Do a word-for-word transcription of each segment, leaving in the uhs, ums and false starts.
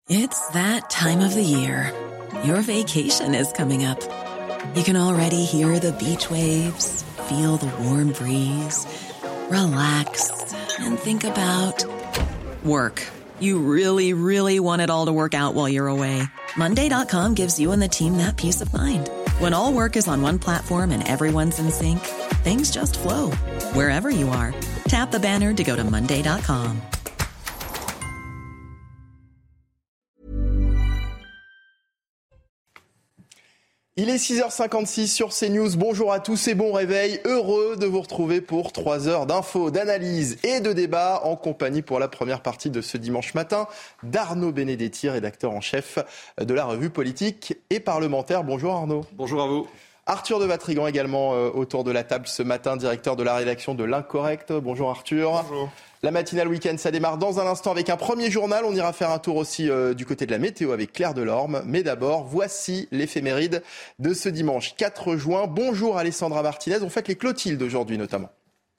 It's that time of the year. Your vacation is coming up. You can already hear the beach waves, feel the warm breeze, relax, and think about work. You really, really want it all to work out while you're away. Monday dot com gives you and the team that peace of mind. When all work is on one platform and everyone's in sync, things just flow. Wherever you are, tap the banner to go to Monday dot com. Il est six heures cinquante-six sur CNews. Bonjour à tous et bon réveil. Heureux de vous retrouver pour trois heures d'infos, d'analyse et de débat en compagnie pour la première partie de ce dimanche matin d'Arnaud Benedetti, rédacteur en chef de la revue politique et parlementaire. Bonjour Arnaud. Bonjour à vous. Arthur de Vatrigan également euh, autour de la table ce matin, directeur de la rédaction de L'Incorrect. Bonjour Arthur. Bonjour. La matinale week-end, ça démarre dans un instant avec un premier journal. On ira faire un tour aussi euh, du côté de la météo avec Claire Delorme. Mais d'abord, voici l'éphéméride de ce dimanche quatre juin. Bonjour Alessandra Martinez. On fête les Clotilde aujourd'hui notamment.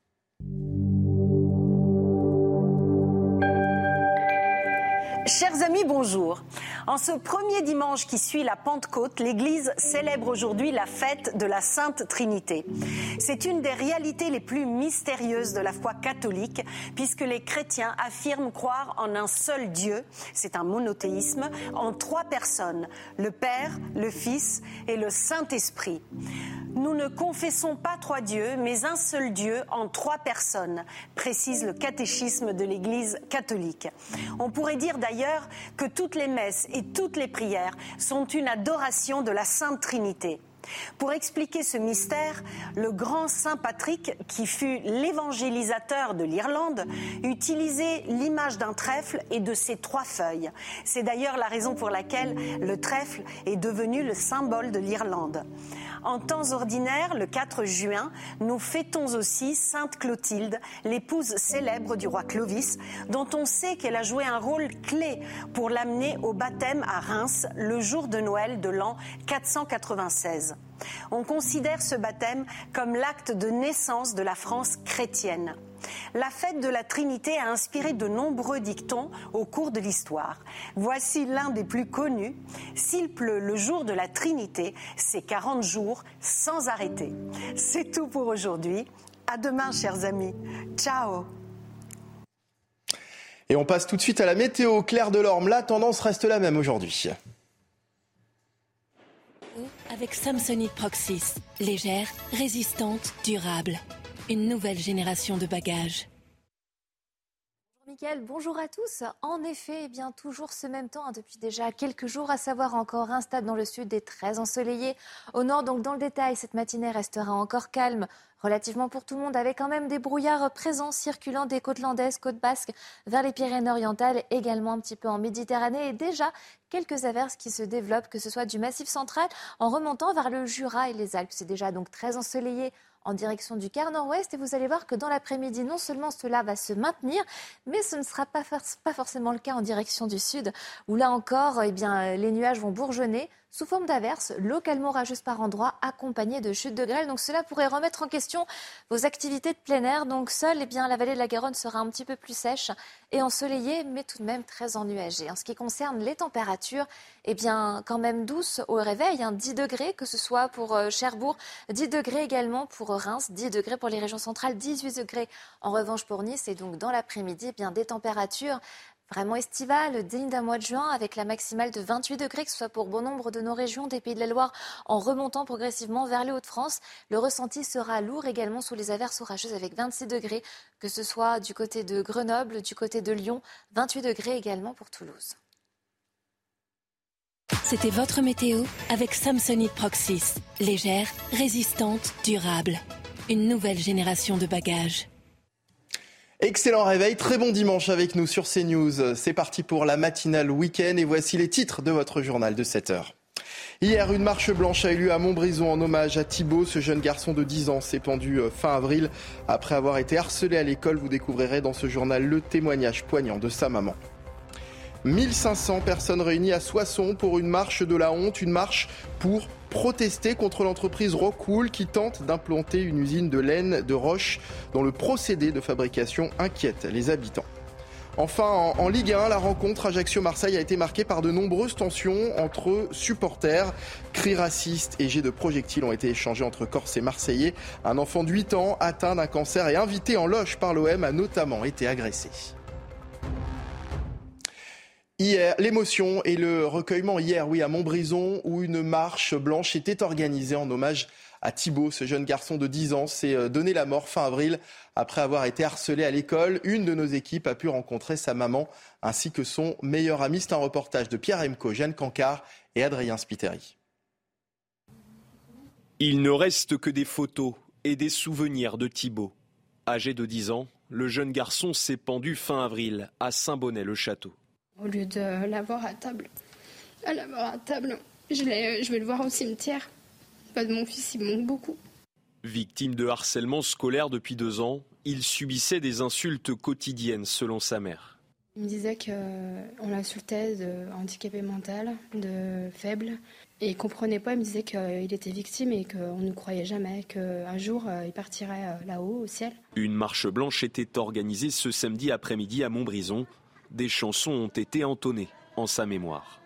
Chers amis, bonjour. En ce premier dimanche qui suit la Pentecôte, l'Église célèbre aujourd'hui la fête de la Sainte Trinité. C'est une des réalités les plus mystérieuses de la foi catholique, puisque les chrétiens affirment croire en un seul Dieu, c'est un monothéisme, en trois personnes, le Père, le Fils et le Saint-Esprit. Nous ne confessons pas trois dieux, mais un seul Dieu en trois personnes, précise le catéchisme de l'Église catholique. On pourrait dire d'ailleurs que toutes les messes et toutes les prières sont une adoration de la Sainte Trinité. Pour expliquer ce mystère, le grand saint Patrick, qui fut l'évangélisateur de l'Irlande, utilisait l'image d'un trèfle et de ses trois feuilles. C'est d'ailleurs la raison pour laquelle le trèfle est devenu le symbole de l'Irlande. En temps ordinaire, le quatre juin, nous fêtons aussi Sainte Clotilde, l'épouse célèbre du roi Clovis, dont on sait qu'elle a joué un rôle clé pour l'amener au baptême à Reims le jour de Noël de l'an quatre cent quatre-vingt-seize. On considère ce baptême comme l'acte de naissance de la France chrétienne. La fête de la Trinité a inspiré de nombreux dictons au cours de l'histoire. Voici l'un des plus connus. S'il pleut le jour de la Trinité, c'est quarante jours sans arrêter. C'est tout pour aujourd'hui. À demain, chers amis. Ciao. Et on passe tout de suite à la météo. Claire Delorme, la tendance reste la même aujourd'hui. Avec Samsonite Proxys, légère, résistante, durable. Une nouvelle génération de bagages. Bonjour Mickaël, bonjour à tous. En effet, eh bien, toujours ce même temps hein, depuis déjà quelques jours, à savoir encore un stade dans le sud et très ensoleillé. Au nord, donc dans le détail, cette matinée restera encore calme, relativement pour tout le monde, avec quand même des brouillards présents circulant des côtes landaises, côtes basques, vers les Pyrénées-Orientales, également un petit peu en Méditerranée, et déjà quelques averses qui se développent, que ce soit du Massif central en remontant vers le Jura et les Alpes. C'est déjà donc très ensoleillé en direction du quart nord-ouest, et vous allez voir que dans l'après-midi, non seulement cela va se maintenir, mais ce ne sera pas, pas forcément le cas en direction du sud, où là encore, eh bien, les nuages vont bourgeonner sous forme d'averses, localement orageuses par endroits, accompagnées de chutes de grêle. Donc cela pourrait remettre en question vos activités de plein air. Donc seule, eh bien, la vallée de la Garonne sera un petit peu plus sèche et ensoleillée, mais tout de même très ennuagée. En ce qui concerne les températures, eh bien, quand même douces au réveil, hein, dix degrés, que ce soit pour euh, Cherbourg, dix degrés également pour Reims, dix degrés pour les régions centrales, dix-huit degrés en revanche pour Nice. Et donc dans l'après-midi, eh bien, des températures vraiment estivale, digne d'un mois de juin, avec la maximale de vingt-huit degrés, que ce soit pour bon nombre de nos régions, des Pays de la Loire, en remontant progressivement vers les Hauts-de-France. Le ressenti sera lourd également sous les averses orageuses, avec vingt-six degrés, que ce soit du côté de Grenoble, du côté de Lyon, vingt-huit degrés également pour Toulouse. C'était votre météo avec Samsonite Proxys. Légère, résistante, durable. Une nouvelle génération de bagages. Excellent réveil, très bon dimanche avec nous sur CNews. C'est parti pour la matinale week-end et voici les titres de votre journal de sept heures. Hier, une marche blanche a eu lieu à Montbrison en hommage à Thibaut. Ce jeune garçon de dix ans s'est pendu fin avril après avoir été harcelé à l'école. Vous découvrirez dans ce journal le témoignage poignant de sa maman. mille cinq cents personnes réunies à Soissons pour une marche de la honte, une marche pour protester contre l'entreprise Rockwool qui tente d'implanter une usine de laine de roche dont le procédé de fabrication inquiète les habitants. Enfin, en, en Ligue un, la rencontre Ajaccio-Marseille a été marquée par de nombreuses tensions entre supporters. Cris racistes et jets de projectiles ont été échangés entre Corses et Marseillais. Un enfant de huit ans atteint d'un cancer et invité en loge par l'O M a notamment été agressé. Hier, l'émotion et le recueillement hier, oui, à Montbrison, où une marche blanche était organisée en hommage à Thibaut. Ce jeune garçon de dix ans s'est donné la mort fin avril après avoir été harcelé à l'école. Une de nos équipes a pu rencontrer sa maman ainsi que son meilleur ami. C'est un reportage de Pierre Emco, Jeanne Cancard et Adrien Spiteri. Il ne reste que des photos et des souvenirs de Thibaut. Âgé de dix ans, le jeune garçon s'est pendu fin avril à Saint-Bonnet-le-Château. Au lieu de l'avoir à table, à l'avoir à table, je, l'ai, je vais le voir au cimetière. De mon fils, il me manque beaucoup. Victime de harcèlement scolaire depuis deux ans, il subissait des insultes quotidiennes selon sa mère. Il me disait qu'on l'insultait de handicapé mental, de faible. Et il ne comprenait pas, il me disait qu'il était victime et qu'on ne croyait jamais, qu'un jour il partirait là-haut, au ciel. Une marche blanche était organisée ce samedi après-midi à Montbrison. Des chansons ont été entonnées en sa mémoire.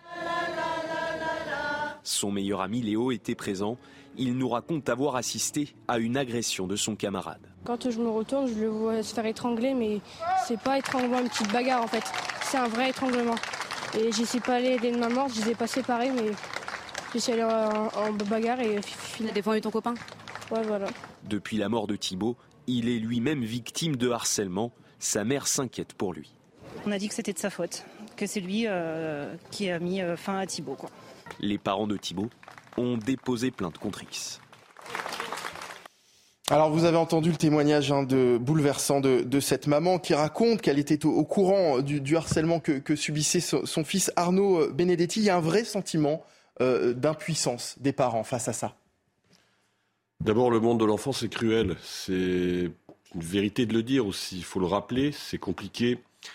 Son meilleur ami Léo était présent. Il nous raconte avoir assisté à une agression de son camarade. Quand je me retourne, je le vois se faire étrangler, mais c'est pas étranglement une petite bagarre en fait. C'est un vrai étranglement. Et j'essaie pas aller aider de ma mort, je les ai pas séparés, mais j'essaie d'aller en, en bagarre et... Tu as défendu ton copain ? Ouais, voilà. Depuis la mort de Thibaut, il est lui-même victime de harcèlement. Sa mère s'inquiète pour lui. On a dit que c'était de sa faute, que c'est lui euh, qui a mis euh, fin à Thibaut, quoi. Les parents de Thibaut ont déposé plainte contre X. Alors vous avez entendu le témoignage hein, de, bouleversant de, de cette maman qui raconte qu'elle était au, au courant du, du harcèlement que, que subissait son, son fils Arnaud Benedetti. Il y a un vrai sentiment euh, d'impuissance des parents face à ça. D'abord, le monde de l'enfant, c'est cruel. C'est une vérité de le dire aussi. Il faut le rappeler, c'est compliqué.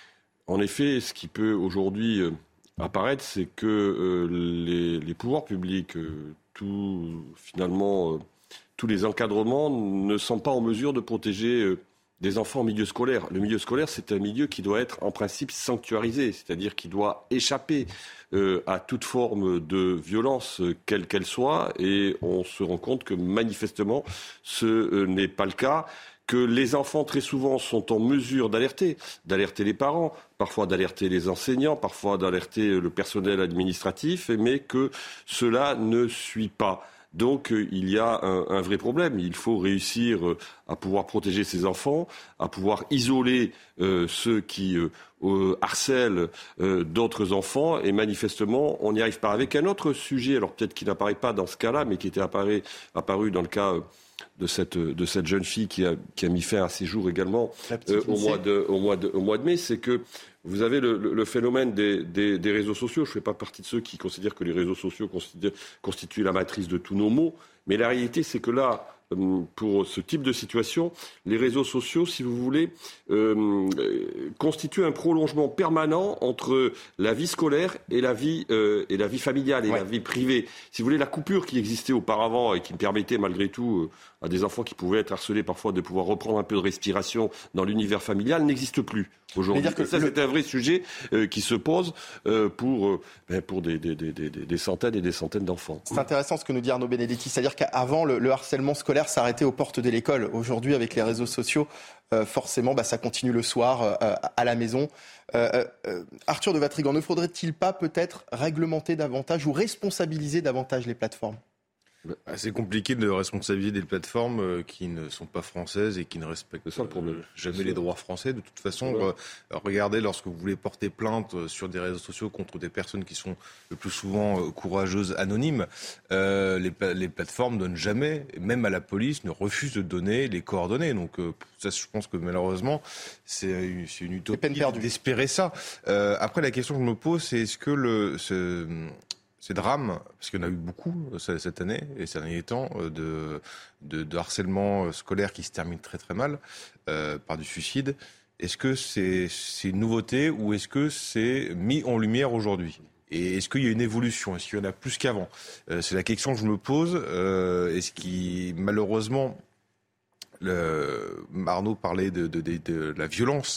En effet, ce qui peut aujourd'hui euh, apparaître, c'est que euh, les, les pouvoirs publics, euh, tout, finalement, euh, tous les encadrements ne sont pas en mesure de protéger euh, des enfants en milieu scolaire. Le milieu scolaire, c'est un milieu qui doit être en principe sanctuarisé, c'est-à-dire qui doit échapper euh, à toute forme de violence, euh, quelle qu'elle soit, et on se rend compte que manifestement, ce euh, n'est pas le cas. Que les enfants, très souvent, sont en mesure d'alerter, d'alerter les parents, parfois d'alerter les enseignants, parfois d'alerter le personnel administratif, mais que cela ne suit pas. Donc, il y a un, un vrai problème. Il faut réussir à pouvoir protéger ces enfants, à pouvoir isoler euh, ceux qui euh, harcèlent euh, d'autres enfants, et manifestement, on n'y arrive pas. Avec un autre sujet, alors peut-être qui n'apparaît pas dans ce cas-là, mais qui était apparu, apparu dans le cas... Euh, de cette, de cette jeune fille qui a, qui a mis fin à ses jours également euh, au, mois de, au, mois de, au mois de mai, c'est que vous avez le, le, le phénomène des, des, des réseaux sociaux. Je ne fais pas partie de ceux qui considèrent que les réseaux sociaux constituent la matrice de tous nos maux, mais la réalité, c'est que là, pour ce type de situation, les réseaux sociaux, si vous voulez, euh, constituent un prolongement permanent entre la vie scolaire et la vie, euh, et la vie familiale et ouais. la vie privée. Si vous voulez, la coupure qui existait auparavant et qui me permettait malgré tout euh, à des enfants qui pouvaient être harcelés parfois de pouvoir reprendre un peu de respiration dans l'univers familial n'existe plus aujourd'hui. Que ça, le... c'est un vrai sujet euh, qui se pose euh, pour, euh, ben, pour des, des, des, des, des centaines et des centaines d'enfants. C'est intéressant ce que nous dit Arnaud Benedetti, c'est-à-dire qu'avant, le, le harcèlement scolaire s'arrêtait aux portes de l'école. Aujourd'hui, avec les réseaux sociaux, euh, forcément, bah, ça continue le soir euh, à la maison. Euh, euh, Arthur de Vatrigan, ne faudrait-il pas peut-être réglementer davantage ou responsabiliser davantage les plateformes ? C'est compliqué de responsabiliser des plateformes euh, qui ne sont pas françaises et qui ne respectent ça, euh, jamais les droits français. De toute façon, ouais. euh, regardez, lorsque vous voulez porter plainte euh, sur des réseaux sociaux contre des personnes qui sont le plus souvent euh, courageuses, anonymes, euh, les, les plateformes ne donnent jamais, même à la police, ne refusent de donner les coordonnées. Donc euh, ça, je pense que malheureusement, c'est une, c'est une utopie d'espérer ça. Euh, après, la question que je me pose, c'est est-ce que le... Ce, Ces drames, parce qu'il y en a eu beaucoup cette année et ces derniers temps, de, de, de harcèlement scolaire qui se termine très très mal euh, par du suicide, est-ce que c'est, c'est une nouveauté ou est-ce que c'est mis en lumière aujourd'hui ? Et est-ce qu'il y a une évolution ? Est-ce qu'il y en a plus qu'avant ? euh, C'est la question que je me pose. Euh, est-ce qui, malheureusement, le, Arnaud parlait de, de, de, de la violence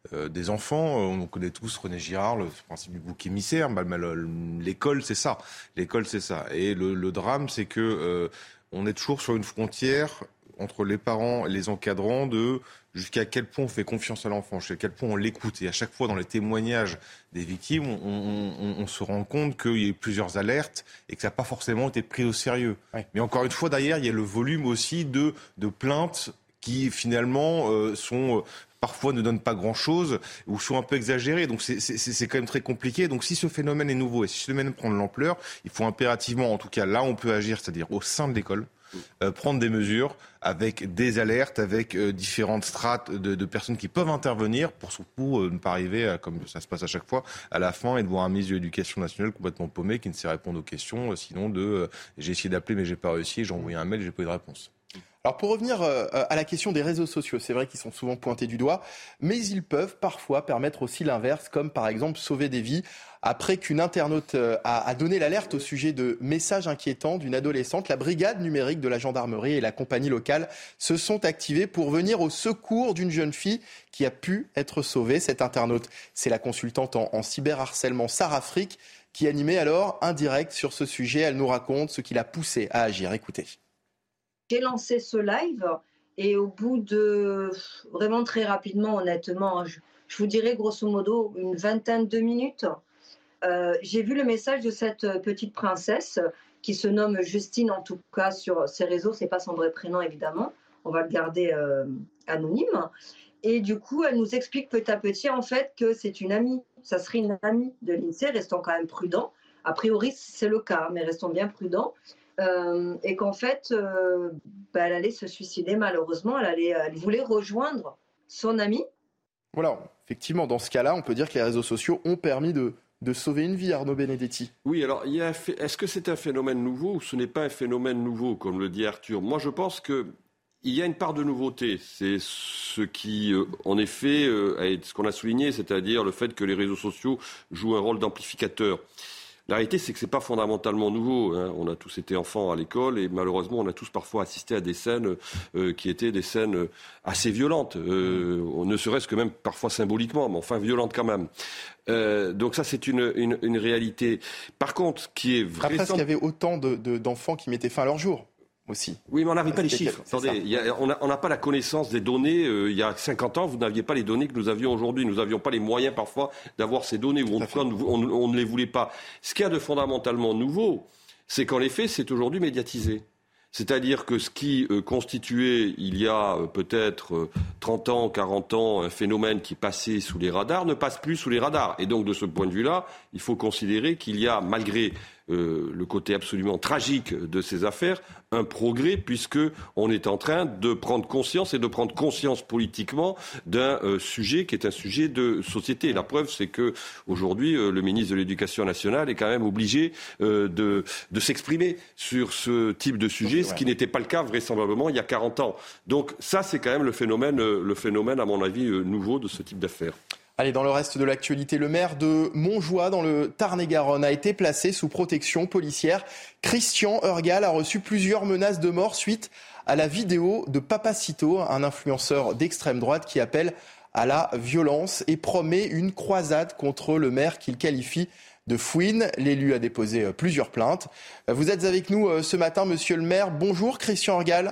euh, des enfants. On connaît tous René Girard, le principe du bouc émissaire. Bah, bah, le, l'école, c'est ça. L'école, c'est ça. Et le, le drame, c'est que euh, on est toujours sur une frontière entre les parents et les encadrants de jusqu'à quel point on fait confiance à l'enfant, jusqu'à quel point on l'écoute. Et à chaque fois, dans les témoignages des victimes, on, on, on se rend compte qu'il y a eu plusieurs alertes et que ça n'a pas forcément été pris au sérieux. Oui. Mais encore une fois, derrière, il y a le volume aussi de, de plaintes qui, finalement, euh, sont... Euh, parfois ne donnent pas grand-chose ou sont un peu exagérés. Donc c'est, c'est, c'est quand même très compliqué. Donc si ce phénomène est nouveau et si ce phénomène prend de l'ampleur, il faut impérativement, en tout cas là on peut agir, c'est-à-dire au sein de l'école, euh, prendre des mesures avec des alertes, avec euh, différentes strates de, de personnes qui peuvent intervenir pour surtout euh, ne pas arriver, à, comme ça se passe à chaque fois, à la fin et de voir un ministre de l'Éducation nationale complètement paumé qui ne sait répondre aux questions, euh, sinon de euh, j'ai essayé d'appeler mais j'ai pas réussi, j'ai envoyé un mail et j'ai pas eu de réponse. Alors pour revenir à la question des réseaux sociaux, c'est vrai qu'ils sont souvent pointés du doigt, mais ils peuvent parfois permettre aussi l'inverse, comme par exemple sauver des vies. Après qu'une internaute a donné l'alerte au sujet de messages inquiétants d'une adolescente, la brigade numérique de la gendarmerie et la compagnie locale se sont activés pour venir au secours d'une jeune fille qui a pu être sauvée. Cette internaute, c'est la consultante en, en cyberharcèlement Sarah Frick qui animait alors un direct sur ce sujet. Elle nous raconte ce qui l'a poussée à agir. Écoutez. J'ai lancé ce live et au bout de, vraiment très rapidement, honnêtement, je, je vous dirais grosso modo une vingtaine de minutes, euh, j'ai vu le message de cette petite princesse qui se nomme Justine, en tout cas sur ses réseaux, c'est pas son vrai prénom évidemment, on va le garder euh, anonyme. Et du coup, elle nous explique petit à petit en fait que c'est une amie, ça serait une amie de l'INSEE, restons quand même prudents. A priori, c'est le cas, mais restons bien prudents. Euh, et qu'en fait, euh, bah, elle allait se suicider malheureusement, elle, allait, elle voulait rejoindre son amie. Voilà, effectivement, dans ce cas-là, on peut dire que les réseaux sociaux ont permis de, de sauver une vie, Arnaud Benedetti. Oui, alors, il y a, est-ce que c'est un phénomène nouveau ou ce n'est pas un phénomène nouveau, comme le dit Arthur ? Moi, je pense que il y a une part de nouveauté. C'est ce qui, euh, en effet, euh, est ce qu'on a souligné, c'est-à-dire le fait que les réseaux sociaux jouent un rôle d'amplificateur. La réalité, c'est que c'est pas fondamentalement nouveau. Hein. On a tous été enfants à l'école et malheureusement, on a tous parfois assisté à des scènes euh, qui étaient des scènes assez violentes, euh, ne serait-ce que même parfois symboliquement, mais enfin violentes quand même. Euh, donc ça, c'est une, une, une réalité. Par contre, ce qui est vrai... Après, qu'il y avait autant de, de, d'enfants qui mettaient fin à leur jour. Aussi. Oui, mais on n'avait pas les chiffres. Attendez, il y a, on n'a pas la connaissance des données. Euh, il y a cinquante ans, vous n'aviez pas les données que nous avions aujourd'hui. Nous n'avions pas les moyens parfois d'avoir ces données, ou en tout cas, on, on ne les voulait pas. Ce qu'il y a de fondamentalement nouveau, c'est qu'en effet, c'est aujourd'hui médiatisé. C'est-à-dire que ce qui euh, constituait, il y a euh, peut-être euh, trente ans, quarante ans, un phénomène qui passait sous les radars, ne passe plus sous les radars. Et donc, de ce point de vue-là, il faut considérer qu'il y a, malgré euh, le côté absolument tragique de ces affaires, un progrès, puisqu'on est en train de prendre conscience et de prendre conscience politiquement d'un euh, sujet qui est un sujet de société. La preuve, c'est qu'aujourd'hui, euh, le ministre de l'Éducation nationale est quand même obligé euh, de, de s'exprimer sur ce type de sujet, ce qui n'était pas le cas vraisemblablement il y a quarante ans. Donc ça, c'est quand même le phénomène, euh, le phénomène à mon avis, euh, nouveau de ce type d'affaires. Allez, dans le reste de l'actualité, le maire de Montjoie, dans le Tarn-et-Garonne, a été placé sous protection policière. Christian Heurgal a reçu plusieurs menaces de mort suite à la vidéo de Papacito, un influenceur d'extrême droite qui appelle à la violence et promet une croisade contre le maire qu'il qualifie de fouine. L'élu a déposé plusieurs plaintes. Vous êtes avec nous ce matin, monsieur le maire. Bonjour, Christian Heurgal.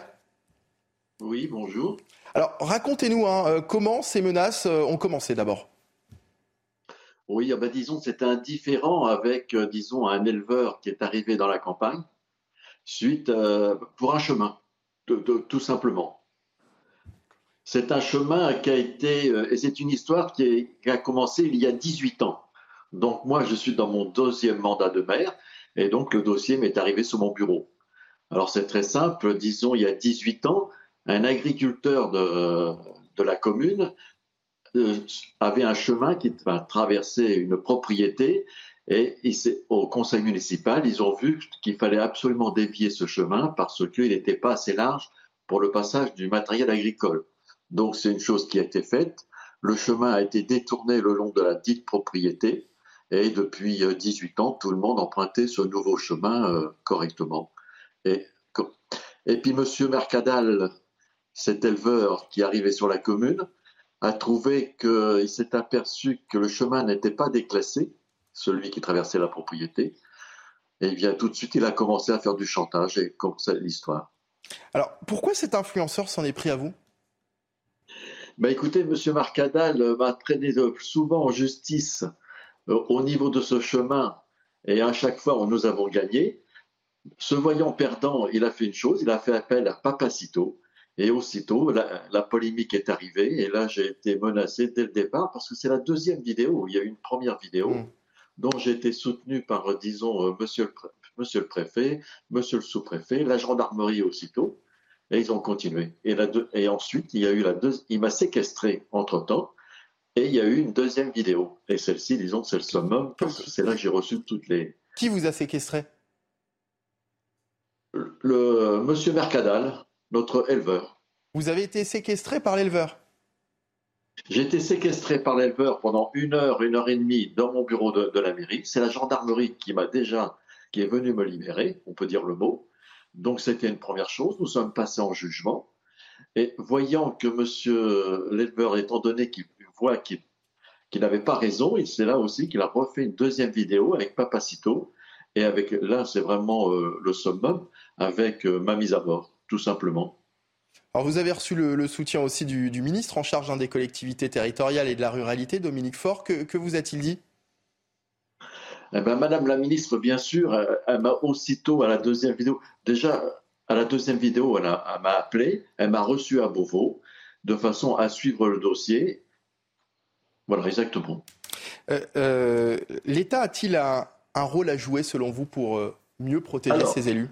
Oui, bonjour. Alors, racontez-nous hein, comment ces menaces ont commencé d'abord. Oui, ben, disons, c'est un différend avec, euh, disons, un éleveur qui est arrivé dans la campagne suite euh, pour un chemin, de, de, tout simplement. C'est un chemin qui a été, euh, et c'est une histoire qui, est, qui a commencé il y a dix-huit ans. Donc moi, je suis dans mon deuxième mandat de maire, et donc le dossier m'est arrivé sur mon bureau. Alors c'est très simple, disons, il y a dix-huit ans, un agriculteur de, de la commune euh, avait un chemin qui enfin, traversait une propriété et il au conseil municipal, ils ont vu qu'il fallait absolument dévier ce chemin parce qu'il n'était pas assez large pour le passage du matériel agricole. Donc c'est une chose qui a été faite. Le chemin a été détourné le long de la dite propriété et depuis dix-huit ans, tout le monde empruntait ce nouveau chemin euh, correctement. Et, et puis M. Mercadal, cet éleveur qui arrivait sur la commune, a trouvé qu'il s'est aperçu que le chemin n'était pas déclassé, celui qui traversait la propriété. Et bien tout de suite, il a commencé à faire du chantage et comme c'est l'histoire. Alors, pourquoi cet influenceur s'en est pris à vous ? Ben écoutez, M. Marcadal m'a traîné souvent en justice euh, au niveau de ce chemin. Et à chaque fois, nous avons gagné. Se voyant perdant, il a fait une chose, il a fait appel à Papacito. Et aussitôt, la, la polémique est arrivée. Et là, j'ai été menacé dès le départ parce que c'est la deuxième vidéo. Il y a eu une première vidéo mmh. dont j'ai été soutenu par, disons, euh, monsieur, le, monsieur le préfet, monsieur le sous-préfet, la gendarmerie aussitôt. Et ils ont continué. Et, la deux, et ensuite, il y a eu la deux, il m'a séquestré entre-temps. Et il y a eu une deuxième vidéo. Et celle-ci, disons, c'est le summum, parce que c'est là que j'ai reçu toutes les... Qui vous a séquestré ? Le, le monsieur Mercadal, notre éleveur. Vous avez été séquestré par l'éleveur ? J'ai été séquestré par l'éleveur pendant une heure, une heure et demie dans mon bureau de, de la mairie. C'est la gendarmerie qui m'a déjà, qui est venue me libérer, on peut dire le mot. Donc c'était une première chose. Nous sommes passés en jugement. Et voyant que monsieur l'éleveur, étant donné qu'il voit qu'il, qu'il n'avait pas raison, et c'est là aussi qu'il a refait une deuxième vidéo avec Papacito. Et avec, là, c'est vraiment euh, le summum, avec euh, ma mise à mort, tout simplement. Alors vous avez reçu le, le soutien aussi du, du ministre en charge hein, des collectivités territoriales et de la ruralité, Dominique Faure. Que, que vous a-t-il dit ? Eh ben, Madame la ministre, bien sûr, elle, elle m'a aussitôt à la deuxième vidéo, déjà à la deuxième vidéo, elle, a, elle m'a appelé, elle m'a reçu à Beauvau, de façon à suivre le dossier. Voilà, exactement. Euh, euh, L'État a-t-il un, un rôle à jouer, selon vous, pour euh, mieux protéger alors, ses élus ?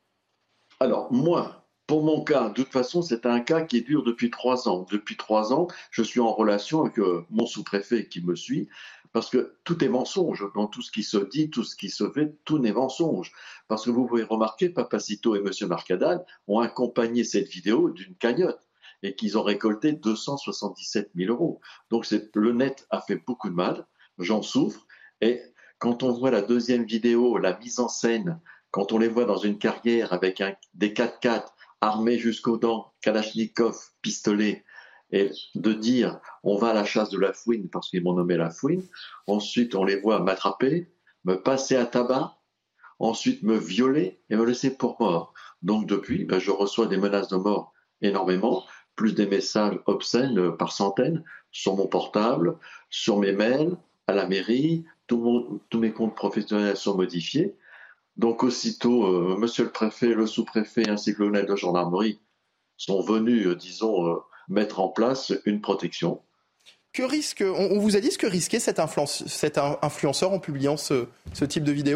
Alors, moi, pour mon cas, de toute façon, c'est un cas qui dure depuis trois ans. Depuis trois ans, je suis en relation avec euh, mon sous-préfet qui me suit, parce que tout est mensonge. Dans tout ce qui se dit, tout ce qui se fait, tout n'est mensonge. Parce que vous pouvez remarquer, Papacito et M. Marcadal ont accompagné cette vidéo d'une cagnotte et qu'ils ont récolté deux cent soixante-dix-sept mille euros. Donc c'est, le net a fait beaucoup de mal, j'en souffre. Et quand on voit la deuxième vidéo, la mise en scène, quand on les voit dans une carrière avec un, des quatre-quatre armés jusqu'aux dents, Kalachnikov, pistolet, et de dire on va à la chasse de la fouine parce qu'ils m'ont nommé la fouine, ensuite on les voit m'attraper, me passer à tabac, ensuite me violer et me laisser pour mort. Donc depuis, ben, je reçois des menaces de mort énormément, plus des messages obscènes par centaines sur mon portable, sur mes mails, à la mairie, tout mon, tous mes comptes professionnels sont modifiés. Donc aussitôt, euh, monsieur le préfet, le sous-préfet ainsi que le colonel de gendarmerie sont venus, euh, disons, euh, mettre en place une protection. Que risque, on, on vous a dit ce que risquait cet, influence, cet influenceur en publiant ce, ce type de vidéo ?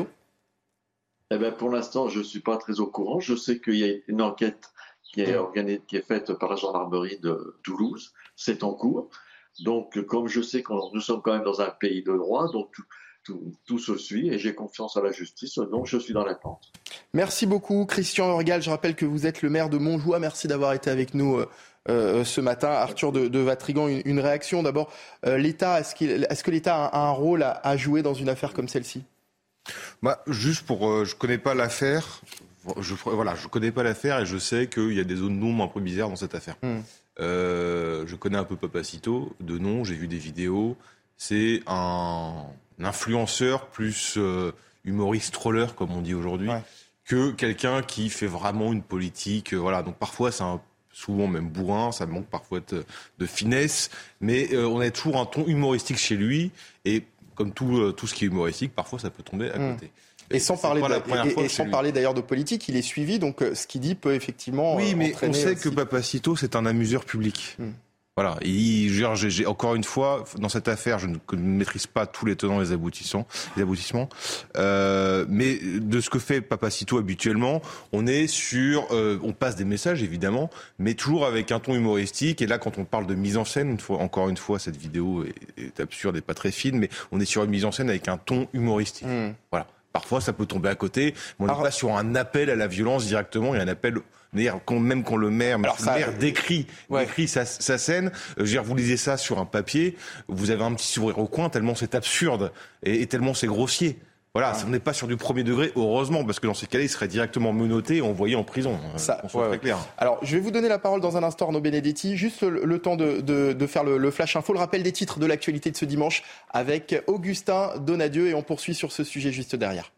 Eh bien, pour l'instant, je ne suis pas très au courant. Je sais qu'il y a une enquête qui est, organisée, qui est faite par la gendarmerie de Toulouse. C'est en cours. Donc, comme je sais que nous sommes quand même dans un pays de droit, donc tout, tout, tout se suit et j'ai confiance à la justice, donc je suis dans l'attente. Merci beaucoup, Christian Orgal. Je rappelle que vous êtes le maire de Montjoie. Merci d'avoir été avec nous euh, ce matin. Arthur de, de Vatrigan, une, une réaction. D'abord, euh, l'État, est-ce, qu'il, est-ce que l'État a un rôle à, à jouer dans une affaire comme celle-ci ? Bah, juste pour, euh, je connais pas l'affaire. Je, voilà, je connais pas l'affaire et je sais qu'il y a des zones d'ombre un peu bizarres dans cette affaire. Mmh. Euh, je connais un peu Papacito de nom, j'ai vu des vidéos. C'est un, un influenceur plus euh, humoriste troller, comme on dit aujourd'hui, ouais. que quelqu'un qui fait vraiment une politique. Euh, voilà, donc parfois c'est un, souvent même bourrin, ça manque parfois de, de finesse, mais euh, on a toujours un ton humoristique chez lui et comme tout, euh, tout ce qui est humoristique, parfois ça peut tomber à côté. Mmh. Et sans, parler, de, et, et sans parler d'ailleurs de politique, il est suivi, donc ce qu'il dit peut effectivement oui, mais on sait aussi. Que Papacito, c'est un amuseur public. Hmm. Voilà. Il, genre, j'ai, j'ai, encore une fois, dans cette affaire, je ne, ne maîtrise pas tous les tenants et les aboutissements, les aboutissements. Euh, mais de ce que fait Papacito habituellement, on est sur, euh, on passe des messages évidemment, mais toujours avec un ton humoristique. Et là, quand on parle de mise en scène, une fois, encore une fois, cette vidéo est, est absurde et pas très fine, mais on est sur une mise en scène avec un ton humoristique. Hmm. Voilà. Parfois, ça peut tomber à côté, mais on n'est pas sur un appel à la violence directement. Il y a un appel, d'ailleurs, même quand le maire, alors le ça, maire décrit, ouais. décrit sa, sa scène. Je veux dire, vous lisez ça sur un papier, vous avez un petit sourire au coin tellement c'est absurde et, et tellement c'est grossier. Voilà, on n'est pas sur du premier degré, heureusement, parce que dans ces cas-là, il serait directement menotté et envoyé en prison. Ça, on soit ouais, très ouais. clair. Alors, je vais vous donner la parole dans un instant, Arnaud Benedetti. Juste le, le temps de, de, de faire le, le flash info, le rappel des titres de l'actualité de ce dimanche avec Augustin Donadieu. Et on poursuit sur ce sujet juste derrière.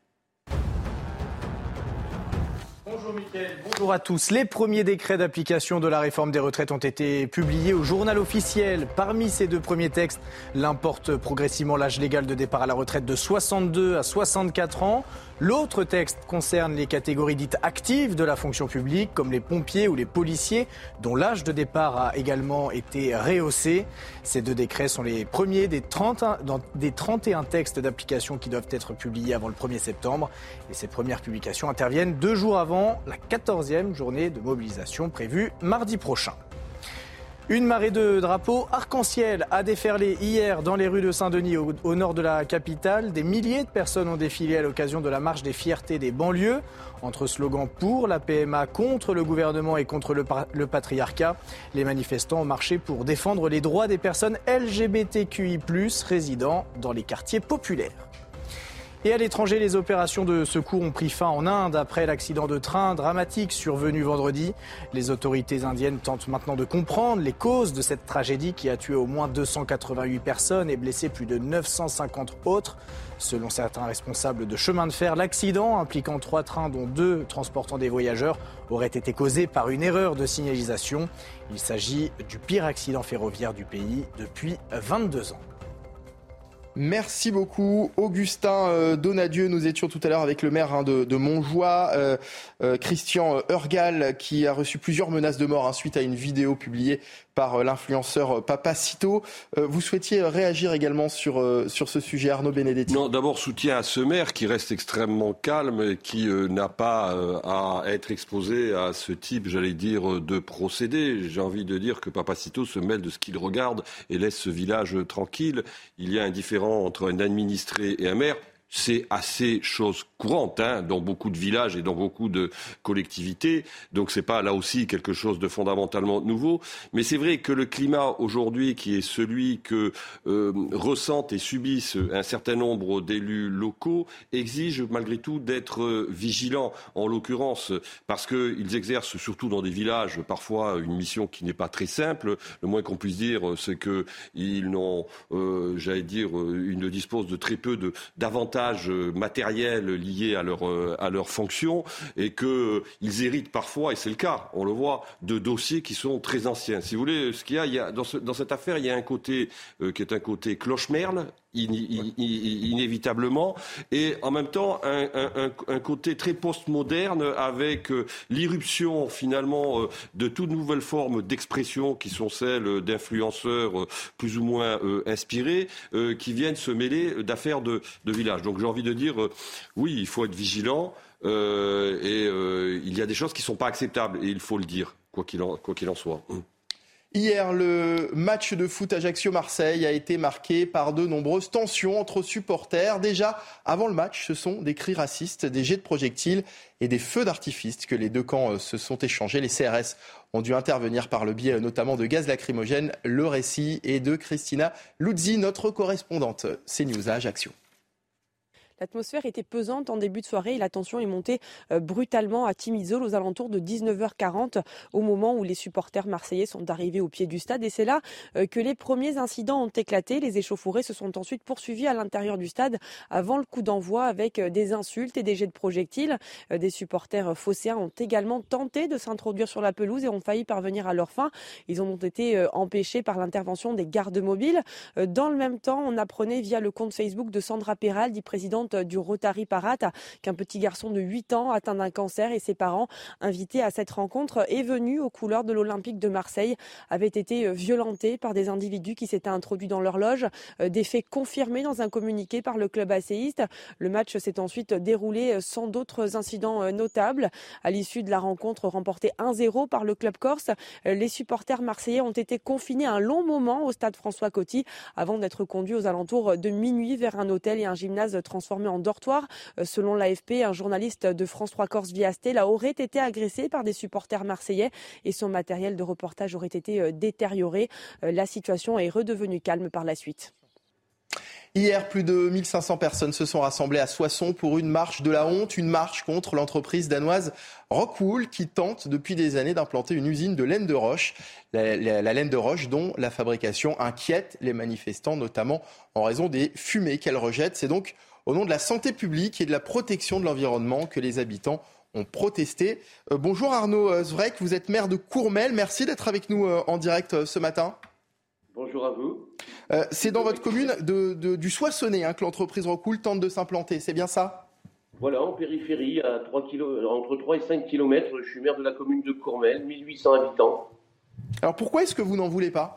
Bonjour Mickaël, bonjour à tous. Les premiers décrets d'application de la réforme des retraites ont été publiés au journal officiel. Parmi ces deux premiers textes, l'un porte progressivement l'âge légal de départ à la retraite de soixante-deux à soixante-quatre ans. L'autre texte concerne les catégories dites actives de la fonction publique, comme les pompiers ou les policiers, dont l'âge de départ a également été rehaussé. Ces deux décrets sont les premiers des, trente, des trente et un textes d'application qui doivent être publiés avant le premier septembre. Et ces premières publications interviennent deux jours avant la quatorzième journée de mobilisation prévue mardi prochain. Une marée de drapeaux arc-en-ciel a déferlé hier dans les rues de Saint-Denis, au, au nord de la capitale. Des milliers de personnes ont défilé à l'occasion de la marche des fiertés des banlieues. Entre slogans pour la P M A, contre le gouvernement et contre le, le patriarcat, les manifestants ont marché pour défendre les droits des personnes L G B T Q I plus, résidant dans les quartiers populaires. Et à l'étranger, les opérations de secours ont pris fin en Inde après l'accident de train dramatique survenu vendredi. Les autorités indiennes tentent maintenant de comprendre les causes de cette tragédie qui a tué au moins deux cent quatre-vingt-huit personnes et blessé plus de neuf cent cinquante autres. Selon certains responsables de chemin de fer, l'accident impliquant trois trains dont deux transportant des voyageurs aurait été causé par une erreur de signalisation. Il s'agit du pire accident ferroviaire du pays depuis vingt-deux ans. Merci beaucoup Augustin euh, Donadieu. Nous étions tout à l'heure avec le maire hein, de, de Montjoie, euh, euh, Christian Heurgal, qui a reçu plusieurs menaces de mort hein, suite à une vidéo publiée par euh, l'influenceur Papacito. Euh, vous souhaitiez réagir également sur, euh, sur ce sujet, Arnaud Benedetti? Non, d'abord soutien à ce maire qui reste extrêmement calme et qui euh, n'a pas euh, à être exposé à ce type, j'allais dire, de procédé. J'ai envie de dire que Papacito se mêle de ce qu'il regarde et laisse ce village tranquille. Il y a un différent entre un administré et un maire. C'est assez chose courante hein, dans beaucoup de villages et dans beaucoup de collectivités. Donc c'est pas là aussi quelque chose de fondamentalement nouveau. Mais c'est vrai que le climat aujourd'hui qui est celui que euh, ressentent et subissent un certain nombre d'élus locaux exige malgré tout d'être vigilants. En l'occurrence parce qu'ils exercent surtout dans des villages parfois une mission qui n'est pas très simple. Le moins qu'on puisse dire c'est qu'ils n'ont, euh, j'allais dire, ils ne disposent de très peu de, d'avantages matériels liés à leur, à leur fonction et qu'ils héritent parfois, et c'est le cas, on le voit, de dossiers qui sont très anciens. Si vous voulez, ce qu'il y a, il y a dans, ce, dans cette affaire, il y a un côté euh, qui est un côté cloche-merle, In, in, in, inévitablement, et en même temps un, un, un côté très postmoderne avec euh, l'irruption finalement euh, de toutes nouvelles formes d'expression qui sont celles d'influenceurs euh, plus ou moins euh, inspirés euh, qui viennent se mêler d'affaires de, de village. Donc j'ai envie de dire, euh, oui, il faut être vigilant euh, et euh, il y a des choses qui ne sont pas acceptables et il faut le dire, quoi qu'il en, quoi qu'il en soit. Hier, le match de foot Ajaccio-Marseille a été marqué par de nombreuses tensions entre supporters. Déjà, avant le match, ce sont des cris racistes, des jets de projectiles et des feux d'artifice que les deux camps se sont échangés. Les C R S ont dû intervenir par le biais notamment de gaz lacrymogène. Le récit est de Christina Luzzi, notre correspondante CNews à Ajaccio. L'atmosphère était pesante en début de soirée et la tension est montée brutalement à Timizol aux alentours de dix-neuf heures quarante au moment où les supporters marseillais sont arrivés au pied du stade. Et c'est là que les premiers incidents ont éclaté. Les échauffourées se sont ensuite poursuivis à l'intérieur du stade avant le coup d'envoi avec des insultes et des jets de projectiles. Des supporters phocéens ont également tenté de s'introduire sur la pelouse et ont failli parvenir à leur fin. Ils ont été empêchés par l'intervention des gardes mobiles. Dans le même temps, on apprenait via le compte Facebook de Sandra Peraldi, présidente du Rotary Parate, qu'un petit garçon de huit ans atteint d'un cancer et ses parents, invités à cette rencontre et venus aux couleurs de l'Olympique de Marseille, avaient été violentés par des individus qui s'étaient introduits dans leur loge. Des faits confirmés dans un communiqué par le club asséiste. Le match s'est ensuite déroulé sans d'autres incidents notables. À l'issue de la rencontre remportée un zéro par le club corse, les supporters marseillais ont été confinés un long moment au stade François Coty avant d'être conduits aux alentours de minuit vers un hôtel et un gymnase transformés en dortoir. Selon l'A F P, un journaliste de France trois Corse via Stella aurait été agressé par des supporters marseillais et son matériel de reportage aurait été détérioré. La situation est redevenue calme par la suite. Hier, plus de mille cinq cents personnes se sont rassemblées à Soissons pour une marche de la honte, une marche contre l'entreprise danoise Rockwool qui tente depuis des années d'implanter une usine de laine de roche. La, la, la laine de roche dont la fabrication inquiète les manifestants, notamment en raison des fumées qu'elle rejette. C'est donc au nom de la santé publique et de la protection de l'environnement que les habitants ont protesté. Euh, bonjour Arnaud Zvrek, vous êtes maire de Courmel. Merci d'être avec nous euh, en direct euh, ce matin. Bonjour à vous. Euh, c'est dans votre commune de, de, du Soissonnais hein, que l'entreprise Rockwool tente de s'implanter, c'est bien ça ? Voilà, en périphérie, à trois kilo, entre trois et cinq kilomètres, je suis maire de la commune de Courmel, mille huit cents habitants. Alors pourquoi est-ce que vous n'en voulez pas ?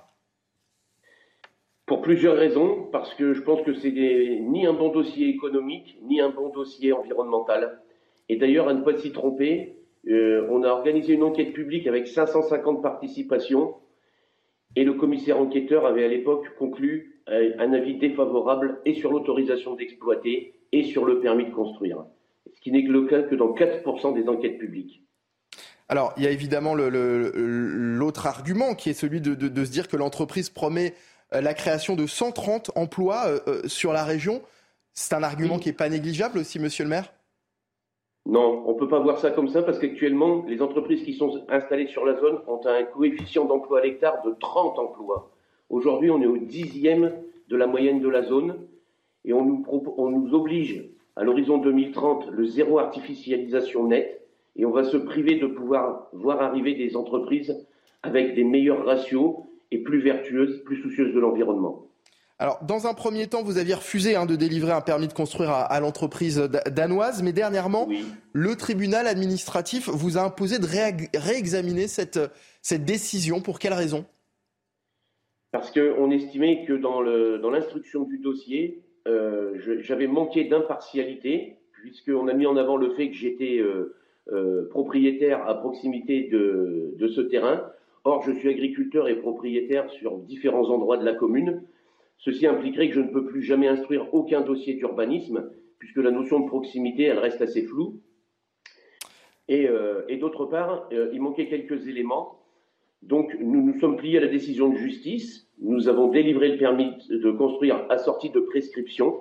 Pour plusieurs raisons, parce que je pense que c'est des, ni un bon dossier économique, ni un bon dossier environnemental. Et d'ailleurs, à ne pas s'y tromper, euh, on a organisé une enquête publique avec cinq cent cinquante participations. Et le commissaire enquêteur avait à l'époque conclu un avis défavorable et sur l'autorisation d'exploiter et sur le permis de construire. Ce qui n'est le cas que dans quatre pour cent des enquêtes publiques. Alors, il y a évidemment le, le, l'autre argument qui est celui de, de, de se dire que l'entreprise promet la création de cent trente emplois euh, sur la région. C'est un argument oui. qui n'est pas négligeable aussi, monsieur le maire ? Non, on ne peut pas voir ça comme ça parce qu'actuellement, les entreprises qui sont installées sur la zone ont un coefficient d'emploi à l'hectare de trente emplois. Aujourd'hui, on est au dixième de la moyenne de la zone et on nous, propose, on nous oblige à l'horizon deux mille trente le zéro artificialisation nette et on va se priver de pouvoir voir arriver des entreprises avec des meilleurs ratios et plus vertueuses, plus soucieuses de l'environnement. Alors, dans un premier temps, vous aviez refusé hein, de délivrer un permis de construire à, à l'entreprise danoise, mais dernièrement, oui. le tribunal administratif vous a imposé de ré- réexaminer cette, cette décision. Pour quelle raison ? Parce qu'on estimait que dans, le, dans l'instruction du dossier, euh, je, j'avais manqué d'impartialité, puisqu'on a mis en avant le fait que j'étais euh, euh, propriétaire à proximité de, de ce terrain. Or, je suis agriculteur et propriétaire sur différents endroits de la commune. Ceci impliquerait que je ne peux plus jamais instruire aucun dossier d'urbanisme, puisque la notion de proximité, elle reste assez floue. Et, euh, et d'autre part, euh, il manquait quelques éléments. Donc, nous nous sommes pliés à la décision de justice. Nous avons délivré le permis de construire assorti de prescriptions.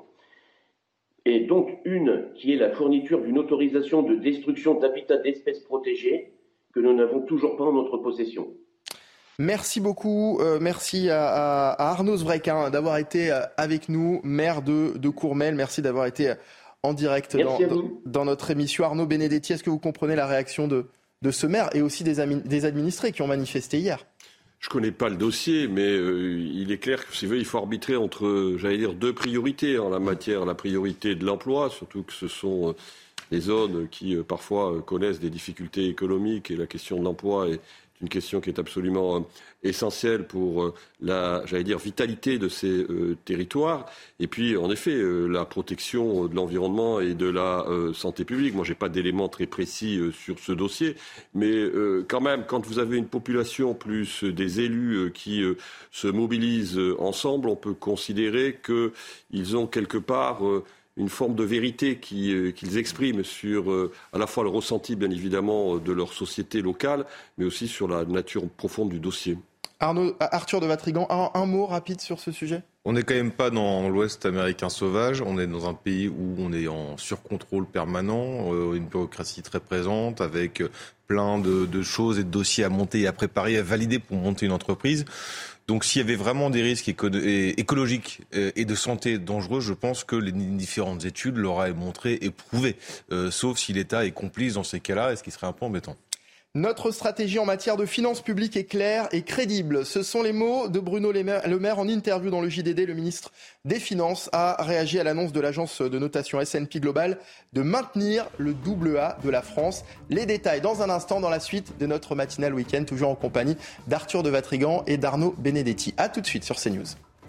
Et donc, une qui est la fourniture d'une autorisation de destruction d'habitats d'espèces protégées que nous n'avons toujours pas en notre possession. Merci beaucoup, euh, merci à, à, à Arnaud Zvrek hein, d'avoir été avec nous, maire de, de Courmel. Merci d'avoir été en direct dans, dans, dans notre émission. Arnaud Benedetti, est-ce que vous comprenez la réaction de, de ce maire et aussi des, ami, des administrés qui ont manifesté hier ? Je ne connais pas le dossier, mais euh, il est clair qu'il faut arbitrer entre, j'allais dire, deux priorités en la matière. La priorité de l'emploi, surtout que ce sont euh, les zones qui euh, parfois euh, connaissent des difficultés économiques et la question de l'emploi est une question qui est absolument euh, essentielle pour euh, la, j'allais dire, vitalité de ces euh, territoires. Et puis, en effet, euh, la protection de l'environnement et de la euh, santé publique. Moi, j'ai pas d'éléments très précis euh, sur ce dossier, mais euh, quand même, quand vous avez une population plus euh, des élus euh, qui euh, se mobilisent euh, ensemble, on peut considérer qu'ils ont quelque part euh, une forme de vérité qui, euh, qu'ils expriment sur euh, à la fois le ressenti, bien évidemment, de leur société locale, mais aussi sur la nature profonde du dossier. Arnaud, Arthur de Vatrigan, un, un mot rapide sur ce sujet ? On n'est quand même pas dans l'Ouest américain sauvage, on est dans un pays où on est en surcontrôle permanent, euh, une bureaucratie très présente, avec plein de, de choses et de dossiers à monter, à préparer, à valider pour monter une entreprise. Donc s'il y avait vraiment des risques éco- écologiques et de santé dangereux, je pense que les différentes études l'auraient montré et prouvé, euh, sauf si l'État est complice dans ces cas-là, et ce qui serait un peu embêtant. Notre stratégie en matière de finances publiques est claire et crédible. Ce sont les mots de Bruno Le Maire en interview dans le J D D. Le ministre des Finances a réagi à l'annonce de l'agence de notation S and P Global de maintenir le double A de la France. Les détails dans un instant dans la suite de notre matinale week-end, toujours en compagnie d'Arthur de Vatrigan et d'Arnaud Benedetti. A tout de suite sur CNews.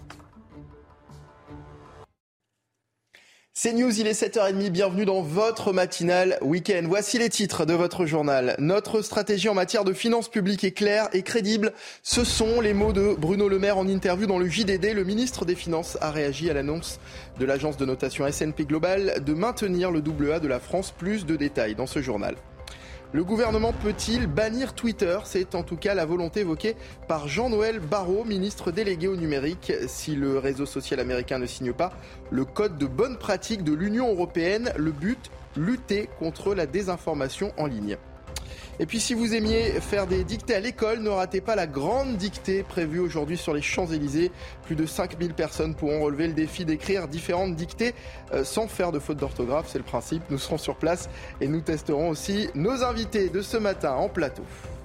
CNews, il est sept heures trente, bienvenue dans votre matinale week-end. Voici les titres de votre journal. Notre stratégie en matière de finances publiques est claire et crédible. Ce sont les mots de Bruno Le Maire en interview dans le J D D. Le ministre des Finances a réagi à l'annonce de l'agence de notation S and P Global de maintenir le double A de la France. Plus de détails dans ce journal. Le gouvernement peut-il bannir Twitter ? C'est en tout cas la volonté évoquée par Jean-Noël Barrot, ministre délégué au numérique. Si le réseau social américain ne signe pas le code de bonne pratique de l'Union européenne, le but, lutter contre la désinformation en ligne. Et puis si vous aimiez faire des dictées à l'école, ne ratez pas la grande dictée prévue aujourd'hui sur les Champs-Élysées. Plus de cinq mille personnes pourront relever le défi d'écrire différentes dictées euh, sans faire de faute d'orthographe. C'est le principe. Nous serons sur place et nous testerons aussi nos invités de ce matin en plateau.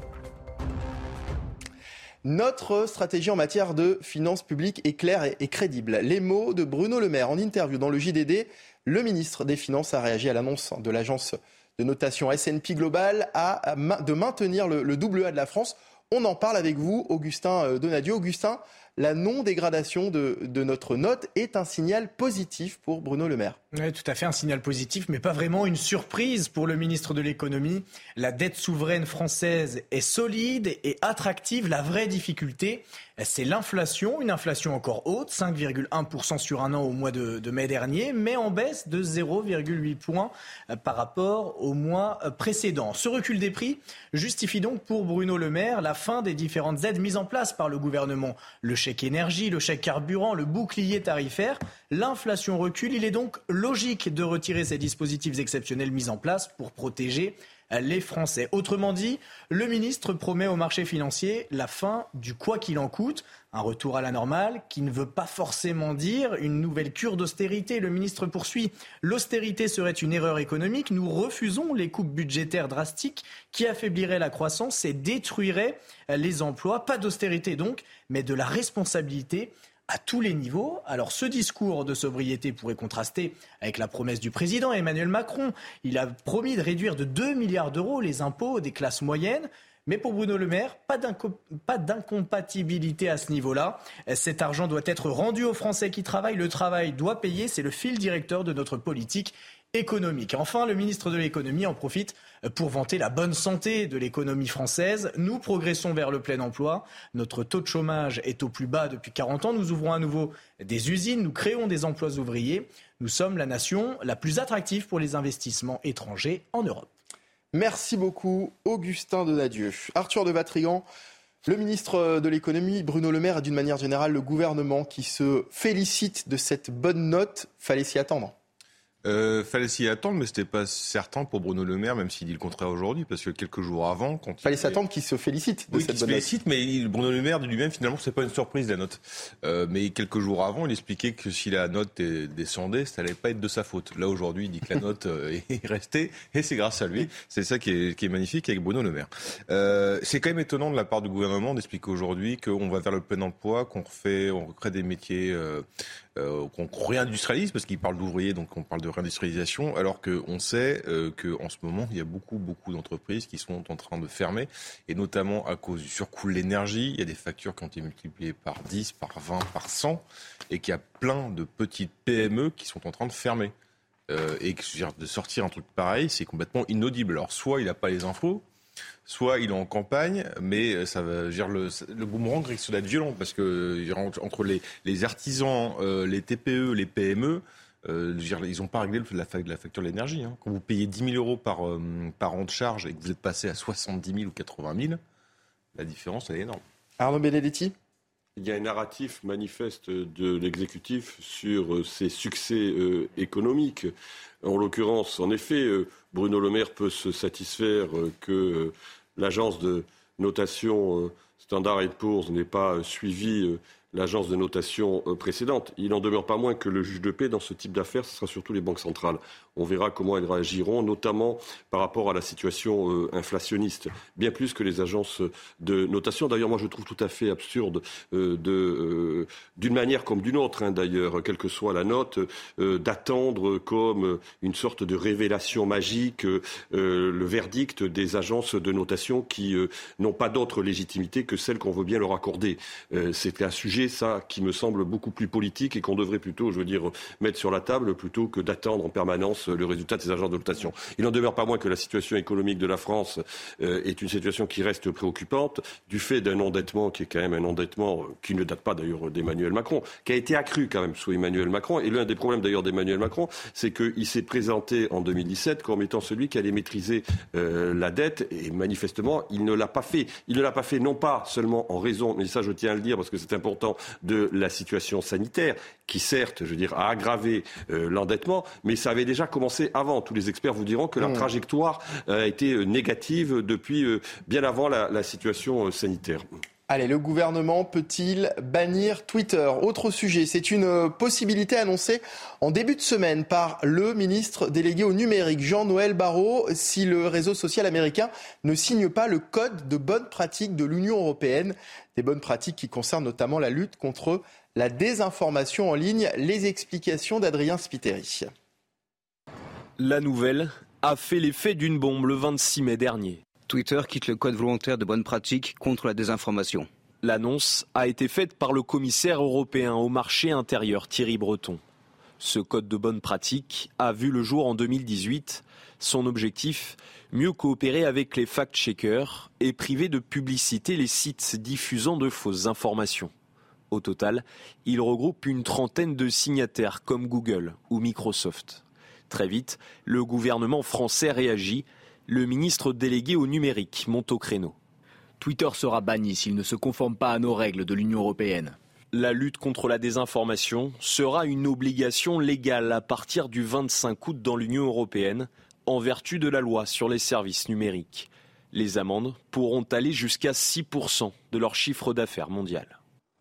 Notre stratégie en matière de finances publiques est claire et crédible. Les mots de Bruno Le Maire en interview dans le J D D. Le ministre des Finances a réagi à l'annonce de l'agence de notation S and P Global à, de maintenir le, le double A de la France. On en parle avec vous, Augustin Donadieu. Augustin, la non-dégradation de, de notre note est un signal positif pour Bruno Le Maire. Oui, tout à fait, un signal positif, mais pas vraiment une surprise pour le ministre de l'économie. La dette souveraine française est solide et attractive. La vraie difficulté, c'est l'inflation, une inflation encore haute, cinq virgule un pour cent sur un an au mois de, de mai dernier, mais en baisse de zéro virgule huit points par rapport au mois précédent. Ce recul des prix justifie donc pour Bruno Le Maire la fin des différentes aides mises en place par le gouvernement. Le chèque énergie, le chèque carburant, le bouclier tarifaire. L'inflation recule, il est donc logique de retirer ces dispositifs exceptionnels mis en place pour protéger les Français. Autrement dit, le ministre promet au marché financier la fin du quoi qu'il en coûte, un retour à la normale qui ne veut pas forcément dire une nouvelle cure d'austérité. Le ministre poursuit, l'austérité serait une erreur économique. Nous refusons les coupes budgétaires drastiques qui affaibliraient la croissance et détruiraient les emplois. Pas d'austérité donc, mais de la responsabilité à tous les niveaux. Alors ce discours de sobriété pourrait contraster avec la promesse du président Emmanuel Macron. Il a promis de réduire de deux milliards d'euros les impôts des classes moyennes. Mais pour Bruno Le Maire, pas, d'inco- pas d'incompatibilité à ce niveau-là. Cet argent doit être rendu aux Français qui travaillent. Le travail doit payer. C'est le fil directeur de notre politique économique. Enfin, le ministre de l'économie en profite pour vanter la bonne santé de l'économie française. Nous progressons vers le plein emploi. Notre taux de chômage est au plus bas depuis quarante ans. Nous ouvrons à nouveau des usines. Nous créons des emplois ouvriers. Nous sommes la nation la plus attractive pour les investissements étrangers en Europe. Merci beaucoup, Augustin Donadieu. Arthur de Vatrigan, le ministre de l'économie, Bruno Le Maire, et d'une manière générale le gouvernement qui se félicite de cette bonne note. Fallait s'y attendre. Euh, fallait s'y attendre, mais c'était pas certain pour Bruno Le Maire, même s'il dit le contraire aujourd'hui, parce que quelques jours avant, quand fallait il s'attendre qu'il se félicite de oui, cette qu'il bonne se note. félicite, mais il, Bruno Le Maire lui-même, finalement, c'est pas une surprise la note. Euh, mais quelques jours avant, il expliquait que si la note descendait, ça allait pas être de sa faute. Là aujourd'hui, il dit que la note est restée, et c'est grâce à lui. C'est ça qui est, qui est magnifique avec Bruno Le Maire. Euh, c'est quand même étonnant de la part du gouvernement d'expliquer aujourd'hui qu'on va vers le plein emploi, qu'on refait, on recrée des métiers. Euh, Euh, qu'on réindustrialise, parce qu'il parle d'ouvriers, donc on parle de réindustrialisation, alors qu'on sait euh, qu'en ce moment, il y a beaucoup, beaucoup d'entreprises qui sont en train de fermer, et notamment à cause du surcoût de l'énergie. Il y a des factures qui ont été multipliées par dix, par vingt, par cent, et qu'il y a plein de petites P M E qui sont en train de fermer. Euh, et que, de sortir un truc pareil, c'est complètement inaudible. Alors, soit il n'a pas les infos, soit il est en campagne, mais ça va, dire, le, le boomerang risque d'être violent, parce que dire, entre les, les artisans, euh, les T P E, les P M E, euh, dire, ils n'ont pas réglé la, la facture de l'énergie. Hein. Quand vous payez dix mille euros par, euh, par an de charge et que vous êtes passé à soixante-dix mille ou quatre-vingt mille, la différence elle est énorme. Arnaud Benedetti ? Il y a un narratif manifeste de l'exécutif sur ses succès euh, économiques. En l'occurrence, en effet, euh, Bruno Le Maire peut se satisfaire euh, que euh, l'agence de notation euh, Standard and Poor's n'ait pas euh, suivi euh, l'agence de notation euh, précédente. Il n'en demeure pas moins que le juge de paix dans ce type d'affaires, ce sera surtout les banques centrales. On verra comment elles réagiront, notamment par rapport à la situation euh, inflationniste, bien plus que les agences de notation. D'ailleurs, moi, je trouve tout à fait absurde, euh, de, euh, d'une manière comme d'une autre, hein, d'ailleurs, quelle que soit la note, euh, d'attendre comme une sorte de révélation magique euh, le verdict des agences de notation qui euh, n'ont pas d'autre légitimité que celle qu'on veut bien leur accorder. Euh, c'est un sujet sujet, ça, qui me semble beaucoup plus politique et qu'on devrait plutôt, je veux dire, mettre sur la table plutôt que d'attendre en permanence le résultat de ces agences de notation. Il n'en demeure pas moins que la situation économique de la France euh, est une situation qui reste préoccupante, du fait d'un endettement qui est quand même un endettement qui ne date pas d'ailleurs d'Emmanuel Macron, qui a été accru quand même sous Emmanuel Macron. Et l'un des problèmes d'ailleurs d'Emmanuel Macron, c'est qu'il s'est présenté en deux mille dix-sept comme étant celui qui allait maîtriser euh, la dette, et manifestement, il ne l'a pas fait. Il ne l'a pas fait non pas seulement en raison, mais ça je tiens à le dire parce que c'est important, de la situation sanitaire, qui certes, je veux dire, a aggravé euh, l'endettement, mais ça avait déjà commencé avant. Tous les experts vous diront que la mmh. trajectoire euh, a été négative depuis euh, bien avant la, la situation euh, sanitaire. Allez, le gouvernement peut-il bannir Twitter ? Autre sujet, c'est une possibilité annoncée en début de semaine par le ministre délégué au numérique, Jean-Noël Barrot, si le réseau social américain ne signe pas le code de bonnes pratiques de l'Union européenne. Des bonnes pratiques qui concernent notamment la lutte contre la désinformation en ligne. Les explications d'Adrien Spiteri. La nouvelle a fait l'effet d'une bombe le vingt-six mai dernier. Twitter quitte le code volontaire de bonnes pratiques contre la désinformation. L'annonce a été faite par le commissaire européen au marché intérieur Thierry Breton. Ce code de bonnes pratiques a vu le jour en deux mille dix-huit. Son objectif, mieux coopérer avec les fact-checkers et priver de publicité les sites diffusant de fausses informations. Au total, il regroupe une trentaine de signataires comme Google ou Microsoft. Très vite, le gouvernement français réagit. Le ministre délégué au numérique monte au créneau. Twitter sera banni s'il ne se conforme pas à nos règles de l'Union européenne. La lutte contre la désinformation sera une obligation légale à partir du vingt-cinq août dans l'Union européenne, en vertu de la loi sur les services numériques. Les amendes pourront aller jusqu'à six pour cent de leur chiffre d'affaires mondial.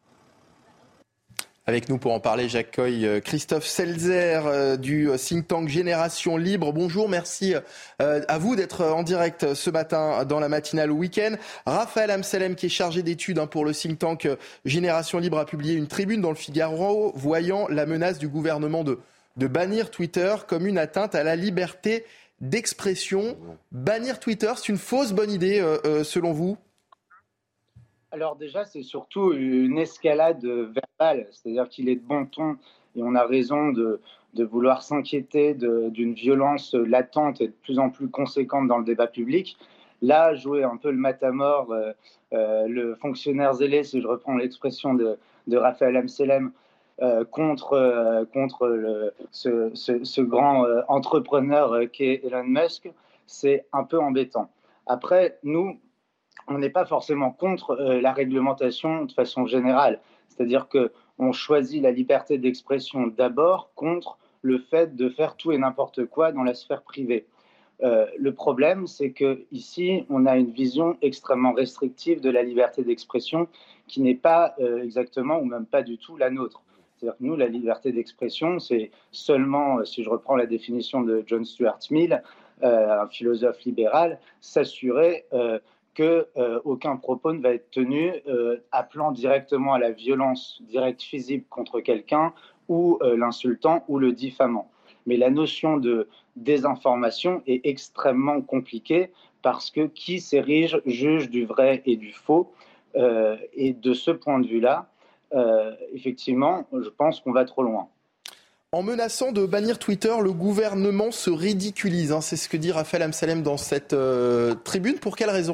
Avec nous pour en parler, j'accueille Christophe Selzer du think tank Génération Libre. Bonjour, merci à vous d'être en direct ce matin dans la matinale week-end. Raphaël Amselem, qui est chargé d'études pour le think tank Génération Libre, a publié une tribune dans le Figaro voyant la menace du gouvernement de, de bannir Twitter comme une atteinte à la liberté d'expression. Bannir Twitter, c'est une fausse bonne idée euh, selon vous ? Alors déjà, c'est surtout une escalade verbale, c'est-à-dire qu'il est de bon ton et on a raison de, de vouloir s'inquiéter de, d'une violence latente et de plus en plus conséquente dans le débat public. Là, jouer un peu le matamor, euh, euh, le fonctionnaire zélé, si je reprends l'expression de, de Raphaël Amselem, euh, contre, euh, contre le, ce, ce, ce grand euh, entrepreneur euh, qu'est Elon Musk, c'est un peu embêtant. Après, nous, on n'est pas forcément contre euh, la réglementation de façon générale. C'est-à-dire qu'on choisit la liberté d'expression d'abord contre le fait de faire tout et n'importe quoi dans la sphère privée. Euh, le problème, c'est qu'ici, on a une vision extrêmement restrictive de la liberté d'expression qui n'est pas euh, exactement ou même pas du tout la nôtre. C'est-à-dire que nous, la liberté d'expression, c'est seulement, si je reprends la définition de John Stuart Mill, euh, un philosophe libéral, s'assurer euh, qu'aucun euh, propos ne va être tenu euh, appelant directement à la violence directe physique contre quelqu'un ou euh, l'insultant ou le diffamant. Mais la notion de désinformation est extrêmement compliquée parce que qui s'érige juge du vrai et du faux euh, et de ce point de vue-là, euh, effectivement, je pense qu'on va trop loin. En menaçant de bannir Twitter, le gouvernement se ridiculise. Hein, c'est ce que dit Raphaël Amselem dans cette euh, tribune. Pour quelle raison ?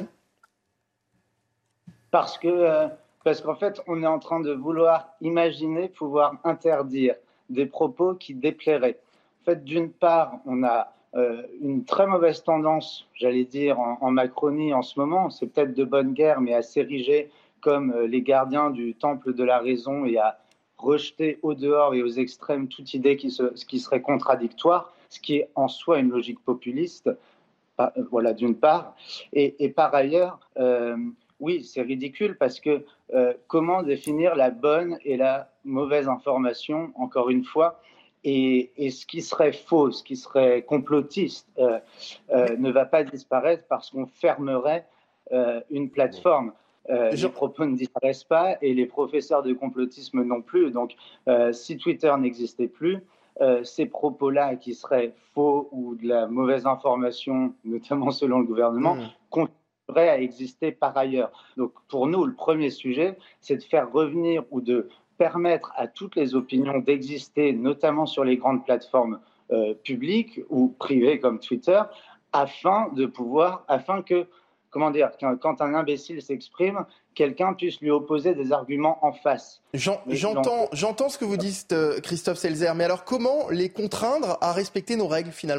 Parce que, euh, parce qu'en fait, on est en train de vouloir imaginer pouvoir interdire des propos qui déplairaient. En fait, d'une part, on a euh, une très mauvaise tendance, j'allais dire, en, en Macronie en ce moment. C'est peut-être de bonne guerre, mais à s'ériger comme euh, les gardiens du temple de la raison et à rejeter au dehors et aux extrêmes toute idée qui, se, qui serait contradictoire, ce qui est en soi une logique populiste, euh, voilà, d'une part. Et, et par ailleurs... Euh, Oui, c'est ridicule parce que euh, comment définir la bonne et la mauvaise information, encore une fois, et, et ce qui serait faux, ce qui serait complotiste, euh, euh, ne va pas disparaître parce qu'on fermerait euh, une plateforme. Euh, les propos ne disparaissent pas et les professeurs de complotisme non plus. Donc, euh, si Twitter n'existait plus, euh, ces propos-là qui seraient faux ou de la mauvaise information, notamment selon le gouvernement, mmh. continuent continuerait à exister par ailleurs. Donc pour nous, le premier sujet, c'est de faire revenir ou de permettre à toutes les opinions d'exister, notamment sur les grandes plateformes euh, publiques ou privées comme Twitter, afin de pouvoir, afin que, comment dire, quand un imbécile s'exprime, quelqu'un puisse lui opposer des arguments en face. Jean, j'entends, donc... j'entends ce que vous dites, Christophe Selzer, mais alors comment les contraindre à respecter nos règles finalement ?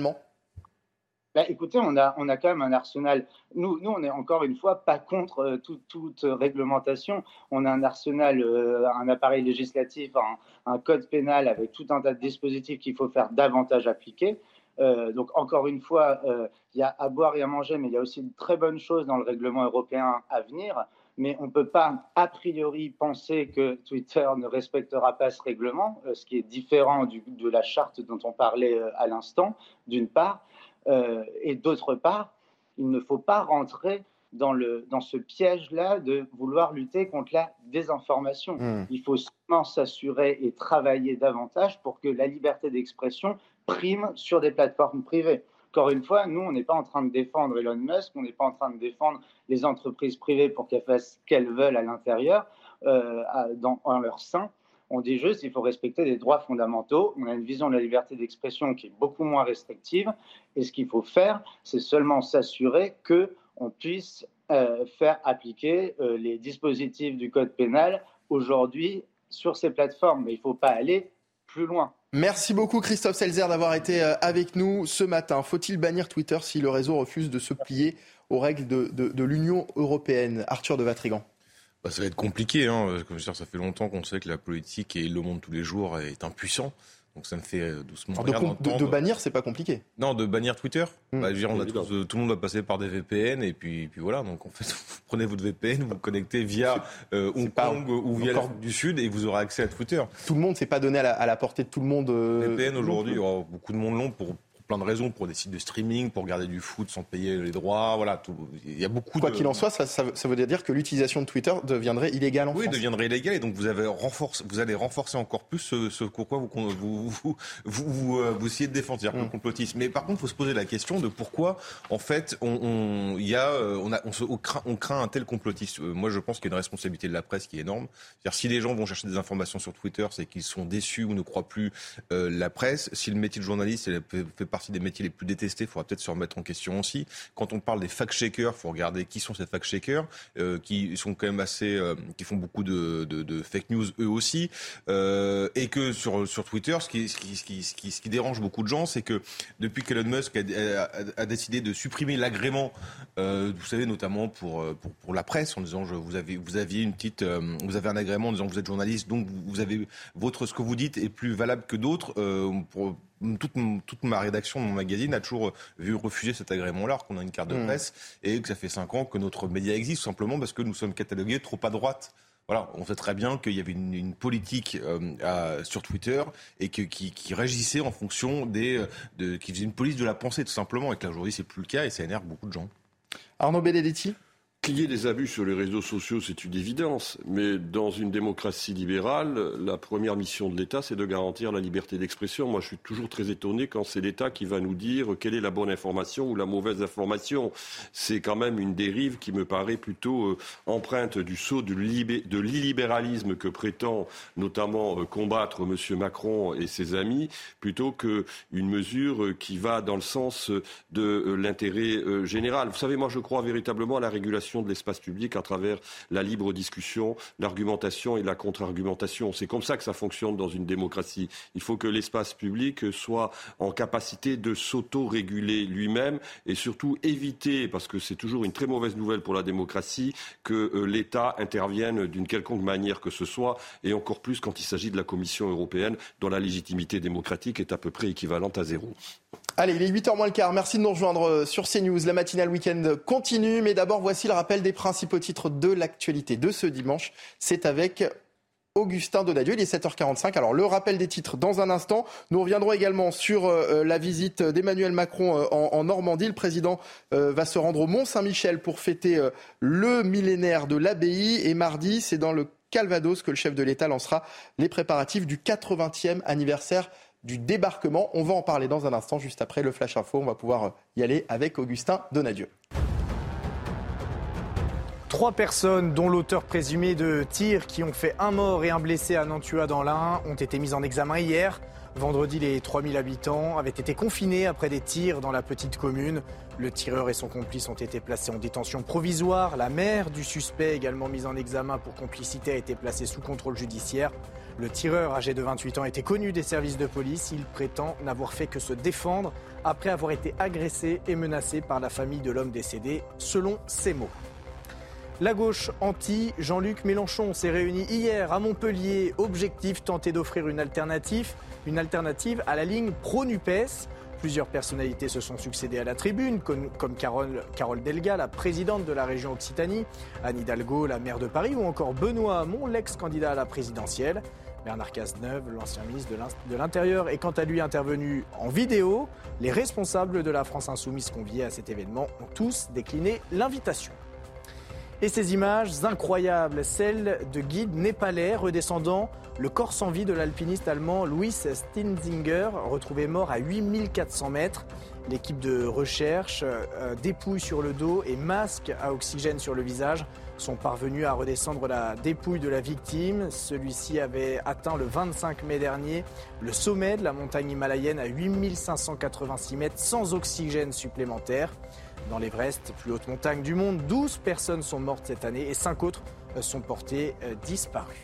Bah, écoutez, on a, on a quand même un arsenal. Nous, nous on n'est encore une fois pas contre euh, tout, toute réglementation. On a un arsenal, euh, un appareil législatif, un, un code pénal avec tout un tas de dispositifs qu'il faut faire davantage appliquer. Euh, donc encore une fois, il euh, y a à boire et à manger, mais il y a aussi de très bonnes choses dans le règlement européen à venir. Mais on ne peut pas a priori penser que Twitter ne respectera pas ce règlement, euh, ce qui est différent du, de la charte dont on parlait euh, à l'instant, d'une part. Euh, et d'autre part, il ne faut pas rentrer dans, le, dans ce piège-là de vouloir lutter contre la désinformation. Mmh. Il faut seulement s'assurer et travailler davantage pour que la liberté d'expression prime sur des plateformes privées. Encore une fois, nous, on n'est pas en train de défendre Elon Musk, on n'est pas en train de défendre les entreprises privées pour qu'elles fassent ce qu'elles veulent à l'intérieur, euh, à, dans, en leur sein. On dit juste qu'il faut respecter les droits fondamentaux. On a une vision de la liberté d'expression qui est beaucoup moins restrictive. Et ce qu'il faut faire, c'est seulement s'assurer qu'on puisse euh, faire appliquer euh, les dispositifs du code pénal aujourd'hui sur ces plateformes. Mais il ne faut pas aller plus loin. Merci beaucoup Christophe Selzer d'avoir été avec nous ce matin. Faut-il bannir Twitter si le réseau refuse de se plier aux règles de, de, de l'Union européenne ? Arthur de Vatrigan. Bah, ça va être compliqué, hein. Comme je veux dire, ça fait longtemps qu'on sait que la politique et le monde tous les jours est impuissant. Donc ça me fait doucement rire d'entendre. De, de bannir, c'est pas compliqué. Non, de bannir Twitter. Mmh. Bah, je veux dire, on a tous, tout le monde va passer par des V P N et puis, puis voilà. Donc en fait, vous prenez votre V P N, vous vous connectez via euh, Hong Kong ou via l'Afrique du Sud et vous aurez accès à Twitter. Tout le monde, c'est pas donné à la, à la portée de tout le monde. Euh, V P N aujourd'hui, oh, beaucoup de monde l'ont pour plein de raisons, pour des sites de streaming, pour regarder du foot sans payer les droits, voilà. Tout, il y a beaucoup Quoi de... qu'il en soit, ça, ça, ça veut dire que l'utilisation de Twitter deviendrait illégale en oui, France. Oui, deviendrait illégale et donc vous, avez renforcé, vous allez renforcer encore plus ce, ce pourquoi vous, vous, vous, vous, vous, euh, vous essayez de défendre, c'est-à-dire mmh. le complotisme. Mais par contre, il faut se poser la question de pourquoi, en fait, on, on, y a, on, a, on, se, on, craint, on craint un tel complotisme. Euh, moi, je pense qu'il y a une responsabilité de la presse qui est énorme. C'est-à-dire, si les gens vont chercher des informations sur Twitter, c'est qu'ils sont déçus ou ne croient plus euh, la presse. Si le métier de journaliste fait, fait partie des métiers les plus testé, il faudra peut-être se remettre en question aussi. Quand on parle des fact-checkers, il faut regarder qui sont ces fact-checkers, euh, qui sont quand même assez, euh, qui font beaucoup de, de, de fake news eux aussi, euh, et que sur sur Twitter, ce qui, ce qui, ce qui, ce qui, ce qui dérange beaucoup de gens, c'est que depuis qu'Elon Musk a, a, a décidé de supprimer l'agrément, euh, vous savez notamment pour pour, pour la presse, en disant je, vous avez vous aviez une petite, euh, vous avez un agrément en disant que vous êtes journaliste, donc vous avez votre ce que vous dites est plus valable que d'autres. Euh, pour, Toute, toute ma rédaction, mon magazine a toujours vu refuser cet agrément-là, alors qu'on a une carte de mmh. presse et que ça fait cinq ans que notre média existe, tout simplement parce que nous sommes catalogués trop à droite. Voilà, on sait très bien qu'il y avait une, une politique euh, à, sur Twitter et que, qui, qui régissait en fonction des, de, qui faisait une police de la pensée, tout simplement, et que là aujourd'hui c'est plus le cas et ça énerve beaucoup de gens. Arnaud Benedetti. Qu'il y ait des abus sur les réseaux sociaux, c'est une évidence. Mais dans une démocratie libérale, la première mission de l'État, c'est de garantir la liberté d'expression. Moi, je suis toujours très étonné quand c'est l'État qui va nous dire quelle est la bonne information ou la mauvaise information. C'est quand même une dérive qui me paraît plutôt euh, empreinte du sceau de, libé- de l'illibéralisme que prétend notamment euh, combattre M. Macron et ses amis, plutôt qu'une mesure euh, qui va dans le sens de euh, l'intérêt euh, général. Vous savez, moi, je crois véritablement à la régulation de l'espace public à travers la libre discussion, l'argumentation et la contre-argumentation. C'est comme ça que ça fonctionne dans une démocratie. Il faut que l'espace public soit en capacité de s'auto-réguler lui-même et surtout éviter, parce que c'est toujours une très mauvaise nouvelle pour la démocratie, que euh, l'État intervienne d'une quelconque manière que ce soit, et encore plus quand il s'agit de la Commission européenne, dont la légitimité démocratique est à peu près équivalente à zéro. Allez, il est huit heures moins le quart. Merci de nous rejoindre sur CNews. La matinale week-end continue. Mais d'abord, voici le rappel des principaux titres de l'actualité de ce dimanche. C'est avec Augustin Donadieu. Il est sept heures quarante-cinq. Alors, le rappel des titres dans un instant. Nous reviendrons également sur euh, la visite d'Emmanuel Macron euh, en, en Normandie. Le président euh, va se rendre au Mont-Saint-Michel pour fêter euh, le millénaire de l'abbaye. Et mardi, c'est dans le Calvados que le chef de l'État lancera les préparatifs du quatre-vingtième anniversaire du débarquement. On va en parler dans un instant, juste après le Flash Info. On va pouvoir y aller avec Augustin Donadieu. Trois personnes, dont l'auteur présumé de tirs qui ont fait un mort et un blessé à Nantua dans l'Ain, ont été mises en examen hier. Vendredi, les trois mille habitants avaient été confinés après des tirs dans la petite commune. Le tireur et son complice ont été placés en détention provisoire. La mère du suspect, également mise en examen pour complicité, a été placée sous contrôle judiciaire. Le tireur, âgé de vingt-huit ans, était connu des services de police. Il prétend n'avoir fait que se défendre après avoir été agressé et menacé par la famille de l'homme décédé, selon ses mots. La gauche anti, Jean-Luc Mélenchon s'est réuni hier à Montpellier. Objectif, tenter d'offrir une alternative, une alternative à la ligne pro-NUPES. Plusieurs personnalités se sont succédées à la tribune, comme, comme Carole, Carole Delga, la présidente de la région Occitanie, Anne Hidalgo, la maire de Paris, ou encore Benoît Hamon, l'ex-candidat à la présidentielle. Bernard Cazeneuve, l'ancien ministre de l'Intérieur, est quant à lui intervenu en vidéo. Les responsables de la France Insoumise conviés à cet événement ont tous décliné l'invitation. Et ces images incroyables, celles de guides népalais redescendant le corps sans vie de l'alpiniste allemand Louis Stinzinger, retrouvé mort à huit mille quatre cents mètres. L'équipe de recherche, euh, dépouille sur le dos et masque à oxygène sur le visage, sont parvenus à redescendre la dépouille de la victime. Celui-ci avait atteint le vingt-cinq mai dernier le sommet de la montagne himalayenne à huit mille cinq cent quatre-vingt-six mètres sans oxygène supplémentaire. Dans l'Everest, plus haute montagne du monde, douze personnes sont mortes cette année et cinq autres sont portées euh, disparues.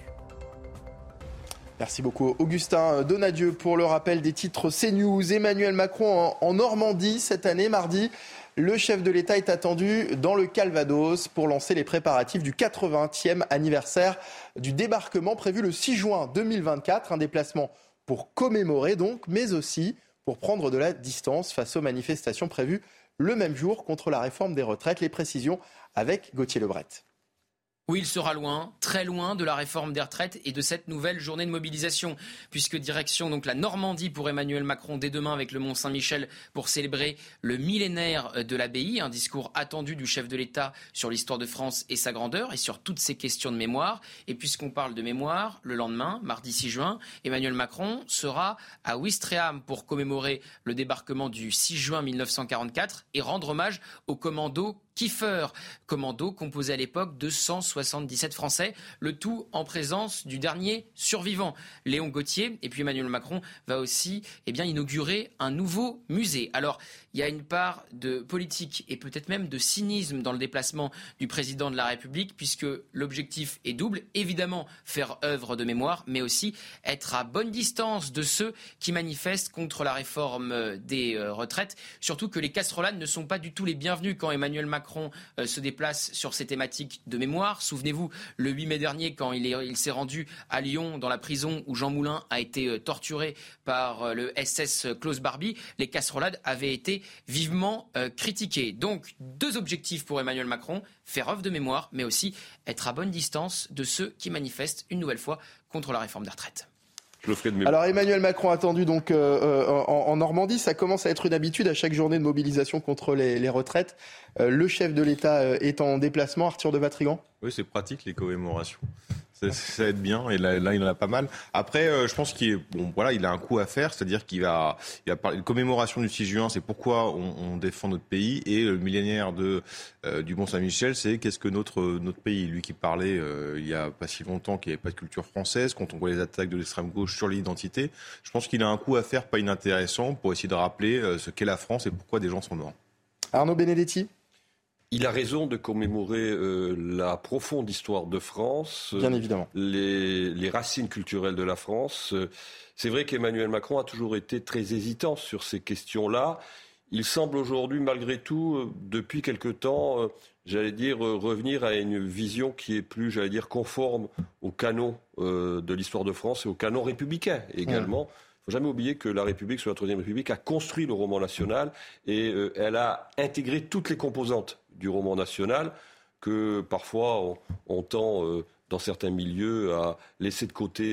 Merci beaucoup Augustin Donadieu pour le rappel des titres CNews. Emmanuel Macron en Normandie cette année, mardi. Le chef de l'État est attendu dans le Calvados pour lancer les préparatifs du quatre-vingtième anniversaire du débarquement prévu le six juin deux mille vingt-quatre. Un déplacement pour commémorer donc, mais aussi pour prendre de la distance face aux manifestations prévues le même jour contre la réforme des retraites. Les précisions avec Gauthier Lebret. Oui, il sera loin, très loin de la réforme des retraites et de cette nouvelle journée de mobilisation, puisque direction donc la Normandie pour Emmanuel Macron dès demain avec le Mont-Saint-Michel pour célébrer le millénaire de l'abbaye, un discours attendu du chef de l'État sur l'histoire de France et sa grandeur et sur toutes ces questions de mémoire. Et puisqu'on parle de mémoire, le lendemain, mardi six juin, Emmanuel Macron sera à Ouistreham pour commémorer le débarquement du six juin mille neuf cent quarante-quatre et rendre hommage aux commandos Kiefer, commando composé à l'époque de cent soixante-dix-sept Français, le tout en présence du dernier survivant, Léon Gauthier. Et puis Emmanuel Macron va aussi eh bien, inaugurer un nouveau musée. Alors, il y a une part de politique et peut-être même de cynisme dans le déplacement du président de la République, puisque l'objectif est double. Évidemment, faire œuvre de mémoire, mais aussi être à bonne distance de ceux qui manifestent contre la réforme des retraites. Surtout que les casserolades ne sont pas du tout les bienvenus quand Emmanuel Macron Macron euh, se déplace sur ces thématiques de mémoire. Souvenez-vous, le huit mai dernier, quand il, est, il s'est rendu à Lyon, dans la prison où Jean Moulin a été euh, torturé par euh, le S S Klaus Barbie, les casserolades avaient été vivement euh, critiquées. Donc, deux objectifs pour Emmanuel Macron, faire œuvre de mémoire, mais aussi être à bonne distance de ceux qui manifestent une nouvelle fois contre la réforme des retraites. Alors Emmanuel Macron attendu donc euh, en, en Normandie, ça commence à être une habitude à chaque journée de mobilisation contre les, les retraites. Euh, le chef de l'État euh, est en déplacement, Arthur de Vatrigan. Oui, c'est pratique les commémorations. Ça, ça aide bien et là, là il en a pas mal. Après, euh, je pense qu'il est, bon, voilà, il a un coup à faire, c'est-à-dire qu'il va, il va parler de commémoration du six juin, c'est pourquoi on, on défend notre pays, et le millénaire de euh, du Mont-Saint-Michel, c'est qu'est-ce que notre notre pays. Lui qui parlait euh, il y a pas si longtemps qu'il n'y avait pas de culture française, quand on voit les attaques de l'extrême gauche sur l'identité, je pense qu'il a un coup à faire pas inintéressant pour essayer de rappeler euh, ce qu'est la France et pourquoi des gens sont morts. Arnaud Benedetti. Il a raison de commémorer euh, la profonde histoire de France, bien évidemment, les, les racines culturelles de la France. C'est vrai qu'Emmanuel Macron a toujours été très hésitant sur ces questions-là. Il semble aujourd'hui, malgré tout, euh, depuis quelque temps, euh, j'allais dire, euh, revenir à une vision qui est plus, j'allais dire, conforme au canon euh, de l'histoire de France et au canon républicain également. Mmh. Il ne faut jamais oublier que la République, sous la Troisième République, a construit le roman national et euh, elle a intégré toutes les composantes du roman national que parfois on, on tend, euh, dans certains milieux, à laisser de côté euh,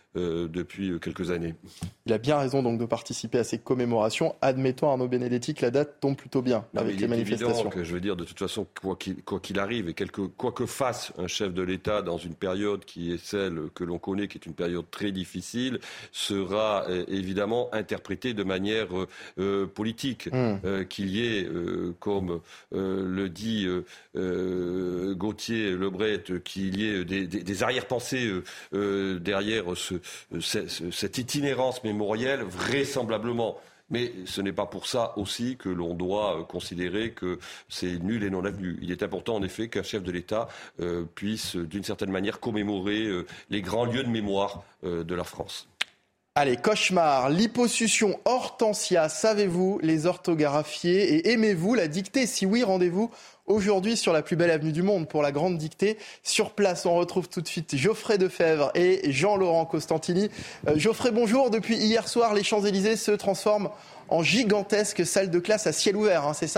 euh, depuis quelques années. Il a bien raison donc de participer à ces commémorations. Admettons, Arnaud Benedetti, que la date tombe plutôt bien non, avec il les est manifestations. Évident que, je veux dire, de toute façon, quoi qu'il, quoi qu'il arrive et quelque, quoi que fasse un chef de l'État dans une période qui est celle que l'on connaît, qui est une période très difficile, sera euh, évidemment interprété de manière euh, politique. Mmh. Euh, qu'il y ait, euh, comme euh, le dit euh, euh, Gauthier Lebret, qu'il y ait des, des, des arrière-pensées euh, euh, derrière ce, ce, cette itinérance mémorielle, vraisemblablement. Mais ce n'est pas pour ça aussi que l'on doit considérer que c'est nul et non avenu. Il est important en effet qu'un chef de l'État euh, puisse d'une certaine manière commémorer euh, les grands lieux de mémoire euh, de la France. Allez, cauchemar, liposuction, hortensia, savez-vous les orthographier et aimez-vous la dictée? Si oui, rendez-vous aujourd'hui sur la plus belle avenue du monde pour la grande dictée. Sur place, on retrouve tout de suite Geoffrey Defebvre et Jean-Laurent Costantini. Euh, Geoffrey, bonjour. Depuis hier soir, les Champs-Élysées se transforment en gigantesque salle de classe à ciel ouvert, hein, c'est ça ?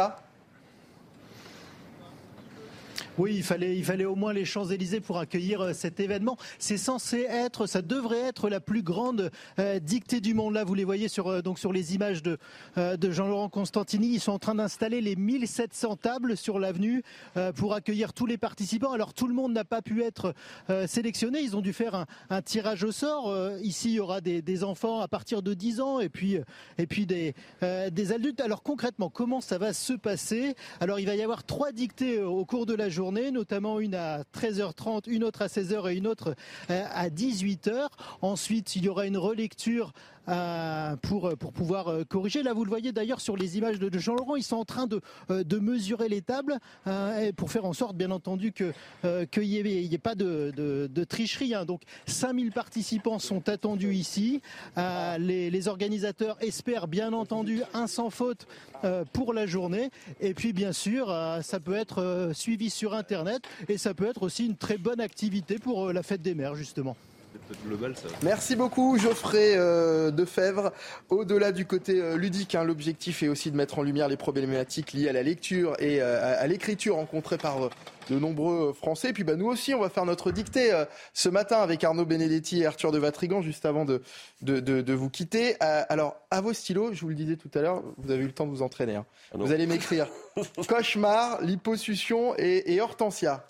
Oui, il fallait, il fallait au moins les Champs-Élysées pour accueillir cet événement. C'est censé être, ça devrait être la plus grande euh, dictée du monde. Là, vous les voyez sur, euh, donc sur les images de, euh, de Jean-Laurent Costantini. Ils sont en train d'installer les mille sept cents tables sur l'avenue euh, pour accueillir tous les participants. Alors, tout le monde n'a pas pu être euh, sélectionné. Ils ont dû faire un, un tirage au sort. Euh, ici, il y aura des, des enfants à partir de dix ans et puis, et puis des, euh, des adultes. Alors, concrètement, comment ça va se passer ? Alors, il va y avoir trois dictées euh, au cours de la journée. Notamment une à treize heures trente, une autre à seize heures et une autre à dix-huit heures. Ensuite, il y aura une relecture euh, pour, pour pouvoir euh, corriger. Là, vous le voyez d'ailleurs sur les images de, de Jean-Laurent, ils sont en train de, euh, de mesurer les tables euh, pour faire en sorte, bien entendu, que, euh, qu'il n'y ait, ait pas de, de, de tricherie. Hein. Donc, cinq mille participants sont attendus ici. Euh, les, les organisateurs espèrent, bien entendu, un sans faute euh, pour la journée. Et puis, bien sûr, euh, ça peut être euh, suivi sur Internet et ça peut être aussi une très bonne activité pour euh, la fête des mères, justement. Global, ça. Merci beaucoup Geoffrey euh, Defebvre. Au-delà du côté euh, ludique, hein, l'objectif est aussi de mettre en lumière les problématiques liées à la lecture et euh, à, à l'écriture rencontrées par euh, de nombreux Français. Et puis bah, nous aussi, on va faire notre dictée euh, ce matin avec Arnaud Benedetti et Arthur de Vatrigan, juste avant de, de, de, de vous quitter. Euh, alors, à vos stylos, je vous le disais tout à l'heure, vous avez eu le temps de vous entraîner. Hein. Ah vous allez m'écrire cauchemar, liposuction et, et hortensia.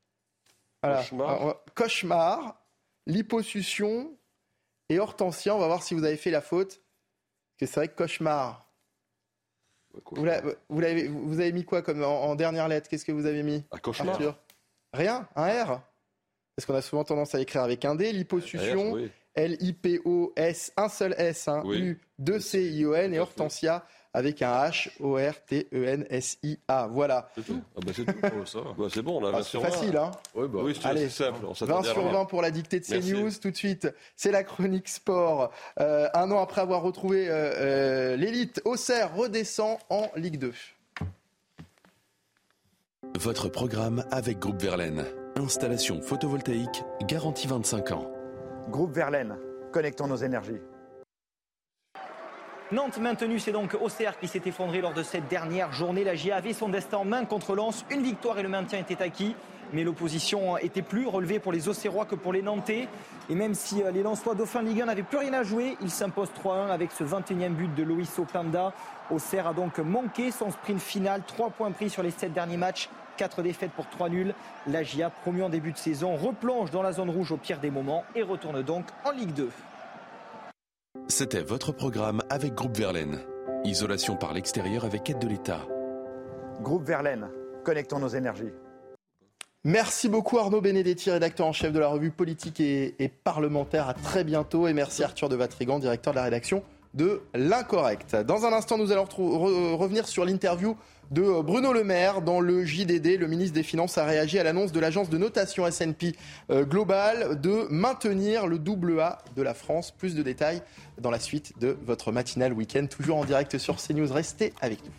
Voilà. Cauchemar. Alors, cauchemar, liposuction et hortensia. On va voir si vous avez fait la faute. Parce que c'est vrai que cauchemar. Vous, vous, l'avez, vous avez mis quoi comme en, en dernière lettre? Qu'est-ce que vous avez mis? Un cauchemar. Arthur? Rien? Un R? Parce qu'on a souvent tendance à écrire avec un D. Liposuction, R, oui. L I P O S, un seul S, hein, oui. U, deux C I O N et hortensia avec un H, O R T E N S I A. Voilà. C'est tout. Ah bah c'est tout. Oh, ça. Bah c'est bon, on a ah, vingt sur vingt. C'est facile, hein. Oui, bah, oui c'est Allez, simple. On vingt sur vingt pour la dictée de CNews. Tout de suite, c'est la chronique sport. Euh, un an après avoir retrouvé euh, euh, l'élite, Auxerre redescend en Ligue deux. Votre programme avec Groupe Verlaine. Installation photovoltaïque, garantie vingt-cinq ans. Groupe Verlaine, connectons nos énergies. Nantes maintenue, c'est donc Auxerre qui s'est effondré lors de cette dernière journée. La J A avait son destin en main contre Lens. Une victoire et le maintien étaient acquis. Mais l'opposition était plus relevée pour les Auxerrois que pour les Nantais. Et même si les Lensois dauphins Ligue un n'avaient plus rien à jouer, ils s'imposent trois un avec ce vingt et unième but de Loïs Openda. Auxerre a donc manqué son sprint final. trois points pris sur les sept derniers matchs. quatre défaites pour trois nuls. La J A, promue en début de saison, replonge dans la zone rouge au pire des moments et retourne donc en Ligue deux. C'était votre programme avec Groupe Verlaine. Isolation par l'extérieur avec aide de l'État. Groupe Verlaine, connectons nos énergies. Merci beaucoup Arnaud Benedetti, rédacteur en chef de la revue politique et, et parlementaire. À très bientôt. Et merci Arthur de Vatrigan, directeur de la rédaction de L'Incorrect. Dans un instant, nous allons re- re- revenir sur l'interview de Bruno Le Maire dans le J D D. Le ministre des Finances a réagi à l'annonce de l'agence de notation S and P Global de maintenir le double A de la France. Plus de détails dans la suite de votre matinale week-end, toujours en direct sur CNews. Restez avec nous.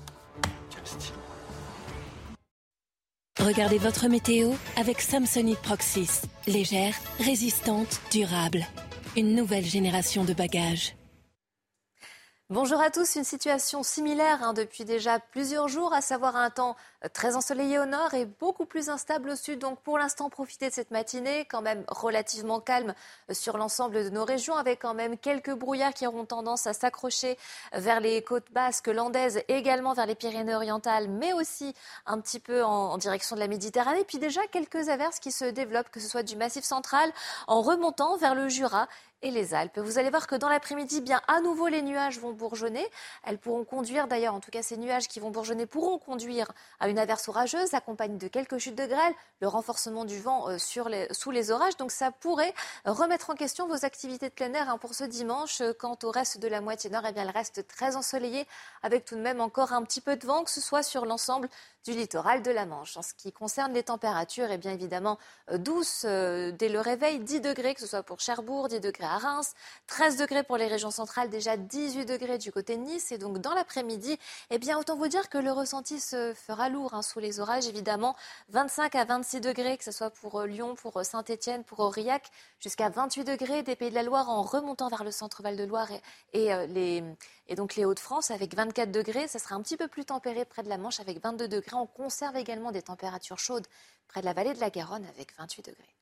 Regardez votre météo avec Samsonite Proxys. Légère, résistante, durable. Une nouvelle génération de bagages. Bonjour à tous, une situation similaire hein, depuis déjà plusieurs jours, à savoir un temps très ensoleillé au nord et beaucoup plus instable au sud. Donc pour l'instant, profitez de cette matinée quand même relativement calme sur l'ensemble de nos régions, avec quand même quelques brouillards qui auront tendance à s'accrocher vers les côtes basques landaises, également vers les Pyrénées-Orientales, mais aussi un petit peu en, en direction de la Méditerranée. Puis déjà quelques averses qui se développent, que ce soit du Massif central en remontant vers le Jura et les Alpes. Vous allez voir que dans l'après-midi, bien à nouveau les nuages vont bourgeonner. Elles pourront conduire d'ailleurs, en tout cas ces nuages qui vont bourgeonner pourront conduire à une averse orageuse accompagnée de quelques chutes de grêle, le renforcement du vent euh, sur les, sous les orages. Donc ça pourrait remettre en question vos activités de plein air hein, pour ce dimanche. Quant au reste de la moitié nord, eh bien, elle reste très ensoleillée avec tout de même encore un petit peu de vent, que ce soit sur l'ensemble du littoral de la Manche. En ce qui concerne les températures, eh bien évidemment euh, douces euh, dès le réveil, dix degrés que ce soit pour Cherbourg, dix degrés à Reims, treize degrés pour les régions centrales, déjà dix-huit degrés du côté de Nice. Et donc dans l'après-midi, eh bien autant vous dire que le ressenti se fera lourd hein, sous les orages, évidemment. vingt-cinq à vingt-six degrés, que ce soit pour Lyon, pour Saint-Étienne, pour Aurillac, jusqu'à vingt-huit degrés des Pays de la Loire en remontant vers le centre Val-de-Loire et, et, euh, les, et donc les Hauts-de-France avec vingt-quatre degrés. Ça sera un petit peu plus tempéré près de la Manche avec vingt-deux degrés. On conserve également des températures chaudes près de la vallée de la Garonne avec vingt-huit degrés.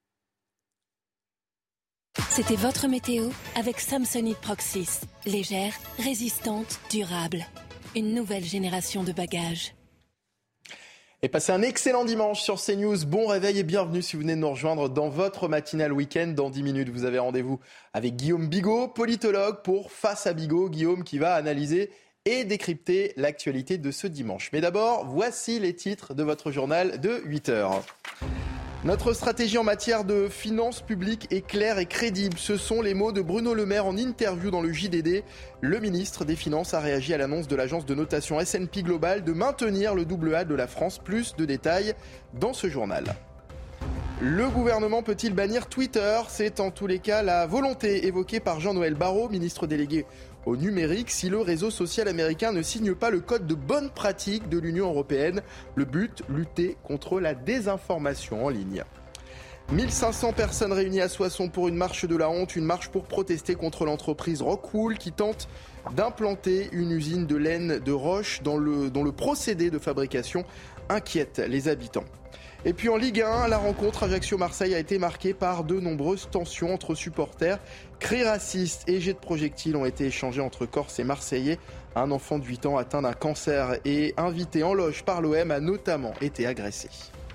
C'était votre météo avec Samsonite Proxys. Légère, résistante, durable. Une nouvelle génération de bagages. Et passez un excellent dimanche sur CNews. Bon réveil et bienvenue si vous venez de nous rejoindre dans votre matinale week-end. Dans dix minutes, vous avez rendez-vous avec Guillaume Bigot, politologue, pour Face à Bigot. Guillaume qui va analyser et décrypter l'actualité de ce dimanche. Mais d'abord, voici les titres de votre journal de huit heures. Notre stratégie en matière de finances publiques est claire et crédible. Ce sont les mots de Bruno Le Maire en interview dans le J D D. Le ministre des Finances a réagi à l'annonce de l'agence de notation S and P Global de maintenir le double A de la France. Plus de détails dans ce journal. Le gouvernement peut-il bannir Twitter ? C'est en tous les cas la volonté évoquée par Jean-Noël Barrot, ministre délégué au numérique, si le réseau social américain ne signe pas le code de bonne pratique de l'Union européenne. Le but, lutter contre la désinformation en ligne. mille cinq cents personnes réunies à Soissons pour une marche de la honte, une marche pour protester contre l'entreprise Rockwool qui tente d'implanter une usine de laine de roche dans le, dont le procédé de fabrication inquiète les habitants. Et puis en Ligue un, la rencontre Ajaccio-Marseille a été marquée par de nombreuses tensions entre supporters. Cris racistes et jets de projectiles ont été échangés entre Corses et Marseillais. Un enfant de huit ans atteint d'un cancer et invité en loge par l'O M a notamment été agressé.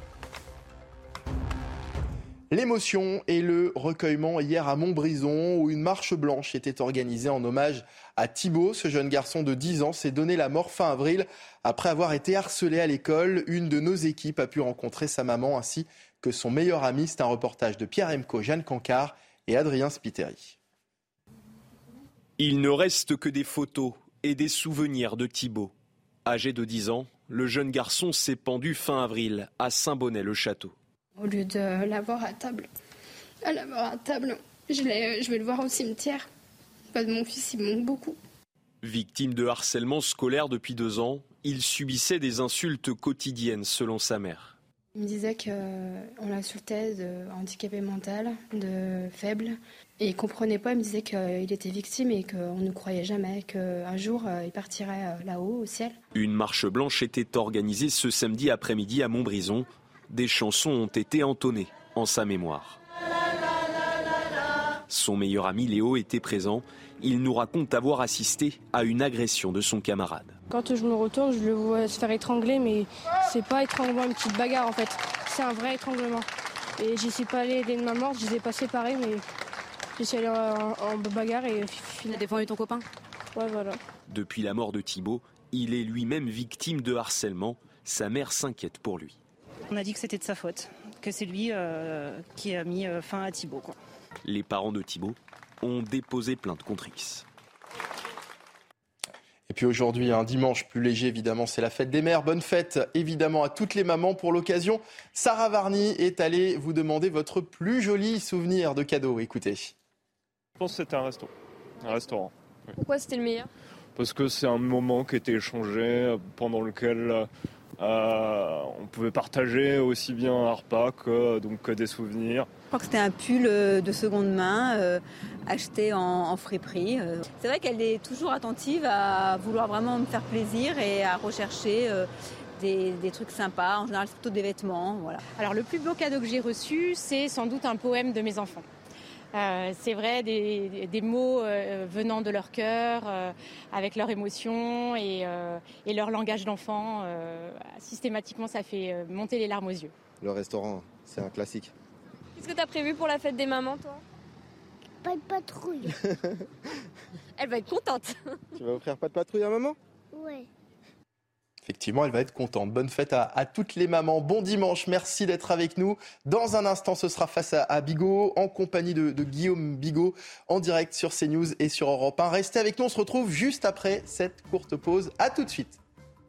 L'émotion et le recueillement hier à Montbrison où une marche blanche était organisée en hommage à Thibaut. Ce jeune garçon de dix ans s'est donné la mort fin avril après avoir été harcelé à l'école. Une de nos équipes a pu rencontrer sa maman ainsi que son meilleur ami. C'est un reportage de Pierre Emco, Jeanne Cancard et Adrien Spiteri. Il ne reste que des photos et des souvenirs de Thibaut. Âgé de dix ans, le jeune garçon s'est pendu fin avril à Saint-Bonnet-le-Château. Au lieu de l'avoir à table, à l'avoir à table, je, l'ai, je vais le voir au cimetière. Parce que mon fils, il me manque beaucoup. Victime de harcèlement scolaire depuis deux ans, il subissait des insultes quotidiennes selon sa mère. Il me disait qu'on l'insultait de handicapé mental, de faible. Et il ne comprenait pas, il me disait qu'il était victime et qu'on ne croyait jamais, qu'un jour il partirait là-haut, au ciel. Une marche blanche était organisée ce samedi après-midi à Montbrison. Des chansons ont été entonnées en sa mémoire. Son meilleur ami Léo était présent. Il nous raconte avoir assisté à une agression de son camarade. Quand je me retourne, je le vois se faire étrangler, mais c'est pas étranglement une petite bagarre en fait. C'est un vrai étranglement. Et j'y suis pas allé aider de ma mort, je les ai pas séparés, mais j'y suis allé en, en bagarre et... Tu as défendu ton copain ? Ouais, voilà. Depuis la mort de Thibaut, il est lui-même victime de harcèlement. Sa mère s'inquiète pour lui. On a dit que c'était de sa faute, que c'est lui euh, qui a mis euh, fin à Thibaut, quoi. Les parents de Thibaut ont déposé plainte contre X. Et puis aujourd'hui, un dimanche plus léger, évidemment, c'est la fête des mères. Bonne fête, évidemment, à toutes les mamans. Pour l'occasion, Sarah Varny est allée vous demander votre plus joli souvenir de cadeau. Écoutez. Je pense que c'était un resto, un restaurant. Oui. Pourquoi c'était le meilleur ? Parce que c'est un moment qui était échangé, pendant lequel Euh, on pouvait partager aussi bien un repas que, donc, que des souvenirs. Je crois que c'était un pull de seconde main, euh, acheté en, en friperie. Euh. C'est vrai qu'elle est toujours attentive à vouloir vraiment me faire plaisir et à rechercher euh, des, des trucs sympas. En général, c'est plutôt des vêtements. Voilà. Alors, le plus beau cadeau que j'ai reçu, c'est sans doute un poème de mes enfants. Euh, c'est vrai, des, des mots euh, venant de leur cœur, euh, avec leur émotion et, euh, et leur langage d'enfant. Euh, systématiquement, ça fait euh, monter les larmes aux yeux. Le restaurant, c'est un classique. Qu'est-ce que tu as prévu pour la fête des mamans, toi ? Pas de patrouille. Elle va être contente. Tu vas offrir pas de patrouille à maman ? Ouais. Effectivement, elle va être contente. Bonne fête à, à toutes les mamans. Bon dimanche, merci d'être avec nous. Dans un instant, ce sera face à, à Bigot, en compagnie de, de Guillaume Bigot, en direct sur CNews et sur Europe un. Restez avec nous, on se retrouve juste après cette courte pause. À tout de suite.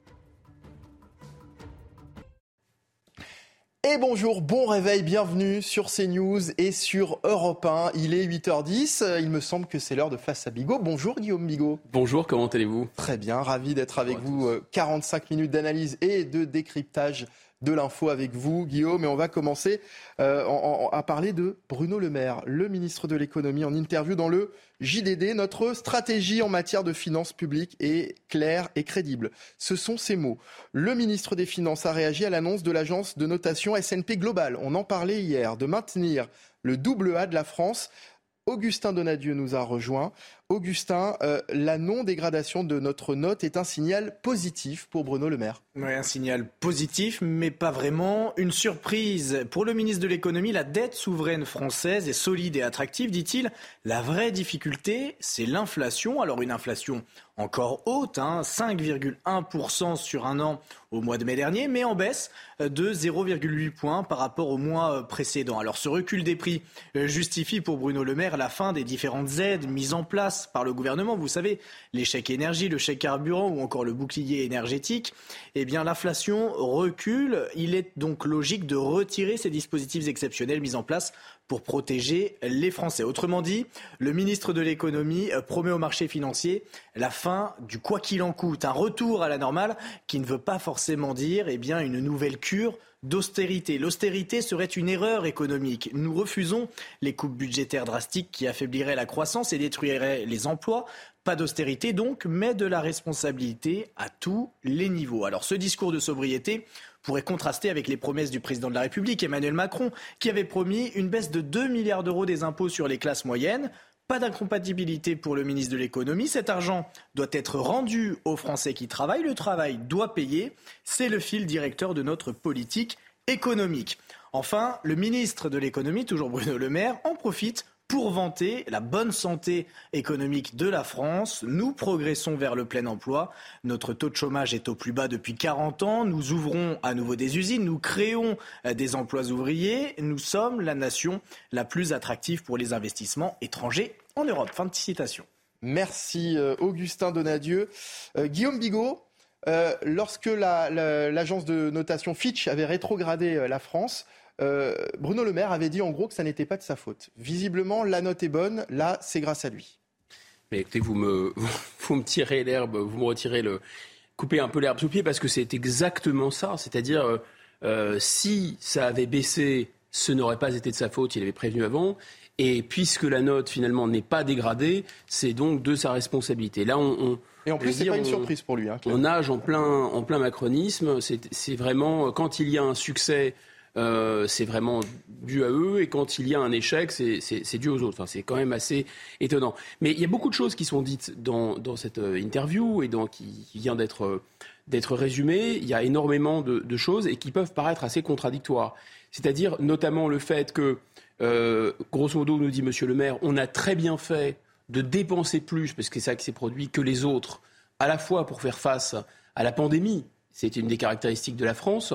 Et bonjour, bon réveil, bienvenue sur CNews et sur Europe un. Il est huit heures dix, il me semble que c'est l'heure de Face à Bigot. Bonjour Guillaume Bigot. Bonjour, comment allez-vous ? Très bien, ravi d'être avec vous. quarante-cinq minutes d'analyse et de décryptage de l'info avec vous, Guillaume. Et on va commencer euh, en, en, à parler de Bruno Le Maire, le ministre de l'économie, en interview dans le J D D. Notre stratégie en matière de finances publiques est claire et crédible. Ce sont ces mots. Le ministre des Finances a réagi à l'annonce de l'agence de notation S and P Global. On en parlait hier, de maintenir le double A de la France. Augustin Donadieu nous a rejoint. Augustin, euh, la non-dégradation de notre note est un signal positif pour Bruno Le Maire. Oui, un signal positif, mais pas vraiment. Une surprise. Pour le ministre de l'économie, la dette souveraine française est solide et attractive, dit-il. La vraie difficulté, c'est l'inflation. Alors une inflation encore haute, hein, cinq virgule un pour cent sur un an au mois de mai dernier, mais en baisse de zéro virgule huit points par rapport au mois précédent. Alors ce recul des prix justifie pour Bruno Le Maire la fin des différentes aides mises en place par le gouvernement. Vous savez, les chèques énergie, le chèque carburant ou encore le bouclier énergétique. Eh bien, l'inflation recule. Il est donc logique de retirer ces dispositifs exceptionnels mis en place pour protéger les Français. Autrement dit, le ministre de l'économie promet au marché financier la fin du quoi qu'il en coûte, un retour à la normale qui ne veut pas forcément dire eh bien, une nouvelle cure d'austérité. L'austérité serait une erreur économique. Nous refusons les coupes budgétaires drastiques qui affaibliraient la croissance et détruiraient les emplois. Pas d'austérité donc, mais de la responsabilité à tous les niveaux. Alors ce discours de sobriété pourrait contraster avec les promesses du président de la République, Emmanuel Macron, qui avait promis une baisse de deux milliards d'euros des impôts sur les classes moyennes. Pas d'incompatibilité pour le ministre de l'économie. Cet argent doit être rendu aux Français qui travaillent. Le travail doit payer. C'est le fil directeur de notre politique économique. Enfin, le ministre de l'économie, toujours Bruno Le Maire, en profite pour vanter la bonne santé économique de la France. Nous progressons vers le plein emploi. Notre taux de chômage est au plus bas depuis quarante ans. Nous ouvrons à nouveau des usines. Nous créons des emplois ouvriers. Nous sommes la nation la plus attractive pour les investissements étrangers en Europe. Fin de citation. Merci euh, Augustin Donadieu. Euh, Guillaume Bigot, euh, lorsque la, la, l'agence de notation Fitch avait rétrogradé euh, la France, Euh, Bruno Le Maire avait dit en gros que ça n'était pas de sa faute. Visiblement, la note est bonne. Là, c'est grâce à lui. Mais écoutez, vous me, vous me tirez l'herbe, vous me retirez le... Coupez un peu l'herbe sous le pied parce que c'est exactement ça. C'est-à-dire, euh, si ça avait baissé, ce n'aurait pas été de sa faute, il avait prévenu avant. Et puisque la note, finalement, n'est pas dégradée, c'est donc de sa responsabilité. Là, on... on Et en plus, c'est dire, pas une on, surprise pour lui. Hein, on nage en plein, en plein macronisme. C'est, c'est vraiment... Quand il y a un succès... Euh, c'est vraiment dû à eux, et quand il y a un échec, c'est, c'est, c'est dû aux autres. Enfin, c'est quand même assez étonnant. Mais il y a beaucoup de choses qui sont dites dans, dans cette interview et dans, qui, qui vient d'être, d'être résumée. Il y a énormément de, de choses et qui peuvent paraître assez contradictoires. C'est-à-dire notamment le fait que, euh, grosso modo, nous dit M. Le Maire, on a très bien fait de dépenser plus, parce que c'est ça qui s'est produit, que les autres, à la fois pour faire face à la pandémie. C'est une des caractéristiques de la France.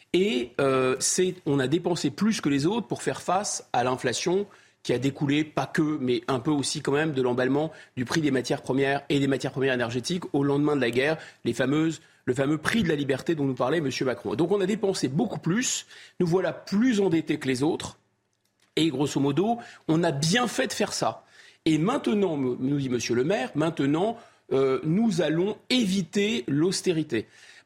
Et euh, c'est, on a dépensé plus que les autres pour faire face à l'inflation qui a découlé, pas que, mais un peu aussi quand même, de l'emballement du prix des matières premières et des matières premières énergétiques au lendemain de la guerre, les fameuses, le fameux prix de la liberté dont nous parlait M. Macron. Donc on a dépensé beaucoup plus, nous voilà plus endettés que les autres, et grosso modo, on a bien fait de faire ça. Et maintenant, nous dit M. Le Maire, maintenant, euh, nous allons éviter l'austérité.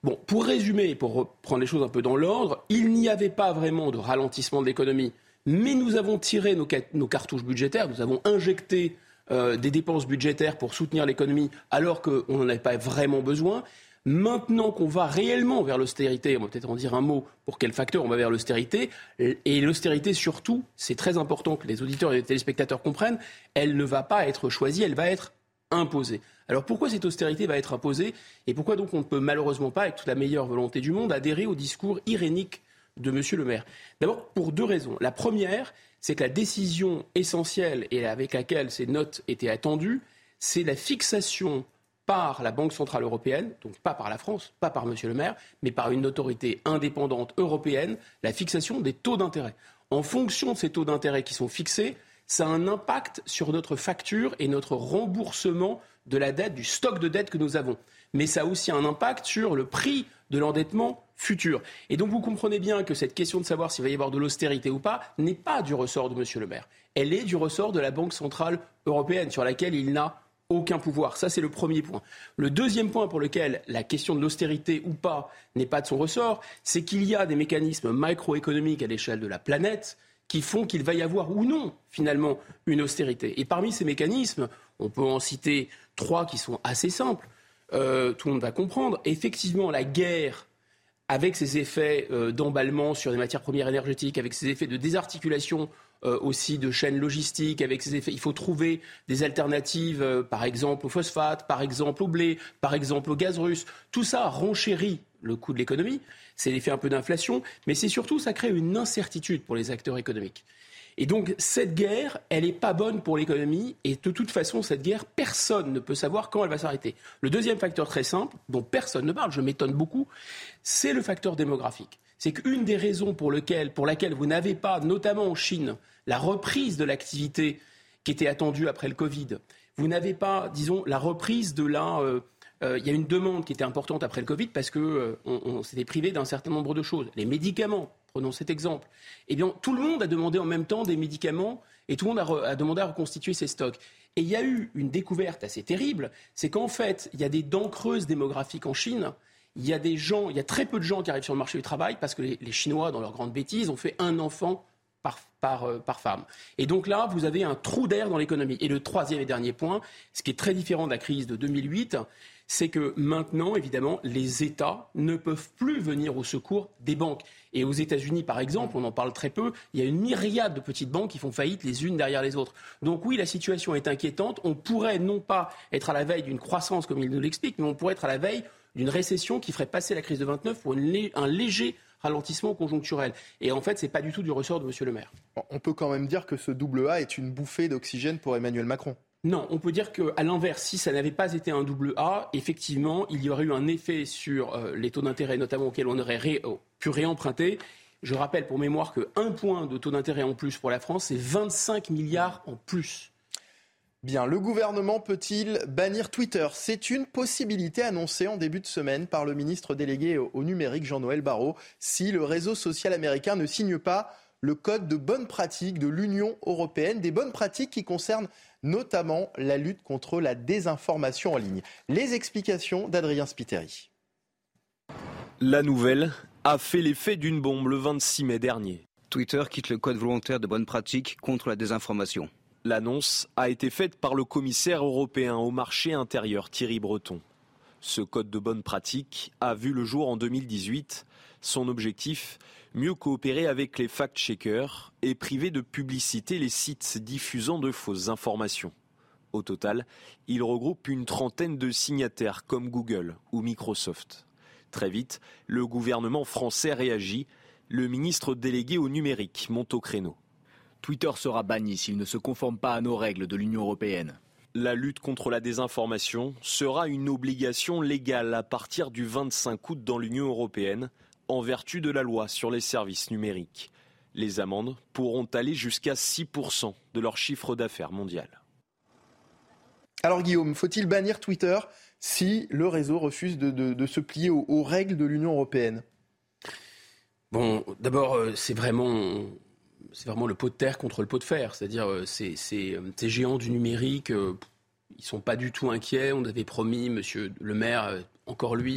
Bon, pour résumer, pour reprendre les choses un peu dans l'ordre, il n'y avait pas vraiment de ralentissement de l'économie, mais nous avons tiré nos, ca- nos cartouches budgétaires, nous avons injecté euh, des dépenses budgétaires pour soutenir l'économie alors qu'on n'en avait pas vraiment besoin. Maintenant qu'on va réellement vers l'austérité, on va peut-être en dire un mot pour quel facteur on va vers l'austérité, et l'austérité surtout, c'est très important que les auditeurs et les téléspectateurs comprennent, elle ne va pas être choisie, elle va être imposée. Alors pourquoi cette austérité va être imposée et pourquoi donc on ne peut malheureusement pas, avec toute la meilleure volonté du monde, adhérer au discours irénique de M. Le Maire ? D'abord pour deux raisons. La première, c'est que la décision essentielle et avec laquelle ces notes étaient attendues, c'est la fixation par la Banque Centrale Européenne, donc pas par la France, pas par M. Le Maire, mais par une autorité indépendante européenne, la fixation des taux d'intérêt. En fonction de ces taux d'intérêt qui sont fixés, ça a un impact sur notre facture et notre remboursement de la dette, du stock de dette que nous avons. Mais ça a aussi un impact sur le prix de l'endettement futur. Et donc vous comprenez bien que cette question de savoir s'il va y avoir de l'austérité ou pas n'est pas du ressort de M. Le Maire. Elle est du ressort de la Banque Centrale Européenne, sur laquelle il n'a aucun pouvoir. Ça, c'est le premier point. Le deuxième point pour lequel la question de l'austérité ou pas n'est pas de son ressort, c'est qu'il y a des mécanismes macroéconomiques à l'échelle de la planète qui font qu'il va y avoir ou non, finalement, une austérité. Et parmi ces mécanismes, on peut en citer trois qui sont assez simples. Euh, tout le monde va comprendre. Effectivement, la guerre, avec ses effets euh, d'emballement sur les matières premières énergétiques, avec ses effets de désarticulation euh, aussi de chaînes logistiques, avec ses effets, il faut trouver des alternatives, euh, par exemple au phosphate, par exemple au blé, par exemple au gaz russe. Tout ça renchérit le coût de l'économie. C'est l'effet un peu d'inflation, mais c'est surtout, ça crée une incertitude pour les acteurs économiques. Et donc, cette guerre, elle n'est pas bonne pour l'économie. Et de toute façon, cette guerre, personne ne peut savoir quand elle va s'arrêter. Le deuxième facteur très simple, dont personne ne parle, je m'étonne beaucoup, c'est le facteur démographique. C'est qu'une des raisons pour, lequel, pour laquelle vous n'avez pas, notamment en Chine, la reprise de l'activité qui était attendue après le Covid, vous n'avez pas, disons, la reprise de la... Euh, euh, il y a une demande qui était importante après le Covid parce qu'on euh, on s'était privé d'un certain nombre de choses. Les médicaments, prenons cet exemple. Eh bien, tout le monde a demandé en même temps des médicaments et tout le monde a, re, a demandé à reconstituer ses stocks. Et il y a eu une découverte assez terrible, c'est qu'en fait, il y a des dents creuses démographiques en Chine. Il y a des gens, il y a très peu de gens qui arrivent sur le marché du travail parce que les, les Chinois, dans leur grande bêtise, ont fait un enfant par, par, euh, par femme. Et donc là, vous avez un trou d'air dans l'économie. Et le troisième et dernier point, ce qui est très différent de la crise de deux mille huit, c'est que maintenant, évidemment, les États ne peuvent plus venir au secours des banques. Et aux États-Unis, par exemple, on en parle très peu, il y a une myriade de petites banques qui font faillite les unes derrière les autres. Donc oui, la situation est inquiétante. On pourrait non pas être à la veille d'une croissance, comme il nous l'explique, mais on pourrait être à la veille d'une récession qui ferait passer la crise de vingt-neuf pour une, un léger ralentissement conjoncturel. Et en fait, ce n'est pas du tout du ressort de M. Le Maire. On peut quand même dire que ce double A est une bouffée d'oxygène pour Emmanuel Macron. Non, on peut dire qu'à l'inverse, si ça n'avait pas été un double A, effectivement, il y aurait eu un effet sur euh, les taux d'intérêt, notamment auxquels on aurait ré, euh, pu réemprunter. Je rappelle pour mémoire qu'un point de taux d'intérêt en plus pour la France, c'est vingt-cinq milliards en plus. Bien, le gouvernement peut-il bannir Twitter ? C'est une possibilité annoncée en début de semaine par le ministre délégué au numérique, Jean-Noël Barrot, si le réseau social américain ne signe pas le code de bonnes pratiques de l'Union européenne, des bonnes pratiques qui concernent notamment la lutte contre la désinformation en ligne. Les explications d'Adrien Spiteri. La nouvelle a fait l'effet d'une bombe le vingt-six mai dernier. Twitter quitte le code volontaire de bonnes pratiques contre la désinformation. L'annonce a été faite par le commissaire européen au marché intérieur Thierry Breton. Ce code de bonnes pratiques a vu le jour en deux mille dix-huit. Son objectif, mieux coopérer avec les fact-checkers et priver de publicité les sites diffusant de fausses informations. Au total, il regroupe une trentaine de signataires comme Google ou Microsoft. Très vite, le gouvernement français réagit. Le ministre délégué au numérique monte au créneau. Twitter sera banni s'il ne se conforme pas à nos règles de l'Union européenne. La lutte contre la désinformation sera une obligation légale à partir du vingt-cinq août dans l'Union européenne, en vertu de la loi sur les services numériques. Les amendes pourront aller jusqu'à six pour cent de leur chiffre d'affaires mondial. Alors Guillaume, faut-il bannir Twitter si le réseau refuse de, de, de se plier aux, aux règles de l'Union européenne ? Bon, d'abord, c'est vraiment... C'est vraiment le pot de terre contre le pot de fer. C'est-à-dire, ces, ces, ces géants du numérique, euh, ils ne sont pas du tout inquiets. On avait promis, M. Le Maire, euh, encore lui,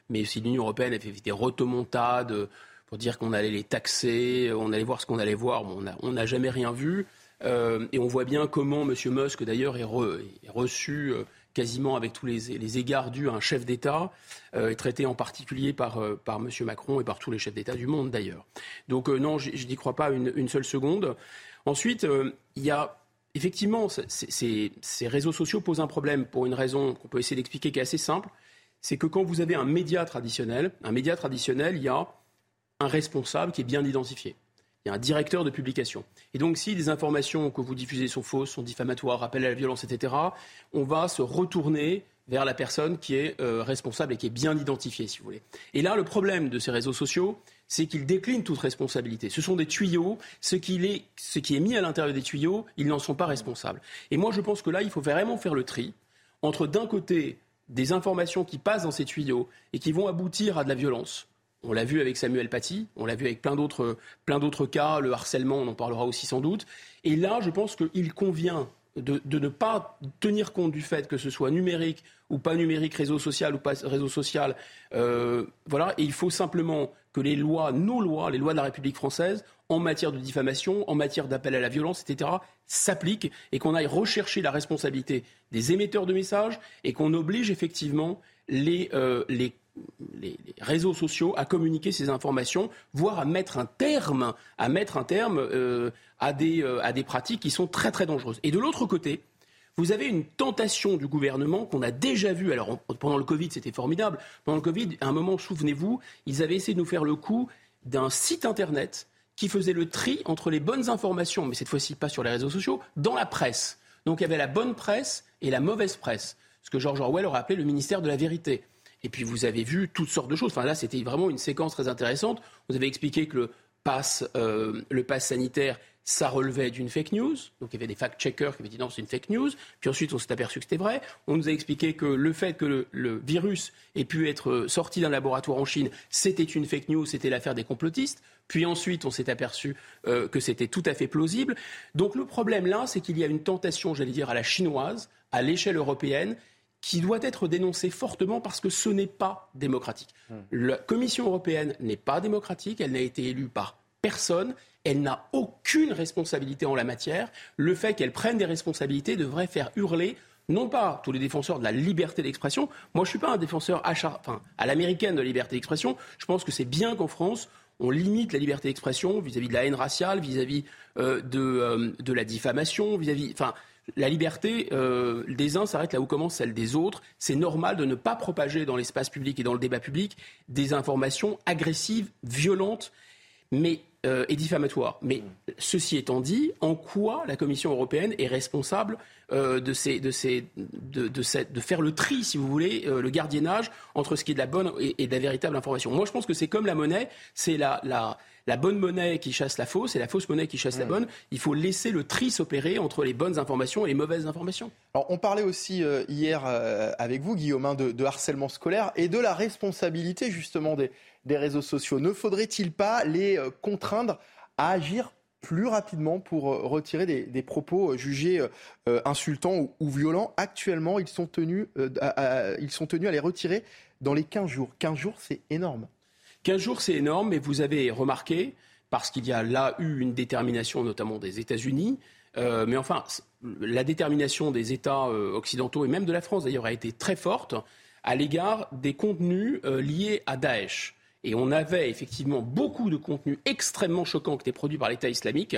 mais si l'Union européenne a fait des rotomontades pour dire qu'on allait les taxer, on allait voir ce qu'on allait voir, bon, on n'a jamais rien vu. Euh, et on voit bien comment M. Musk, d'ailleurs, est, re, est reçu euh, quasiment avec tous les, les égards dus à un chef d'État, euh, et traité en particulier par, euh, par M. Macron et par tous les chefs d'État du monde, d'ailleurs. Donc euh, non, je n'y crois pas une, une seule seconde. Ensuite, euh, il y a effectivement, c- c- ces réseaux sociaux posent un problème pour une raison qu'on peut essayer d'expliquer qui est assez simple. C'est que quand vous avez un média traditionnel, un média traditionnel, il y a un responsable qui est bien identifié. Il y a un directeur de publication. Et donc, si les informations que vous diffusez sont fausses, sont diffamatoires, appellent à la violence, et cetera, on va se retourner vers la personne qui est euh, responsable et qui est bien identifiée, si vous voulez. Et là, le problème de ces réseaux sociaux, c'est qu'ils déclinent toute responsabilité. Ce sont des tuyaux. Ce qui est, ce qui est mis à l'intérieur des tuyaux, ils n'en sont pas responsables. Et moi, je pense que là, il faut vraiment faire le tri entre, d'un côté, des informations qui passent dans ces tuyaux et qui vont aboutir à de la violence. On l'a vu avec Samuel Paty, on l'a vu avec plein d'autres, plein d'autres cas, le harcèlement, on en parlera aussi sans doute. Et là, je pense qu'il convient de, de ne pas tenir compte du fait que ce soit numérique ou pas numérique, réseau social ou pas réseau social. Euh, voilà, et il faut simplement que les lois, nos lois, les lois de la République française, en matière de diffamation, en matière d'appel à la violence, et cetera, s'appliquent et qu'on aille rechercher la responsabilité des émetteurs de messages et qu'on oblige effectivement les, euh, les Les, les réseaux sociaux à communiquer ces informations, voire à mettre un terme, à mettre un terme euh, à, des, euh, à des pratiques qui sont très très dangereuses. Et de l'autre côté, vous avez une tentation du gouvernement qu'on a déjà vue. Alors on, pendant le Covid, c'était formidable. Pendant le Covid, à un moment, souvenez-vous, ils avaient essayé de nous faire le coup d'un site internet qui faisait le tri entre les bonnes informations, mais cette fois-ci pas sur les réseaux sociaux, dans la presse. Donc il y avait la bonne presse et la mauvaise presse, ce que George Orwell aurait appelé le ministère de la vérité. Et puis vous avez vu toutes sortes de choses. Enfin là, c'était vraiment une séquence très intéressante. Vous avez expliqué que le pass, euh, le pass sanitaire, ça relevait d'une fake news. Donc il y avait des fact-checkers qui avaient dit non, c'est une fake news. Puis ensuite, on s'est aperçu que c'était vrai. On nous a expliqué que le fait que le, le virus ait pu être sorti d'un laboratoire en Chine, c'était une fake news, c'était l'affaire des complotistes. Puis ensuite, on s'est aperçu euh, que c'était tout à fait plausible. Donc le problème là, c'est qu'il y a une tentation, j'allais dire, à la chinoise, à l'échelle européenne, qui doit être dénoncée fortement parce que ce n'est pas démocratique. Mmh. La Commission européenne n'est pas démocratique, elle n'a été élue par personne, elle n'a aucune responsabilité en la matière. Le fait qu'elle prenne des responsabilités devrait faire hurler, non pas tous les défenseurs de la liberté d'expression, moi je ne suis pas un défenseur achar... enfin, à l'américaine de la liberté d'expression, je pense que c'est bien qu'en France, on limite la liberté d'expression vis-à-vis de la haine raciale, vis-à-vis euh, de, euh, de la diffamation, vis-à-vis... Enfin, la liberté euh, des uns s'arrête là où commence celle des autres. C'est normal de ne pas propager dans l'espace public et dans le débat public des informations agressives, violentes mais, euh, et diffamatoires. Mais ceci étant dit, en quoi la Commission européenne est responsable euh, de, ces, de, ces, de, de, cette, de faire le tri, si vous voulez, euh, le gardiennage entre ce qui est de la bonne et, et de la véritable information. Moi, je pense que c'est comme la monnaie, c'est la... la La bonne monnaie qui chasse la fausse et la fausse monnaie qui chasse mmh. la bonne. Il faut laisser le tri s'opérer entre les bonnes informations et les mauvaises informations. Alors, on parlait aussi euh, hier euh, avec vous, Guillaume, hein, de, de harcèlement scolaire et de la responsabilité justement des, des réseaux sociaux. Ne faudrait-il pas les euh, contraindre à agir plus rapidement pour euh, retirer des, des propos euh, jugés euh, insultants ou, ou violents? Actuellement, ils sont, tenus, euh, à, à, ils sont tenus à les retirer dans les quinze jours. quinze jours, c'est énorme. quinze jours, c'est énorme, mais vous avez remarqué, parce qu'il y a là eu une détermination notamment des États-Unis, euh, mais enfin, la détermination des États euh, occidentaux et même de la France d'ailleurs a été très forte à l'égard des contenus euh, liés à Daesh. Et on avait effectivement beaucoup de contenus extrêmement choquants qui étaient produits par l'État islamique.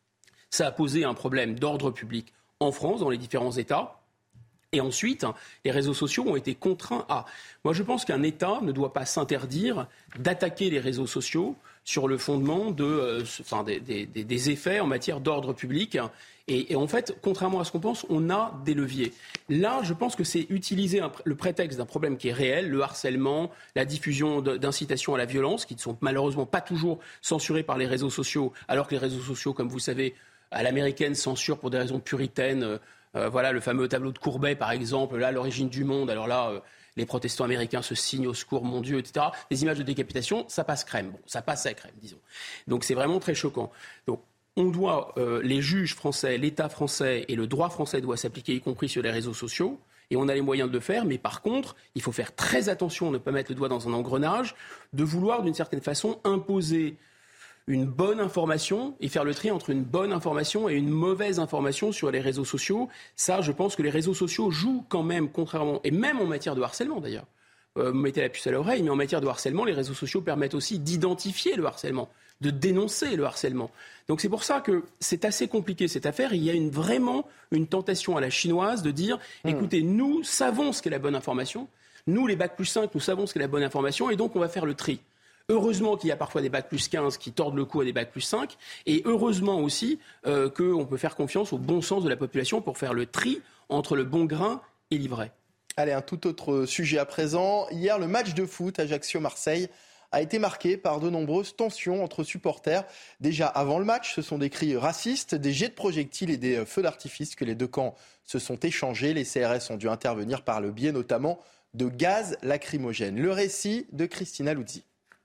Ça a posé un problème d'ordre public en France, dans les différents États. Et ensuite, les réseaux sociaux ont été contraints à... Moi, je pense qu'un État ne doit pas s'interdire d'attaquer les réseaux sociaux sur le fondement de, euh, enfin, des, des, des effets en matière d'ordre public. Et, et en fait, contrairement à ce qu'on pense, on a des leviers. Là, je pense que c'est utiliser un, le prétexte d'un problème qui est réel, le harcèlement, la diffusion de, d'incitations à la violence, qui ne sont malheureusement pas toujours censurées par les réseaux sociaux, alors que les réseaux sociaux, comme vous savez, à l'américaine, censurent pour des raisons puritaines... Euh, Euh, voilà, le fameux tableau de Courbet, par exemple, là, l'origine du monde. Alors là, euh, les protestants américains se signent au secours, mon Dieu, et cetera. Les images de décapitation, ça passe crème. Bon, ça passe à crème, disons. Donc c'est vraiment très choquant. Donc on doit, euh, les juges français, l'État français et le droit français doivent s'appliquer, y compris sur les réseaux sociaux. et on a les moyens de le faire. Mais par contre, il faut faire très attention à ne pas mettre le doigt dans un engrenage, de vouloir d'une certaine façon imposer une bonne information et faire le tri entre une bonne information et une mauvaise information sur les réseaux sociaux. Ça, je pense que les réseaux sociaux jouent quand même, contrairement, et même en matière de harcèlement d'ailleurs, euh, vous mettez la puce à l'oreille, mais en matière de harcèlement, les réseaux sociaux permettent aussi d'identifier le harcèlement, de dénoncer le harcèlement. Donc c'est pour ça que c'est assez compliqué cette affaire. Il y a une, vraiment une tentation à la chinoise de dire, mmh. écoutez, nous savons ce qu'est la bonne information, nous les bac plus cinq, nous savons ce qu'est la bonne information, et donc on va faire le tri. Heureusement qu'il y a parfois des bac plus quinze qui tordent le cou à des bac plus cinq, et heureusement aussi euh, qu'on peut faire confiance au bon sens de la population pour faire le tri entre le bon grain et l'ivraie. Allez, un tout autre sujet à présent. Hier, le match de foot Ajaccio-Marseille a été marqué par de nombreuses tensions entre supporters. Déjà avant le match, ce sont des cris racistes, des jets de projectiles et des feux d'artifice que les deux camps se sont échangés. Les C R S ont dû intervenir par le biais notamment de gaz lacrymogène. Le récit de Christina Luzzi.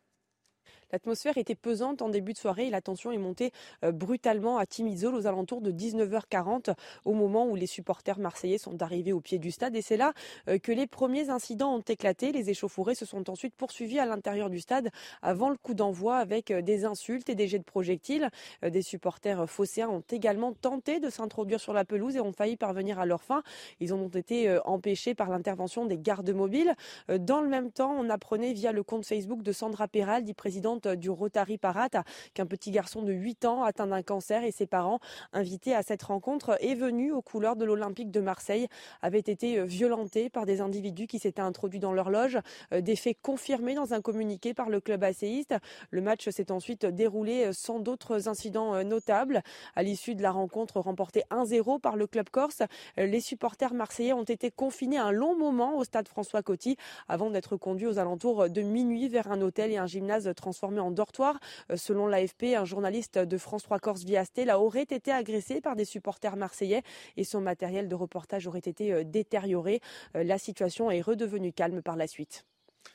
L'atmosphère était pesante en début de soirée et la tension est montée brutalement à Timizol aux alentours de dix-neuf heures quarante au moment où les supporters marseillais sont arrivés au pied du stade. Et c'est là que les premiers incidents ont éclaté. Les échauffourées se sont ensuite poursuivis à l'intérieur du stade avant le coup d'envoi avec des insultes et des jets de projectiles. Des supporters phocéens ont également tenté de s'introduire sur la pelouse et ont failli parvenir à leur fin. Ils ont été empêchés par l'intervention des gardes mobiles. Dans le même temps, on apprenait via le compte Facebook de Sandra Peraldi, présidente du Rotary Parat, qu'un petit garçon de huit ans atteint d'un cancer et ses parents, invités à cette rencontre et venus aux couleurs de l'Olympique de Marseille, avaient été violentés par des individus qui s'étaient introduits dans leur loge. Des faits confirmés dans un communiqué par le club asséiste. Le match s'est ensuite déroulé sans d'autres incidents notables. À l'issue de la rencontre remportée un zéro par le club corse, les supporters marseillais ont été confinés un long moment au stade François Coty avant d'être conduits aux alentours de minuit vers un hôtel et un gymnase transformés en dortoir. Selon l'A F P, un journaliste de France trois Corse via Stella aurait été agressé par des supporters marseillais et son matériel de reportage aurait été détérioré. La situation est redevenue calme par la suite.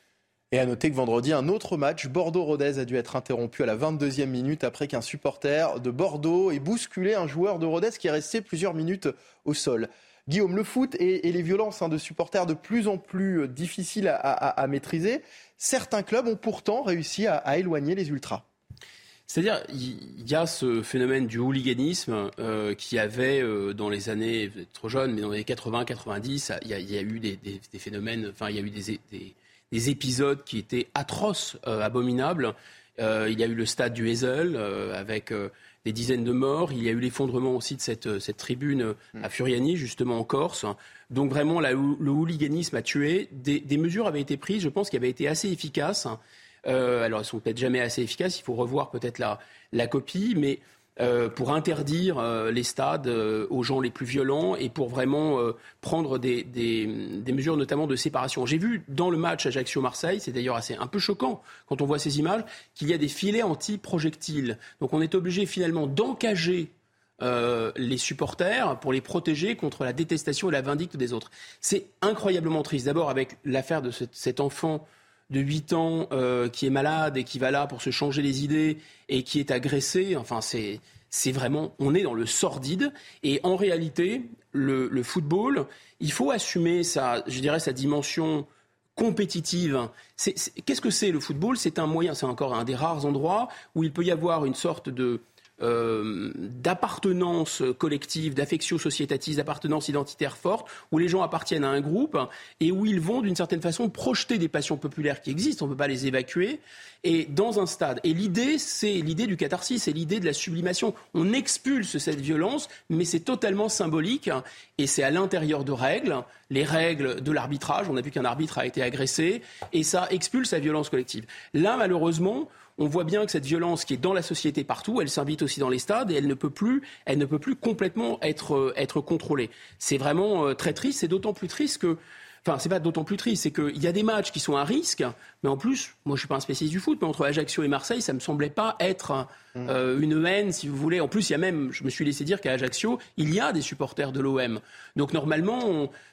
Et à noter que vendredi, un autre match, Bordeaux-Rodez, a dû être interrompu à la vingt-deuxième minute après qu'un supporter de Bordeaux ait bousculé un joueur de Rodez qui est resté plusieurs minutes au sol. Guillaume, le foot et, et les violences hein, de supporters de plus en plus difficiles à, à, à maîtriser. Certains clubs ont pourtant réussi à, à éloigner les ultras. C'est-à-dire, il y a ce phénomène du hooliganisme euh, qui avait, euh, dans les années, vous êtes trop jeune, mais dans les années quatre-vingts quatre-vingt-dix, il y a, il y a eu des, des, des phénomènes, enfin, il y a eu des, des, des épisodes qui étaient atroces, euh, abominables. Euh, il y a eu le stade du Heysel euh, avec euh, des dizaines de morts. Il y a eu l'effondrement aussi de cette, cette tribune à Furiani, justement en Corse. Donc vraiment, la, le hooliganisme a tué. Des, des mesures avaient été prises, je pense, qui avaient été assez efficaces. Euh, alors, elles ne sont peut-être jamais assez efficaces. Il faut revoir peut-être la, la copie, mais euh, pour interdire euh, les stades euh, aux gens les plus violents et pour vraiment euh, prendre des, des, des mesures notamment de séparation. J'ai vu dans le match Ajaccio-Marseille, c'est d'ailleurs assez un peu choquant quand on voit ces images, qu'il y a des filets anti-projectiles. Donc on est obligé finalement d'encager Euh, les supporters pour les protéger contre la détestation et la vindicte des autres. C'est incroyablement triste. D'abord avec l'affaire de cet, cet enfant de huit ans euh, qui est malade et qui va là pour se changer les idées et qui est agressé. Enfin, c'est, c'est vraiment... On est dans le sordide. Et en réalité, le, le football, il faut assumer sa, je dirais, sa dimension compétitive. C'est, c'est, qu'est-ce que c'est le football ? C'est un moyen, c'est encore un des rares endroits où il peut y avoir une sorte de... Euh, d'appartenance collective, d'affectio societatis, d'appartenance identitaire forte, où les gens appartiennent à un groupe et où ils vont d'une certaine façon projeter des passions populaires qui existent, on ne peut pas les évacuer, et dans un stade. Et l'idée, c'est l'idée du catharsis, c'est l'idée de la sublimation. On expulse cette violence, mais c'est totalement symbolique, et c'est à l'intérieur de règles, les règles de l'arbitrage. On a vu qu'un arbitre a été agressé, et ça expulse la violence collective. Là, malheureusement, on voit bien que cette violence qui est dans la société partout, elle s'invite aussi dans les stades et elle ne peut plus, elle ne peut plus complètement être, être contrôlée. C'est vraiment très triste, c'est d'autant plus triste que... Enfin, c'est pas d'autant plus triste, c'est qu'il y a des matchs qui sont à risque, mais en plus, moi je suis pas un spécialiste du foot, mais entre Ajaccio et Marseille, ça me semblait pas être euh, une haine, si vous voulez. En plus, il y a même, je me suis laissé dire qu'à Ajaccio, il y a des supporters de l'O M. Donc normalement, on,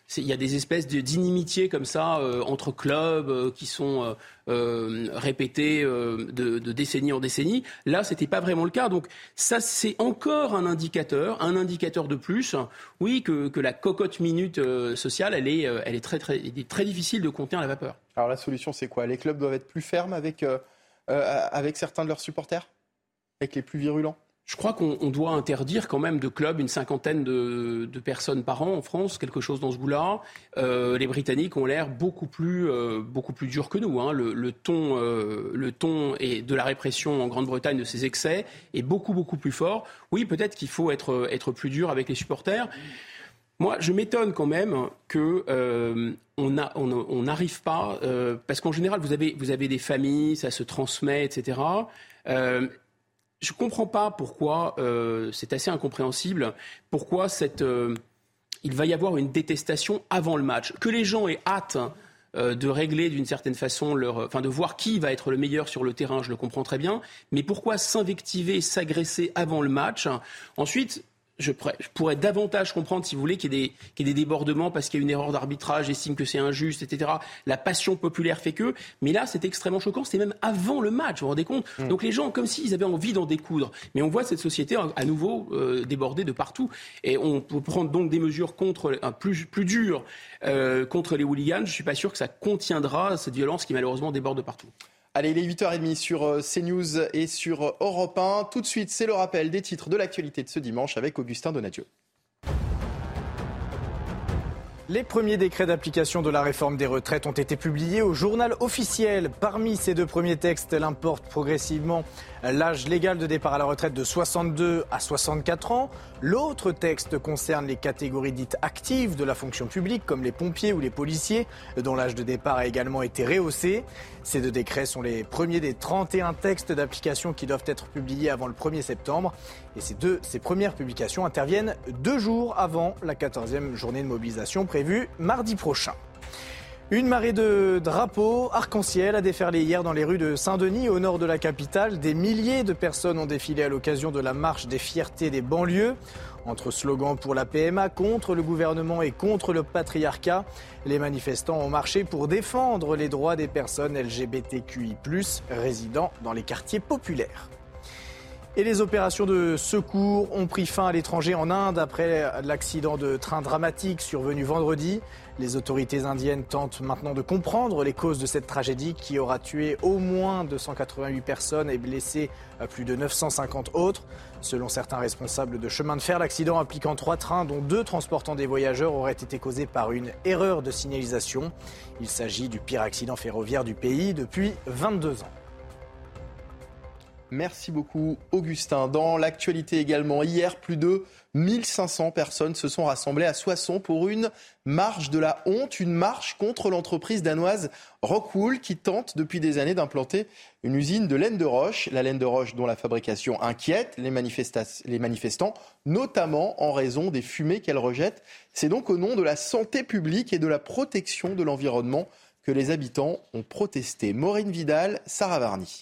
il y a des espèces de, d'inimitiés comme ça euh, entre clubs euh, qui sont euh, euh, répétées euh, de, de décennie en décennie. Là, c'était pas vraiment le cas. Donc ça, c'est encore un indicateur, un indicateur de plus. Oui, que, que la cocotte minute euh, sociale, elle est, euh, elle est très, très, il est très difficile de contenir la vapeur. Alors la solution, c'est quoi ? Les clubs doivent être plus fermes avec, euh, euh, avec certains de leurs supporters ? Avec les plus virulents ? Je crois qu'on on doit interdire quand même de clubs une cinquantaine de, de personnes par an en France, quelque chose dans ce goût-là. Euh, les Britanniques ont l'air beaucoup plus, euh, beaucoup plus durs que nous. Hein. Le, le ton, euh, le ton et de la répression en Grande-Bretagne de ces excès est beaucoup, beaucoup plus fort. Oui, peut-être qu'il faut être, être plus dur avec les supporters. Moi, je m'étonne quand même que euh, on n'arrive pas, euh, parce qu'en général, vous avez, vous avez des familles, ça se transmet, et cetera. Euh, Je ne comprends pas pourquoi, euh, c'est assez incompréhensible, pourquoi cette, euh, il va y avoir une détestation avant le match. Que les gens aient hâte euh, de régler d'une certaine façon, leur, enfin de voir qui va être le meilleur sur le terrain, je le comprends très bien. Mais pourquoi s'invectiver, s'agresser avant le match ? Ensuite, Je, je pourrais davantage comprendre, si vous voulez, qu'il y ait des, qu'il y ait des débordements parce qu'il y a une erreur d'arbitrage, estime que c'est injuste, et cetera. La passion populaire fait que. Mais là, c'est extrêmement choquant. C'était même avant le match, vous vous rendez compte ? mmh. Donc les gens, comme s'ils avaient envie d'en découdre. Mais on voit cette société à nouveau euh, débordée de partout. Et on peut prendre donc des mesures contre, un plus, plus dures euh, contre les hooligans. Je ne suis pas sûr que ça contiendra cette violence qui malheureusement déborde de partout. Allez, il est huit heures trente sur CNews et sur Europe un. Tout de suite, c'est le rappel des titres de l'actualité de ce dimanche avec Augustin Donadieu. Les premiers décrets d'application de la réforme des retraites ont été publiés au journal officiel. Parmi ces deux premiers textes, elle importe progressivement l'âge légal de départ à la retraite de soixante-deux à soixante-quatre ans. L'autre texte concerne les catégories dites actives de la fonction publique, comme les pompiers ou les policiers, dont l'âge de départ a également été rehaussé. Ces deux décrets sont les premiers des trente et un textes d'application qui doivent être publiés avant le premier septembre. Et ces, deux, ces premières publications interviennent deux jours avant la quatorzième journée de mobilisation prévue mardi prochain. Une marée de drapeaux arc-en-ciel a déferlé hier dans les rues de Saint-Denis, au nord de la capitale. Des milliers de personnes ont défilé à l'occasion de la marche des fiertés des banlieues. Entre slogans pour la P M A, contre le gouvernement et contre le patriarcat, les manifestants ont marché pour défendre les droits des personnes L G B T Q I plus, résidant dans les quartiers populaires. Et les opérations de secours ont pris fin à l'étranger en Inde après l'accident de train dramatique survenu vendredi. Les autorités indiennes tentent maintenant de comprendre les causes de cette tragédie qui aura tué au moins deux cent quatre-vingt-huit personnes et blessé plus de neuf cent cinquante autres. Selon certains responsables de chemin de fer, l'accident impliquant trois trains dont deux transportant des voyageurs aurait été causé par une erreur de signalisation. Il s'agit du pire accident ferroviaire du pays depuis vingt-deux ans. Merci beaucoup Augustin. Dans l'actualité également, hier, plus de mille cinq cents personnes se sont rassemblées à Soissons pour une marche de la honte, une marche contre l'entreprise danoise Rockwool qui tente depuis des années d'implanter une usine de laine de roche. La laine de roche dont la fabrication inquiète les, manifesta- les manifestants, notamment en raison des fumées qu'elle rejette. C'est donc au nom de la santé publique et de la protection de l'environnement que les habitants ont protesté. Maureen Vidal, Sarah Varny.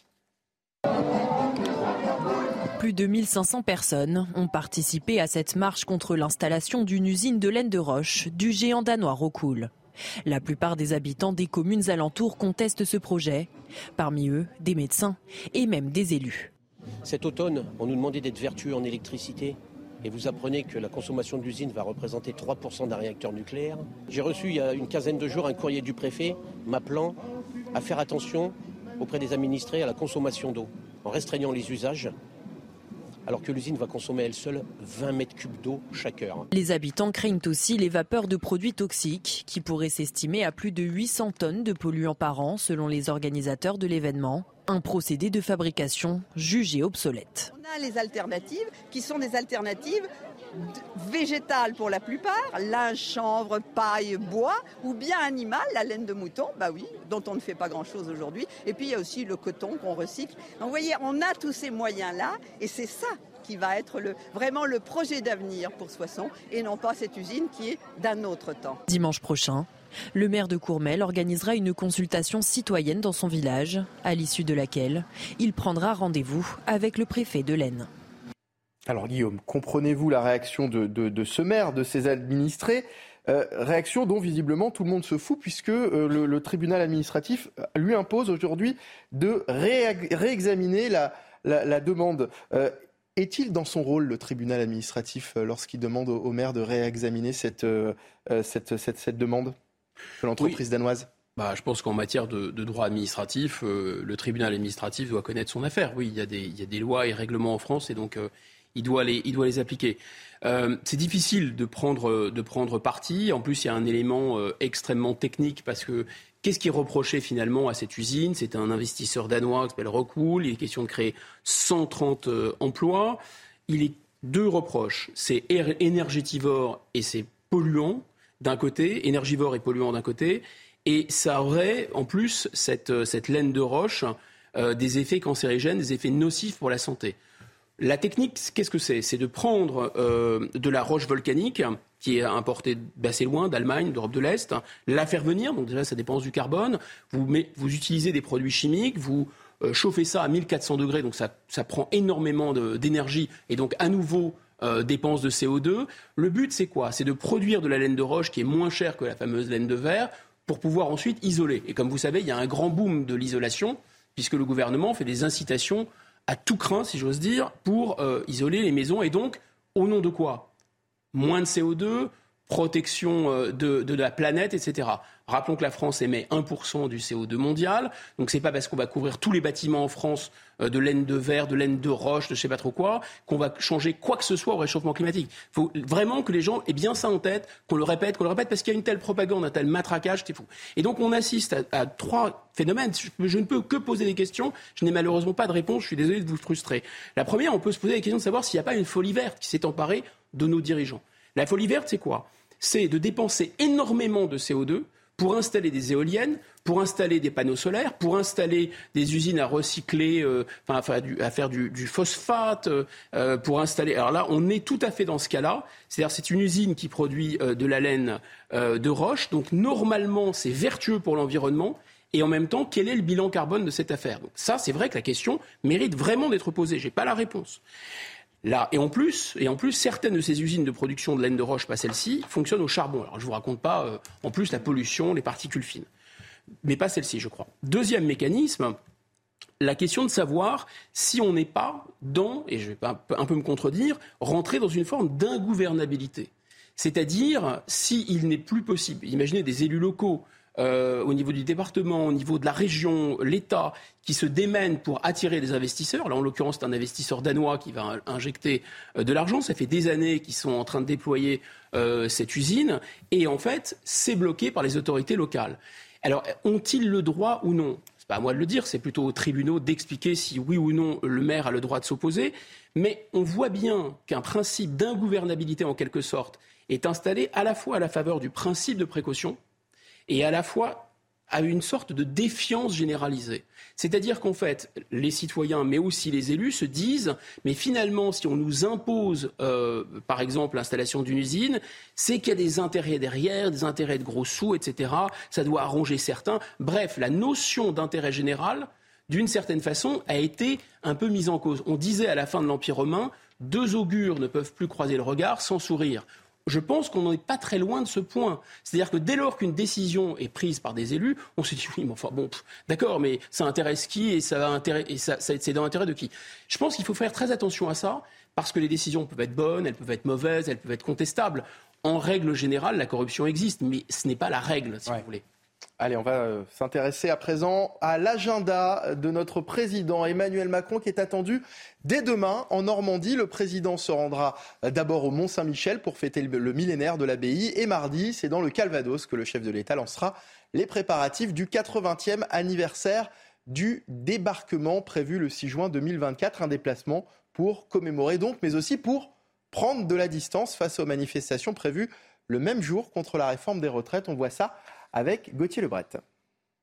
Plus de mille cinq cents personnes ont participé à cette marche contre l'installation d'une usine de laine de roche du géant danois Rockwool. La plupart des habitants des communes alentours contestent ce projet. Parmi eux, des médecins et même des élus. Cet automne, on nous demandait d'être vertueux en électricité. Et vous apprenez que la consommation de l'usine va représenter trois pour cent d'un réacteur nucléaire. J'ai reçu il y a une quinzaine de jours un courrier du préfet m'appelant à faire attention auprès des administrés à la consommation d'eau, en restreignant les usages, alors que l'usine va consommer elle seule vingt mètres cubes d'eau chaque heure. Les habitants craignent aussi les vapeurs de produits toxiques qui pourraient s'estimer à plus de huit cents tonnes de polluants par an selon les organisateurs de l'événement. Un procédé de fabrication jugé obsolète. On a les alternatives qui sont des alternatives végétales pour la plupart, linge, chanvre, paille, bois, ou bien animal, la laine de mouton, bah oui, dont on ne fait pas grand-chose aujourd'hui. Et puis il y a aussi le coton qu'on recycle. Donc vous voyez, on a tous ces moyens-là, et c'est ça qui va être le, vraiment le projet d'avenir pour Soissons, et non pas cette usine qui est d'un autre temps. Dimanche prochain, le maire de Courmel organisera une consultation citoyenne dans son village, à l'issue de laquelle il prendra rendez-vous avec le préfet de l'Aisne. Alors Guillaume, comprenez-vous la réaction de, de, de ce maire, de ses administrés ? Euh, réaction dont visiblement tout le monde se fout puisque euh, le, le tribunal administratif lui impose aujourd'hui de ré- réexaminer la, la, la demande. Euh, est-il dans son rôle, le tribunal administratif, euh, lorsqu'il demande au, au maire de réexaminer cette, euh, cette, cette, cette demande de l'entreprise oui. danoise ? Bah, je pense qu'en matière de, de droit administratif, euh, le tribunal administratif doit connaître son affaire. Oui, il y a des, il y a des lois et règlements en France et donc euh, il doit les, il doit les appliquer. Euh, c'est difficile de prendre, de prendre parti. En plus, il y a un élément euh, extrêmement technique parce que qu'est-ce qui est reproché finalement à cette usine ? C'est un investisseur danois qui s'appelle Rockwool. Il est question de créer cent trente euh, emplois. Il est deux reproches. C'est er- énergétivore et c'est polluant d'un côté, énergivore et polluant d'un côté. Et ça aurait, en plus, cette, cette laine de roche, euh, des effets cancérigènes, des effets nocifs pour la santé. La technique, qu'est-ce que c'est ? C'est de prendre euh, de la roche volcanique, qui est importée d'assez loin, d'Allemagne, d'Europe de l'Est, la faire venir, donc déjà ça dépense du carbone, vous, met, vous utilisez des produits chimiques, vous euh, chauffez ça à mille quatre cents degrés, donc ça, ça prend énormément de, d'énergie, et donc à nouveau... Euh, dépenses de C O deux. Le but, c'est quoi ? C'est de produire de la laine de roche qui est moins chère que la fameuse laine de verre pour pouvoir ensuite isoler. Et comme vous savez, il y a un grand boom de l'isolation puisque le gouvernement fait des incitations à tout crin, si j'ose dire, pour euh, isoler les maisons. Et donc, au nom de quoi ? Moins de C O deux, protection euh, de, de la planète, et cetera. Rappelons que la France émet un pour cent du C O deux mondial. Donc, c'est pas parce qu'on va couvrir tous les bâtiments en France euh, de laine de verre, de laine de roche, de je sais pas trop quoi, qu'on va changer quoi que ce soit au réchauffement climatique. Il faut vraiment que les gens aient bien ça en tête, qu'on le répète, qu'on le répète, parce qu'il y a une telle propagande, un tel matraquage, c'est fou. Et donc, on assiste à, à trois phénomènes. Je, je ne peux que poser des questions. Je n'ai malheureusement pas de réponse. Je suis désolé de vous frustrer. La première, on peut se poser la question de savoir s'il n'y a pas une folie verte qui s'est emparée de nos dirigeants. La folie verte, c'est quoi ? C'est de dépenser énormément de C O deux pour installer des éoliennes, pour installer des panneaux solaires, pour installer des usines à recycler, euh, enfin à faire du, du phosphate, euh, pour installer... Alors là, on est tout à fait dans ce cas-là. C'est-à-dire c'est une usine qui produit euh, de la laine euh, de roche. Donc normalement, c'est vertueux pour l'environnement. Et en même temps, quel est le bilan carbone de cette affaire ? Donc ça, c'est vrai que la question mérite vraiment d'être posée. Je n'ai pas la réponse. Là, et en plus, et en plus, certaines de ces usines de production de laine de roche, pas celle-ci, fonctionnent au charbon. Alors, je ne vous raconte pas, euh, en plus, la pollution, les particules fines. Mais pas celle-ci, je crois. Deuxième mécanisme, la question de savoir si on n'est pas dans, et je vais un peu, un peu me contredire, rentrer dans une forme d'ingouvernabilité. C'est-à-dire, s'il n'est plus possible, imaginez des élus locaux, Euh, au niveau du département, au niveau de la région, l'État, qui se démène pour attirer des investisseurs. Là, en l'occurrence, c'est un investisseur danois qui va injecter euh, de l'argent. Ça fait des années qu'ils sont en train de déployer euh, cette usine. Et en fait, c'est bloqué par les autorités locales. Alors, ont-ils le droit ou non ? C'est pas à moi de le dire, c'est plutôt aux tribunaux d'expliquer si oui ou non le maire a le droit de s'opposer. Mais on voit bien qu'un principe d'ingouvernabilité, en quelque sorte, est installé à la fois à la faveur du principe de précaution et à la fois à une sorte de défiance généralisée. C'est-à-dire qu'en fait, les citoyens, mais aussi les élus, se disent « mais finalement, si on nous impose, euh, par exemple, l'installation d'une usine, c'est qu'il y a des intérêts derrière, des intérêts de gros sous, et cetera. Ça doit arranger certains. » Bref, la notion d'intérêt général, d'une certaine façon, a été un peu mise en cause. On disait à la fin de l'Empire romain « deux augures ne peuvent plus croiser le regard sans sourire ». Je pense qu'on n'en est pas très loin de ce point. C'est-à-dire que dès lors qu'une décision est prise par des élus, on se dit oui, mais enfin bon, pff, d'accord, mais ça intéresse qui et, ça intéresse, et ça, ça, c'est dans l'intérêt de qui ? Je pense qu'il faut faire très attention à ça, parce que les décisions peuvent être bonnes, elles peuvent être mauvaises, elles peuvent être contestables. En règle générale, la corruption existe, mais ce n'est pas la règle, si ouais. vous voulez. Allez, on va s'intéresser à présent à l'agenda de notre président Emmanuel Macron qui est attendu dès demain en Normandie. Le président se rendra d'abord au Mont-Saint-Michel pour fêter le millénaire de l'abbaye et mardi, c'est dans le Calvados que le chef de l'État lancera les préparatifs du quatre-vingtième anniversaire du débarquement prévu le six juin deux mille vingt-quatre. Un déplacement pour commémorer donc, mais aussi pour prendre de la distance face aux manifestations prévues le même jour contre la réforme des retraites. On voit ça avec Gauthier Lebret.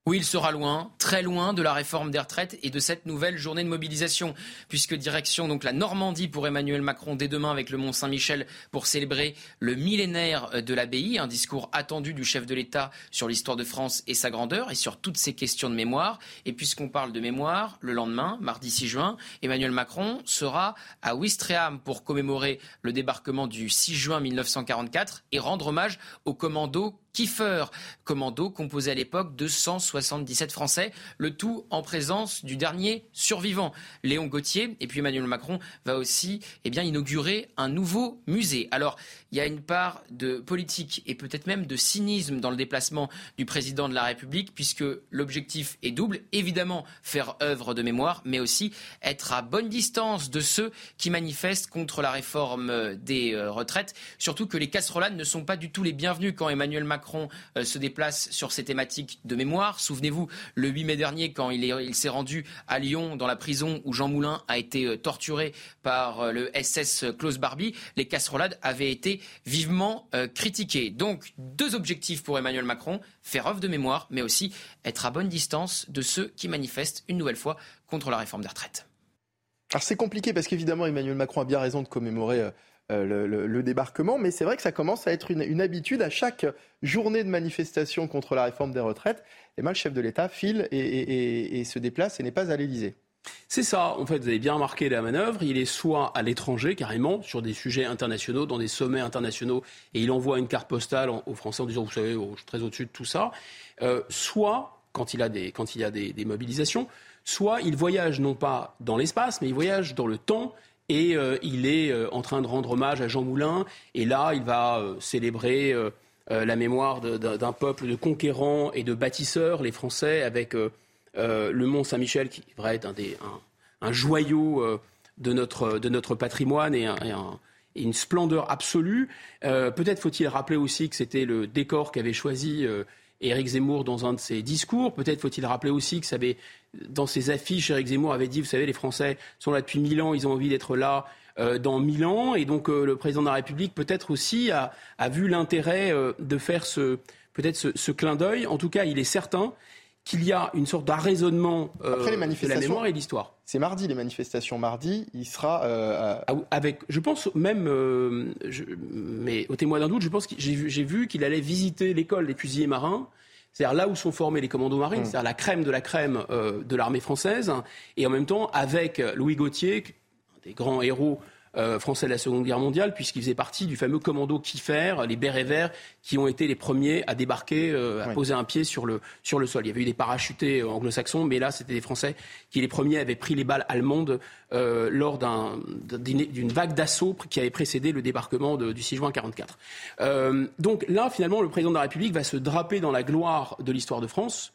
Oui, il sera loin, très loin de la réforme des retraites et de cette nouvelle journée de mobilisation, puisque direction donc la Normandie pour Emmanuel Macron dès demain avec le Mont-Saint-Michel pour célébrer le millénaire de l'abbaye, un discours attendu du chef de l'État sur l'histoire de France et sa grandeur et sur toutes ces questions de mémoire. Et puisqu'on parle de mémoire, le lendemain, mardi six juin, Emmanuel Macron sera à Ouistreham pour commémorer le débarquement du six juin mille neuf cent quarante-quatre et rendre hommage au commando Kiefer, commando composé à l'époque de cent soixante-dix-sept Français, le tout en présence du dernier survivant, Léon Gauthier. Et puis Emmanuel Macron va aussi eh bien, inaugurer un nouveau musée. Alors, il y a une part de politique et peut-être même de cynisme dans le déplacement du président de la République, puisque l'objectif est double. Évidemment, faire œuvre de mémoire, mais aussi être à bonne distance de ceux qui manifestent contre la réforme des retraites. Surtout que les casserolades ne sont pas du tout les bienvenus quand Emmanuel Macron Macron euh, se déplace sur ces thématiques de mémoire. Souvenez-vous, le huit mai dernier, quand il, est, il s'est rendu à Lyon, dans la prison où Jean Moulin a été euh, torturé par euh, le S S Klaus Barbie, les casserolades avaient été vivement euh, critiquées. Donc, deux objectifs pour Emmanuel Macron, faire œuvre de mémoire, mais aussi être à bonne distance de ceux qui manifestent une nouvelle fois contre la réforme des retraites. Alors c'est compliqué parce qu'évidemment Emmanuel Macron a bien raison de commémorer euh, le, le, le débarquement, mais c'est vrai que ça commence à être une, une habitude à chaque journée de manifestation contre la réforme des retraites. Et bien, le chef de l'État file et, et, et, et se déplace et n'est pas à l'Élysée. C'est ça, en fait, vous avez bien remarqué la manœuvre. Il est soit à l'étranger, carrément, sur des sujets internationaux, dans des sommets internationaux, et il envoie une carte postale aux Français en disant, vous savez, je suis très au-dessus de tout ça. Euh, soit, quand il a des, quand il y a des, des mobilisations, soit il voyage non pas dans l'espace, mais il voyage dans le temps. Et euh, il est euh, en train de rendre hommage à Jean Moulin. Et là, il va euh, célébrer euh, euh, la mémoire de, de, d'un peuple de conquérants et de bâtisseurs, les Français, avec euh, euh, le Mont Saint-Michel, qui est vrai, un, des, un, un joyau euh, de, notre, de notre patrimoine et, un, et, un, et une splendeur absolue. Euh, peut-être faut-il rappeler aussi que c'était le décor qu'avait choisi euh, Éric Zemmour dans un de ses discours. Peut-être faut-il rappeler aussi que ça avait, dans ses affiches, Éric Zemmour avait dit, vous savez, les Français sont là depuis mille ans, ils ont envie d'être là euh, dans mille ans. Et donc euh, le président de la République, peut-être aussi, a, a vu l'intérêt euh, de faire ce, peut-être ce, ce clin d'œil. En tout cas, il est certain qu'il y a une sorte d'arraisonnement euh, Après les manifestations, de la mémoire et de l'histoire. C'est mardi, les manifestations mardi, il sera... Euh, à... Avec, je pense même, euh, je, mais au témoin d'un doute, je pense que j'ai, j'ai vu qu'il allait visiter l'école des fusiliers marins, c'est-à-dire là où sont formés les commandos marines, mmh. c'est-à-dire la crème de la crème euh, de l'armée française, et en même temps avec Louis Gauthier, un des grands héros Euh, français de la Seconde Guerre mondiale, puisqu'il faisait partie du fameux commando Kiefer, les bérets verts, qui ont été les premiers à débarquer, euh, à oui. poser un pied sur le, sur le sol. Il y avait eu des parachutés anglo-saxons, mais là, c'était des Français qui, les premiers, avaient pris les balles allemandes euh, lors d'un, d'une vague d'assaut qui avait précédé le débarquement de, du six juin quarante-quatre. Euh, donc là, finalement, le président de la République va se draper dans la gloire de l'histoire de France.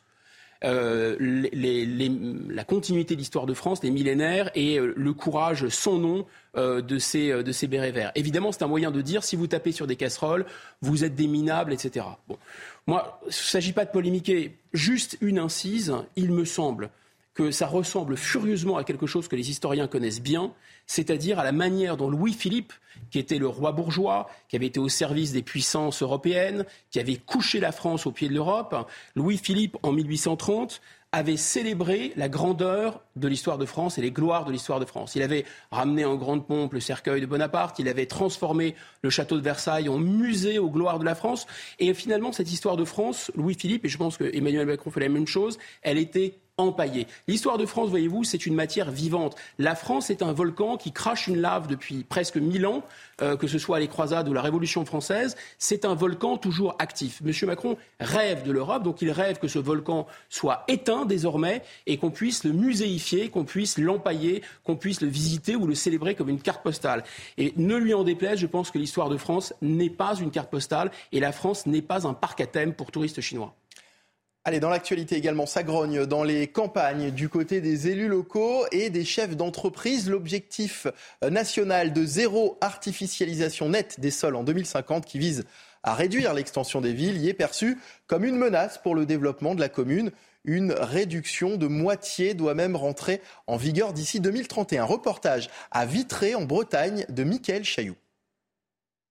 Euh, les, les, les, la continuité de l'histoire de France, les millénaires et euh, le courage sans nom euh, de ces, euh, de ces bérets verts. Évidemment, c'est un moyen de dire, si vous tapez sur des casseroles, vous êtes des minables, et cetera. Bon. Moi, il ne s'agit pas de polémiquer, juste une incise, il me semble que ça ressemble furieusement à quelque chose que les historiens connaissent bien, c'est-à-dire à la manière dont Louis-Philippe, qui était le roi bourgeois, qui avait été au service des puissances européennes, qui avait couché la France au pied de l'Europe, Louis-Philippe, en mille huit cent trente, avait célébré la grandeur de l'histoire de France et les gloires de l'histoire de France. Il avait ramené en grande pompe le cercueil de Bonaparte, il avait transformé le château de Versailles en musée aux gloires de la France. Et finalement, cette histoire de France, Louis-Philippe, et je pense que Emmanuel Macron fait la même chose, elle était empaillée. L'histoire de France, voyez-vous, c'est une matière vivante. La France est un volcan qui crache une lave depuis presque mille ans, euh, que ce soit les croisades ou la Révolution française. C'est un volcan toujours actif. Monsieur Macron rêve de l'Europe, donc il rêve que ce volcan soit éteint désormais et qu'on puisse le muséifier, qu'on puisse l'empailler, qu'on puisse le visiter ou le célébrer comme une carte postale. Et ne lui en déplaise, je pense que l'histoire de France n'est pas une carte postale et la France n'est pas un parc à thème pour touristes chinois. Allez, dans l'actualité également, ça grogne dans les campagnes du côté des élus locaux et des chefs d'entreprise. L'objectif national de zéro artificialisation nette des sols en deux mille cinquante, qui vise à réduire l'extension des villes, y est perçu comme une menace pour le développement de la commune. Une réduction de moitié doit même rentrer en vigueur d'ici deux mille trente et un. Reportage à Vitré, en Bretagne, de Mickaël Chailloux.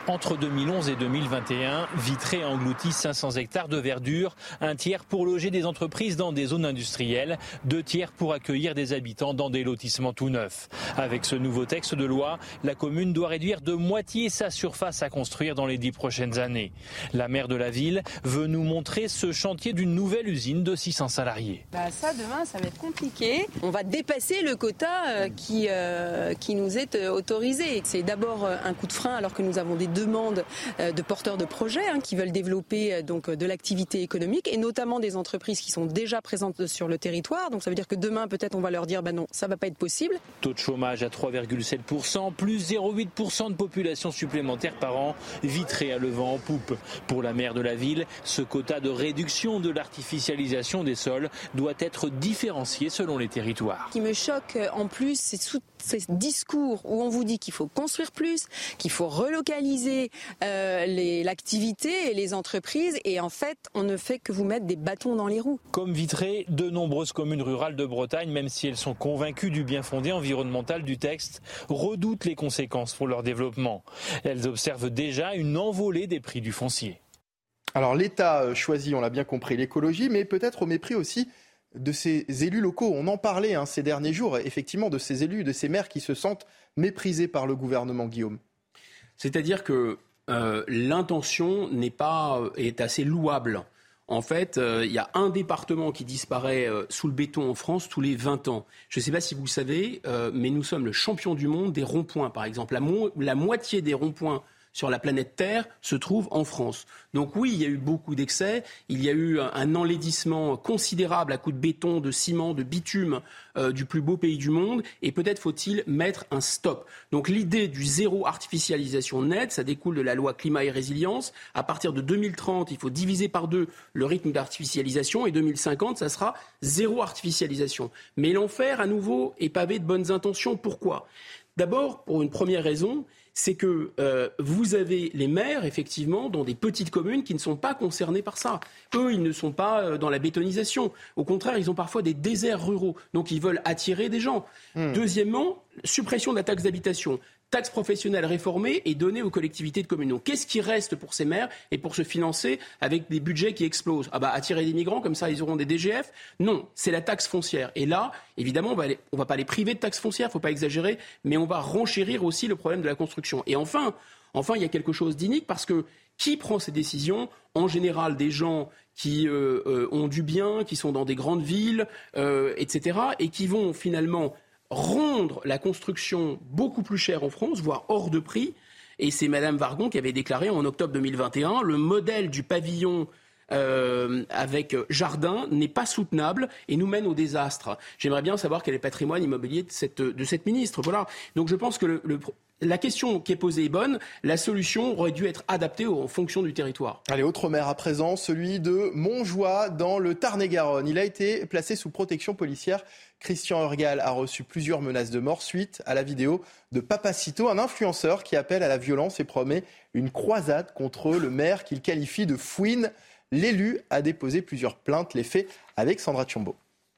Entre deux mille onze et deux mille vingt et un, Vitré a englouti cinq cents hectares de verdure, un tiers pour loger des entreprises dans des zones industrielles, deux tiers pour accueillir des habitants dans des lotissements tout neufs. Avec ce nouveau texte de loi, la commune doit réduire de moitié sa surface à construire dans les dix prochaines années. La maire de la ville veut nous montrer ce chantier d'une nouvelle usine de six cents salariés. Bah ça, demain, ça va être compliqué. On va dépasser le quota qui, euh, qui nous est autorisé. C'est d'abord un coup de frein alors que nous avons des demandes de porteurs de projets hein, qui veulent développer donc de l'activité économique et notamment des entreprises qui sont déjà présentes sur le territoire. Donc ça veut dire que demain peut-être on va leur dire bah non, ça va pas être possible. Taux de chômage à trois virgule sept pour cent, plus zéro virgule huit pour cent de population supplémentaire par an, Vitré a le vent en poupe. Pour la maire de la ville, ce quota de réduction de l'artificialisation des sols doit être différencié selon les territoires. Ce qui me choque en plus, c'est sous ces discours où on vous dit qu'il faut construire plus, qu'il faut relocaliser euh, les, l'activité et les entreprises et en fait on ne fait que vous mettre des bâtons dans les roues. Comme Vitré, de nombreuses communes rurales de Bretagne, même si elles sont convaincues du bien fondé environnemental du texte, redoutent les conséquences pour leur développement. Elles observent déjà une envolée des prix du foncier. Alors l'État choisit, on l'a bien compris, l'écologie, mais peut-être au mépris aussi de ces élus locaux. On en parlait hein, ces derniers jours, effectivement, de ces élus, de ces maires qui se sentent méprisés par le gouvernement, Guillaume. C'est-à-dire que euh, l'intention n'est pas, est assez louable. En fait, euh, il y a un département qui disparaît euh, sous le béton en France tous les vingt ans. Je ne sais pas si vous le savez, euh, mais nous sommes le champion du monde des ronds-points, par exemple. La, mo- la moitié des ronds-points sur la planète Terre se trouve en France. Donc oui, il y a eu beaucoup d'excès, il y a eu un enlaidissement considérable à coups de béton, de ciment, de bitume euh, du plus beau pays du monde, et peut-être faut-il mettre un stop. Donc l'idée du zéro artificialisation nette, ça découle de la loi climat et résilience. À partir de deux mille trente, il faut diviser par deux le rythme d'artificialisation, et deux mille cinquante, ça sera zéro artificialisation. Mais l'enfer, à nouveau, est pavé de bonnes intentions. Pourquoi ? D'abord, pour une première raison, c'est que euh, vous avez les maires, effectivement, dans des petites communes qui ne sont pas concernés par ça. Eux, ils ne sont pas euh, dans la bétonisation. Au contraire, ils ont parfois des déserts ruraux. Donc, ils veulent attirer des gens. Mmh. Deuxièmement, suppression de la taxe d'habitation. Taxe professionnelle réformée et donnée aux collectivités de communes. Donc, qu'est-ce qui reste pour ces maires et pour se financer avec des budgets qui explosent ? Ah bah, attirer des migrants, comme ça, ils auront des D G F ? Non, c'est la taxe foncière. Et là, évidemment, on va aller, on va pas les priver de taxe foncière, faut pas exagérer, mais on va renchérir aussi le problème de la construction. Et enfin, enfin, il y a quelque chose d'inique parce que qui prend ces décisions ? En général, des gens qui euh, euh, ont du bien, qui sont dans des grandes villes, euh, et cetera, et qui vont finalement rendre la construction beaucoup plus chère en France, voire hors de prix. Et c'est Madame Wargon qui avait déclaré en octobre deux mille vingt et un, le modèle du pavillon euh, avec jardin n'est pas soutenable et nous mène au désastre. J'aimerais bien savoir quel est le patrimoine immobilier de cette, de cette ministre. Voilà. Donc je pense que le, le, la question qui est posée est bonne. La solution aurait dû être adaptée en fonction du territoire. Allez, autre maire à présent, celui de Montjoie dans le Tarn-et-Garonne. Il a été placé sous protection policière. Christian Urgal a reçu plusieurs menaces de mort suite à la vidéo de Papacito, un influenceur qui appelle à la violence et promet une croisade contre le maire qu'il qualifie de fouine. L'élu a déposé plusieurs plaintes. Les faits avec Sandra Tchombo.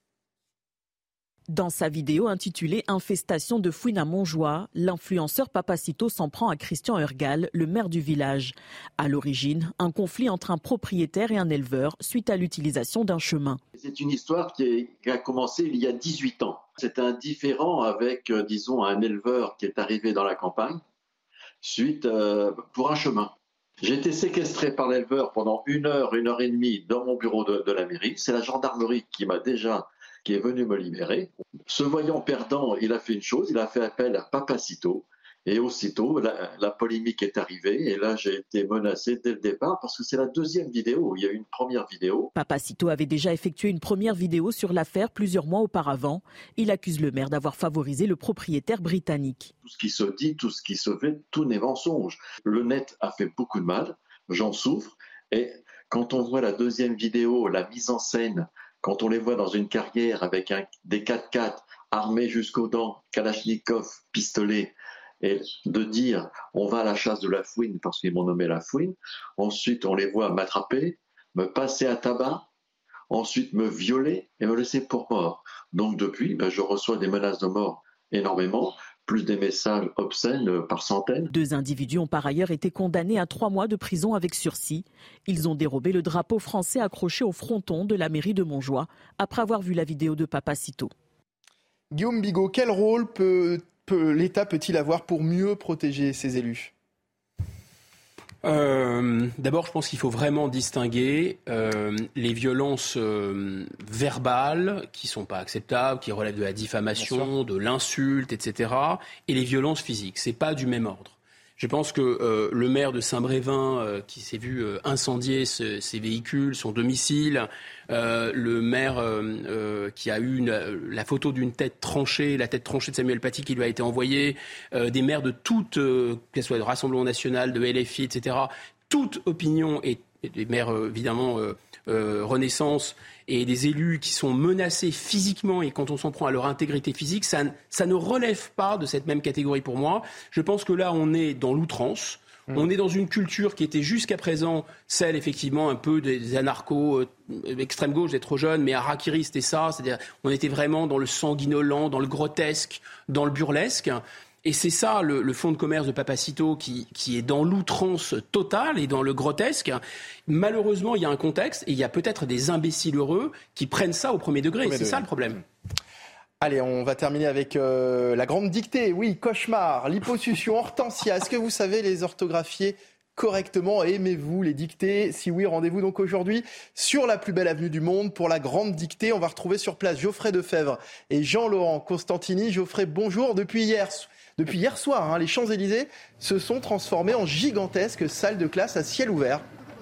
Dans sa vidéo intitulée « Infestation de fouines à Montjoie », l'influenceur Papacito s'en prend à Christian Urgal, le maire du village. À l'origine, un conflit entre un propriétaire et un éleveur suite à l'utilisation d'un chemin. C'est une histoire qui, est, qui a commencé il y a dix-huit ans. C'est un différend avec, euh, disons, un éleveur qui est arrivé dans la campagne suite euh, pour un chemin. J'ai été séquestré par l'éleveur pendant une heure, une heure et demie dans mon bureau de, de la mairie. C'est la gendarmerie qui m'a déjà... qui est venu me libérer. Se voyant perdant, il a fait une chose, il a fait appel à Papacito. Et aussitôt, la, la polémique est arrivée. Et là, j'ai été menacé dès le départ parce que c'est la deuxième vidéo. Il y a eu une première vidéo. Papacito avait déjà effectué une première vidéo sur l'affaire plusieurs mois auparavant. Il accuse le maire d'avoir favorisé le propriétaire britannique. Tout ce qui se dit, tout ce qui se fait, tout n'est mensonge. Le net a fait beaucoup de mal. J'en souffre. Et quand on voit la deuxième vidéo, la mise en scène, quand on les voit dans une carrière avec un, des quatre-quatre armés jusqu'aux dents, Kalachnikov, pistolet, et de dire on va à la chasse de la fouine parce qu'ils m'ont nommé la fouine, ensuite on les voit m'attraper, me passer à tabac, ensuite me violer et me laisser pour mort. Donc depuis, ben, je reçois des menaces de mort énormément plus des messages obscènes par centaines. Deux individus ont par ailleurs été condamnés à trois mois de prison avec sursis. Ils ont dérobé le drapeau français accroché au fronton de la mairie de Montjoie après avoir vu la vidéo de Papacito. Guillaume Bigot, quel rôle peut, peut, l'État peut-il avoir pour mieux protéger ses élus ? Euh, d'abord, je pense qu'il faut vraiment distinguer euh, les violences euh, verbales qui sont pas acceptables, qui relèvent de la diffamation, de l'insulte, et cetera, et les violences physiques. C'est pas du même ordre. Je pense que euh, le maire de Saint-Brévin, euh, qui s'est vu euh, incendier ce, ses véhicules, son domicile, euh, le maire euh, euh, qui a eu une, la photo d'une tête tranchée, la tête tranchée de Samuel Paty qui lui a été envoyée, euh, des maires de toutes, euh, que ce soit de Rassemblement National, de L F I, et cetera, toute opinion, et, et des maires euh, évidemment euh, euh, Renaissance, et des élus qui sont menacés physiquement, et quand on s'en prend à leur intégrité physique, ça, ça ne relève pas de cette même catégorie pour moi. Je pense que là, on est dans l'outrance. Mmh. On est dans une culture qui était jusqu'à présent celle, effectivement, un peu des anarchos, euh, extrême gauche, des trop jeunes, mais Harakiri, c'était ça. C'est-à-dire, on était vraiment dans le sanguinolent, dans le grotesque, dans le burlesque. Et c'est ça le, le fonds de commerce de Papacito qui, qui est dans l'outrance totale et dans le grotesque. Malheureusement, il y a un contexte et il y a peut-être des imbéciles heureux qui prennent ça au premier degré. Premier c'est degré. Ça le problème. Allez, on va terminer avec euh, la grande dictée. Oui, cauchemar, liposuction, hortensia. Est-ce que vous savez les orthographier correctement? Aimez-vous les dictées? Si oui, rendez-vous donc aujourd'hui sur la plus belle avenue du monde pour la grande dictée. On va retrouver sur place Geoffrey Defebvre et Jean-Laurent Constantini. Geoffrey, bonjour. Depuis hier, depuis hier soir, hein, les Champs-Élysées se sont transformés en gigantesque salle de classe à ciel ouvert.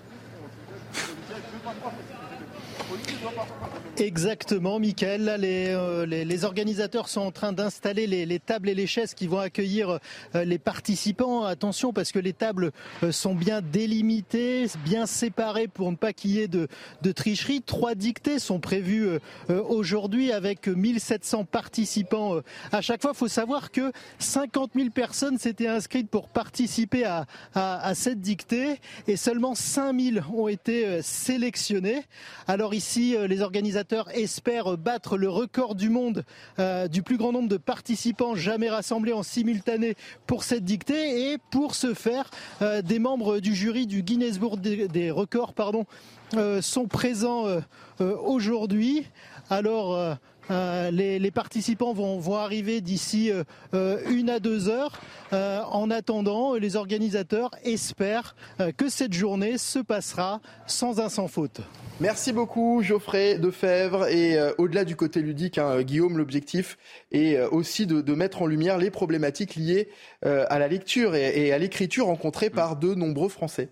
Exactement, Mickaël. Là, les, euh, les, les organisateurs sont en train d'installer les, les tables et les chaises qui vont accueillir euh, les participants. Attention, parce que les tables euh, sont bien délimitées, bien séparées pour ne pas qu'il y ait de, de tricherie. Trois dictées sont prévues euh, aujourd'hui avec mille sept cents participants euh, à chaque fois. Il faut savoir que cinquante mille personnes s'étaient inscrites pour participer à, à, à cette dictée et seulement cinq mille ont été euh, sélectionnés. Alors ici, euh, les organisateurs espèrent battre le record du monde euh, du plus grand nombre de participants jamais rassemblés en simultané pour cette dictée. Et pour ce faire, euh, des membres du jury du Guinness Book des, des records pardon, euh, sont présents euh, euh, aujourd'hui. Alors... Euh, Euh, les, les participants vont, vont arriver d'ici euh, une à deux heures. Euh, en attendant, les organisateurs espèrent euh, que cette journée se passera sans un sans faute. Merci beaucoup Geoffrey Defebvre. Et euh, au-delà du côté ludique, hein, Guillaume, l'objectif est euh, aussi de, de mettre en lumière les problématiques liées euh, à la lecture et, et à l'écriture rencontrées par de nombreux Français.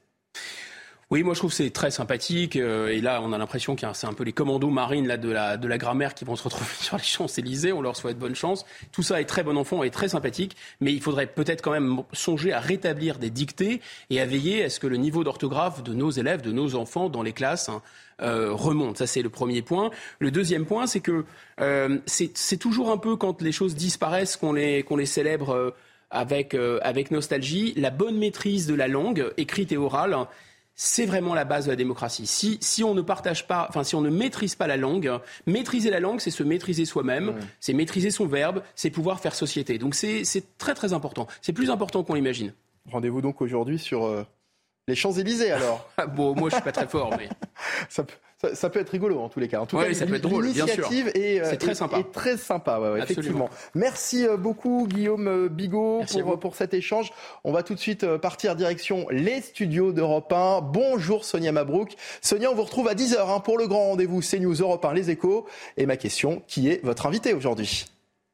Oui, moi je trouve que c'est très sympathique euh, et là on a l'impression que c'est un peu les commandos marines là, de, la, de la grammaire qui vont se retrouver sur les Champs-Élysées, on leur souhaite bonne chance. Tout ça est très bon enfant et très sympathique, mais il faudrait peut-être quand même songer à rétablir des dictées et à veiller à ce que le niveau d'orthographe de nos élèves, de nos enfants dans les classes hein, euh, remonte. Ça c'est le premier point. Le deuxième point c'est que euh, c'est, c'est toujours un peu quand les choses disparaissent qu'on les, qu'on les célèbre euh, avec, euh, avec nostalgie. La bonne maîtrise de la langue écrite et orale, c'est vraiment la base de la démocratie. Si, si on ne partage pas, enfin si on ne maîtrise pas la langue, maîtriser la langue, c'est se maîtriser soi-même, mmh. c'est maîtriser son verbe, c'est pouvoir faire société. Donc c'est, c'est très très important. C'est plus important qu'on l'imagine. Rendez-vous donc aujourd'hui sur euh, les Champs-Élysées alors. Bon, moi je suis pas très fort, mais ça peut. Ça, ça peut être rigolo en tous les cas. En tout ouais, cas, ça peut être drôle, bien sûr. Est, c'est très est, sympa. Est très sympa, ouais, ouais, effectivement. Merci beaucoup Guillaume Bigot pour, pour cet échange. On va tout de suite partir direction les studios d'Europe un. Bonjour Sonia Mabrouk. Sonia, on vous retrouve à dix heures hein, pour le grand rendez-vous CNews Europe un Les Échos. Et ma question, qui est votre invité aujourd'hui ?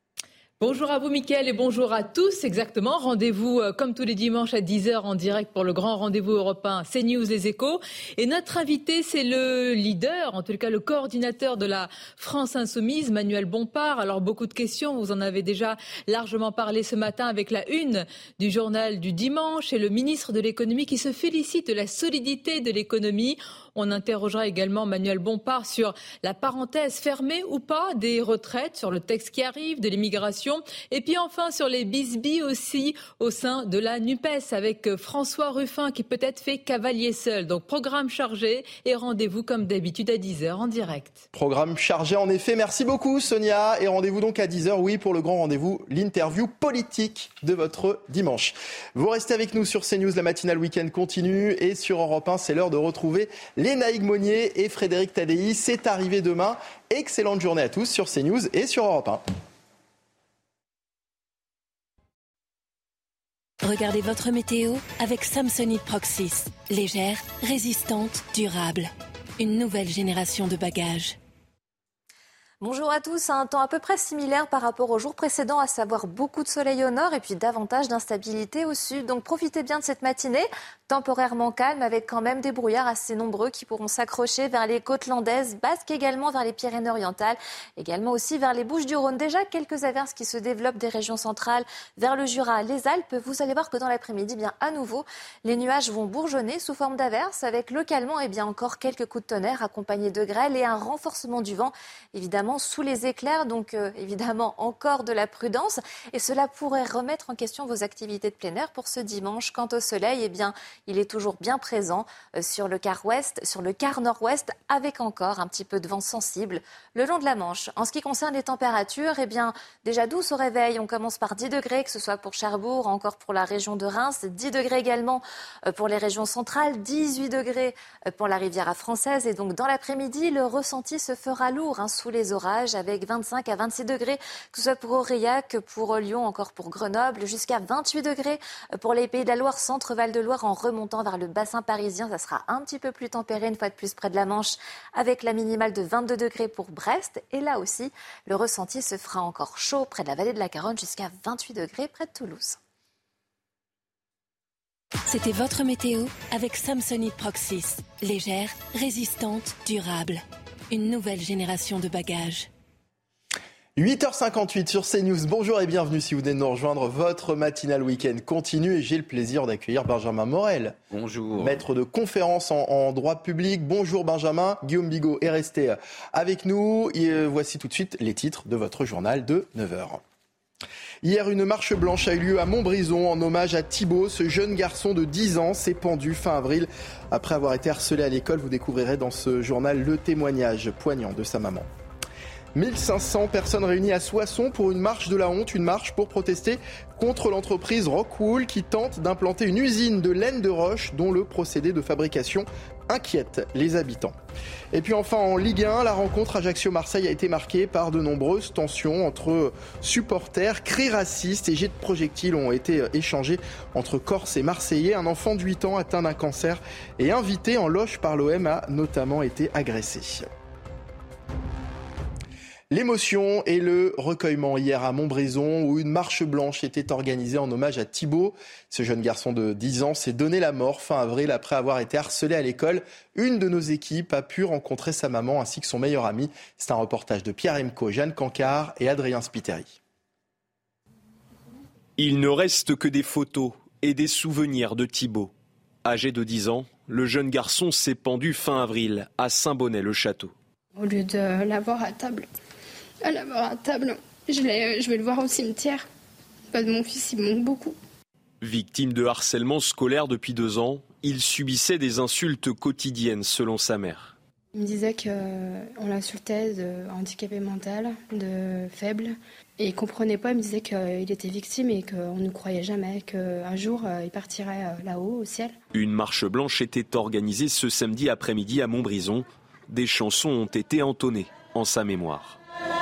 Bonjour à vous Mickaël et bonjour à tous. Exactement, rendez-vous euh, comme tous les dimanches à dix heures en direct pour le grand rendez-vous européen CNews Les Échos. Et notre invité, c'est le leader, en tout cas le coordinateur de la France Insoumise, Manuel Bompard. Alors beaucoup de questions, vous en avez déjà largement parlé ce matin avec la une du journal du dimanche et le ministre de l'économie qui se félicite de la solidité de l'économie. On interrogera également Manuel Bompard sur la parenthèse fermée ou pas des retraites, sur le texte qui arrive, de l'immigration. Et puis enfin sur les bisbilles aussi au sein de la NUPES avec François Ruffin qui peut-être fait cavalier seul. Donc programme chargé et rendez-vous comme d'habitude à dix heures en direct. Programme chargé en effet. Merci beaucoup Sonia. Et rendez-vous donc à dix heures, oui, pour le grand rendez-vous, l'interview politique de votre dimanche. Vous restez avec nous sur CNews, la matinale week-end continue. Et sur Europe un, c'est l'heure de retrouver Léna Monnier et Frédéric Tadei. C'est arrivé demain. Excellente journée à tous sur CNews et sur Europe un. Regardez votre météo avec Samsonite Proxys. Légère, résistante, durable. Une nouvelle génération de bagages. Bonjour à tous, un temps à peu près similaire par rapport au jour précédent, à savoir beaucoup de soleil au nord et puis davantage d'instabilité au sud. Donc profitez bien de cette matinée, temporairement calme avec quand même des brouillards assez nombreux qui pourront s'accrocher vers les côtes landaises, basques également vers les Pyrénées-Orientales, également aussi vers les Bouches-du-Rhône. Déjà quelques averses qui se développent des régions centrales vers le Jura, les Alpes. Vous allez voir que dans l'après-midi, bien à nouveau, les nuages vont bourgeonner sous forme d'averses avec localement et bien encore quelques coups de tonnerre accompagnés de grêle et un renforcement du vent, évidemment sous les éclairs, donc euh, évidemment encore de la prudence et cela pourrait remettre en question vos activités de plein air pour ce dimanche. Quant au soleil, eh bien, il est toujours bien présent euh, sur le quart ouest, sur le quart nord-ouest avec encore un petit peu de vent sensible le long de la Manche. En ce qui concerne les températures, eh bien, déjà douce au réveil, on commence par dix degrés, que ce soit pour Cherbourg, encore pour la région de Reims, dix degrés également euh, pour les régions centrales, dix-huit degrés euh, pour la Riviera française et donc dans l'après-midi, le ressenti se fera lourd hein, sous les orages avec vingt-cinq à vingt-six degrés, que ce soit pour Aurillac, pour Lyon, encore pour Grenoble, jusqu'à vingt-huit degrés pour les Pays de la Loire, centre Val-de-Loire, en remontant vers le bassin parisien. Ça sera un petit peu plus tempéré une fois de plus près de la Manche, avec la minimale de vingt-deux degrés pour Brest. Et là aussi, le ressenti se fera encore chaud près de la vallée de la Garonne, jusqu'à vingt-huit degrés près de Toulouse. C'était votre météo avec Samsonite Proxys. Légère, résistante, durable. Une nouvelle génération de bagages. huit heures cinquante-huit sur CNews. Bonjour et bienvenue si vous venez de nous rejoindre. Votre matinale week-end continue et j'ai le plaisir d'accueillir Benjamin Morel. Bonjour. Maître de conférence en, en droit public. Bonjour Benjamin. Guillaume Bigot est resté avec nous. Et voici tout de suite les titres de votre journal de neuf heures. Hier, une marche blanche a eu lieu à Montbrison en hommage à Thibaut. Ce jeune garçon de dix ans s'est pendu fin avril après avoir été harcelé à l'école. Vous découvrirez dans ce journal le témoignage poignant de sa maman. mille cinq cents personnes réunies à Soissons pour une marche de la honte, une marche pour protester contre l'entreprise Rockwool qui tente d'implanter une usine de laine de roche dont le procédé de fabrication inquiète les habitants. Et puis enfin en Ligue un, la rencontre Ajaccio-Marseille a été marquée par de nombreuses tensions entre supporters, cris racistes et jets de projectiles ont été échangés entre Corses et Marseillais. Un enfant de huit ans atteint d'un cancer et invité en loge par l'O M a notamment été agressé. L'émotion et le recueillement hier à Montbrison où une marche blanche était organisée en hommage à Thibaut. Ce jeune garçon de dix ans s'est donné la mort fin avril après avoir été harcelé à l'école. Une de nos équipes a pu rencontrer sa maman ainsi que son meilleur ami. C'est un reportage de Pierre Emco, Jeanne Cancard et Adrien Spiteri. Il ne reste que des photos et des souvenirs de Thibaut. Âgé de dix ans, le jeune garçon s'est pendu fin avril à Saint-Bonnet-le-Château. Au lieu de l'avoir à table, à l'avoir à table, je, l'ai, je vais le voir au cimetière. Parce que mon fils, il me manque beaucoup. Victime de harcèlement scolaire depuis deux ans, il subissait des insultes quotidiennes selon sa mère. Il me disait qu'on l'insultait de handicapé mental, de faible. Et il ne comprenait pas, il me disait qu'il était victime et qu'on ne croyait jamais, qu'un jour il partirait là-haut, au ciel. Une marche blanche était organisée ce samedi après-midi à Montbrison. Des chansons ont été entonnées en sa mémoire.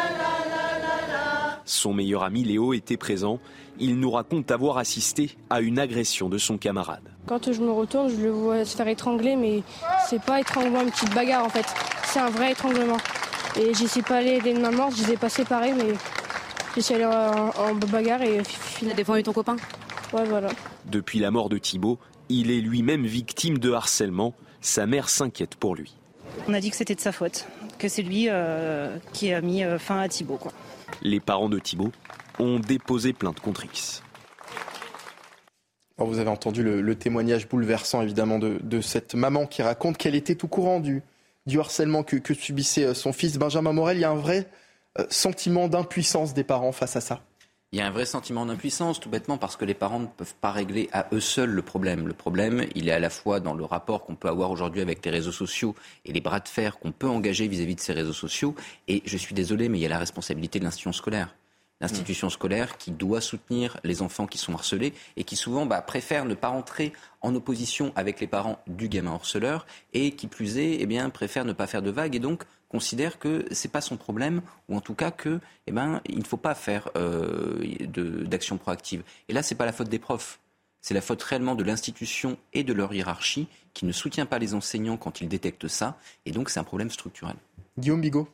Son meilleur ami Léo était présent. Il nous raconte avoir assisté à une agression de son camarade. Quand je me retourne, je le vois se faire étrangler, mais c'est pas étranglement, une petite bagarre en fait. C'est un vrai étranglement. Et j'essaie pas aller aider de ma mort, je les ai pas séparés, mais j'essaie d'aller en, en bagarre et... Tu as défendu ton copain ? Ouais, voilà. Depuis la mort de Thibaut, il est lui-même victime de harcèlement. Sa mère s'inquiète pour lui. On a dit que c'était de sa faute, que c'est lui euh, qui a mis euh, fin à Thibaut, quoi. Les parents de Thibaut ont déposé plainte contre X. Alors vous avez entendu le, le témoignage bouleversant évidemment de, de cette maman qui raconte qu'elle était au courant du, du harcèlement que, que subissait son fils. Benjamin Morel, il y a un vrai euh, sentiment d'impuissance des parents face à ça. Il y a un vrai sentiment d'impuissance, tout bêtement, parce que les parents ne peuvent pas régler à eux seuls le problème. Le problème, il est à la fois dans le rapport qu'on peut avoir aujourd'hui avec les réseaux sociaux et les bras de fer qu'on peut engager vis-à-vis de ces réseaux sociaux. Et je suis désolé, mais il y a la responsabilité de l'institution scolaire. L'institution scolaire qui doit soutenir les enfants qui sont harcelés et qui souvent bah, préfèrent ne pas rentrer en opposition avec les parents du gamin harceleur et qui plus est, eh bien, préfère ne pas faire de vagues et donc considère que c'est pas son problème ou en tout cas que eh ben, il ne faut pas faire euh, de, d'action proactive. Et là, c'est pas la faute des profs. C'est la faute réellement de l'institution et de leur hiérarchie qui ne soutient pas les enseignants quand ils détectent ça et donc c'est un problème structurel. Guillaume Bigot.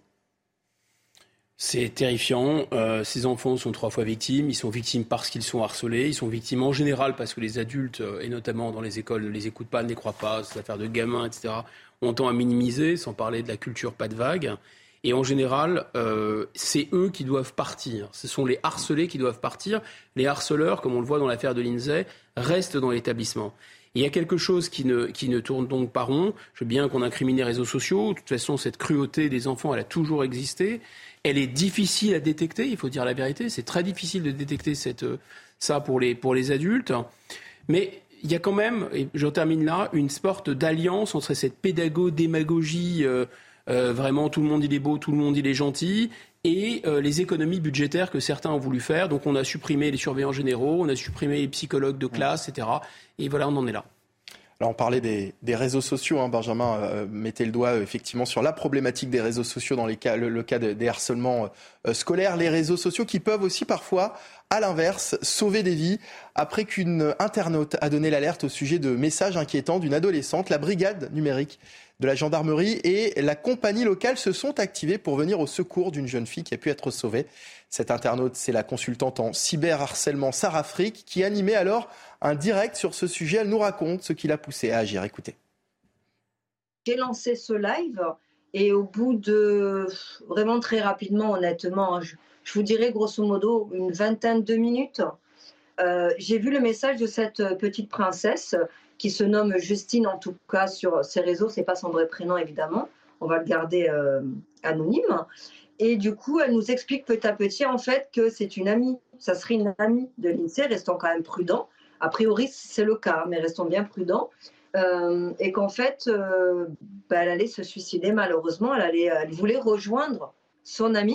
C'est terrifiant. Euh, ces enfants sont trois fois victimes. Ils sont victimes parce qu'ils sont harcelés. Ils sont victimes en général parce que les adultes, et notamment dans les écoles, ne les écoutent pas, ne les croient pas. Ces affaires de gamins, et cetera. On tend à minimiser, sans parler de la culture pas de vague. Et en général, euh, c'est eux qui doivent partir. Ce sont les harcelés qui doivent partir. Les harceleurs, comme on le voit dans l'affaire de Lindsay, restent dans l'établissement. Il y a quelque chose qui ne, qui ne tourne donc pas rond. Je veux bien qu'on incrimine les réseaux sociaux. De toute façon, cette cruauté des enfants, elle a toujours existé. Elle est difficile à détecter, il faut dire la vérité. C'est très difficile de détecter cette, ça pour les, pour les adultes. Mais il y a quand même, et je termine là, une sorte d'alliance entre cette pédago-démagogie, euh, euh, vraiment tout le monde il est beau, tout le monde il est gentil, et euh, les économies budgétaires que certains ont voulu faire. Donc on a supprimé les surveillants généraux, on a supprimé les psychologues de classe, et cetera. Et voilà, on en est là. Là, on parlait des, des réseaux sociaux. Hein. Benjamin euh, mettait le doigt euh, effectivement sur la problématique des réseaux sociaux dans les cas, le, le cas de, des harcèlements euh, scolaires. Les réseaux sociaux qui peuvent aussi parfois, à l'inverse, sauver des vies. Après qu'une internaute a donné l'alerte au sujet de messages inquiétants d'une adolescente, la brigade numérique de la gendarmerie et la compagnie locale se sont activés pour venir au secours d'une jeune fille qui a pu être sauvée. Cette internaute, c'est la consultante en cyberharcèlement Sarah Frick qui animait alors un direct sur ce sujet. Elle nous raconte ce qui l'a poussée à agir. Écoutez. J'ai lancé ce live et au bout de, vraiment très rapidement, honnêtement, je, je vous dirais grosso modo une vingtaine de minutes, euh, j'ai vu le message de cette petite princesse qui se nomme Justine, en tout cas sur ses réseaux. C'est pas son vrai prénom évidemment, on va le garder euh, anonyme. Et du coup, elle nous explique petit à petit en fait que c'est une amie, ça serait une amie de Lindsay, restons quand même prudents. A priori, c'est le cas, mais restons bien prudents. Euh, et qu'en fait, euh, bah, elle allait se suicider malheureusement. Elle, allait, elle voulait rejoindre son amie.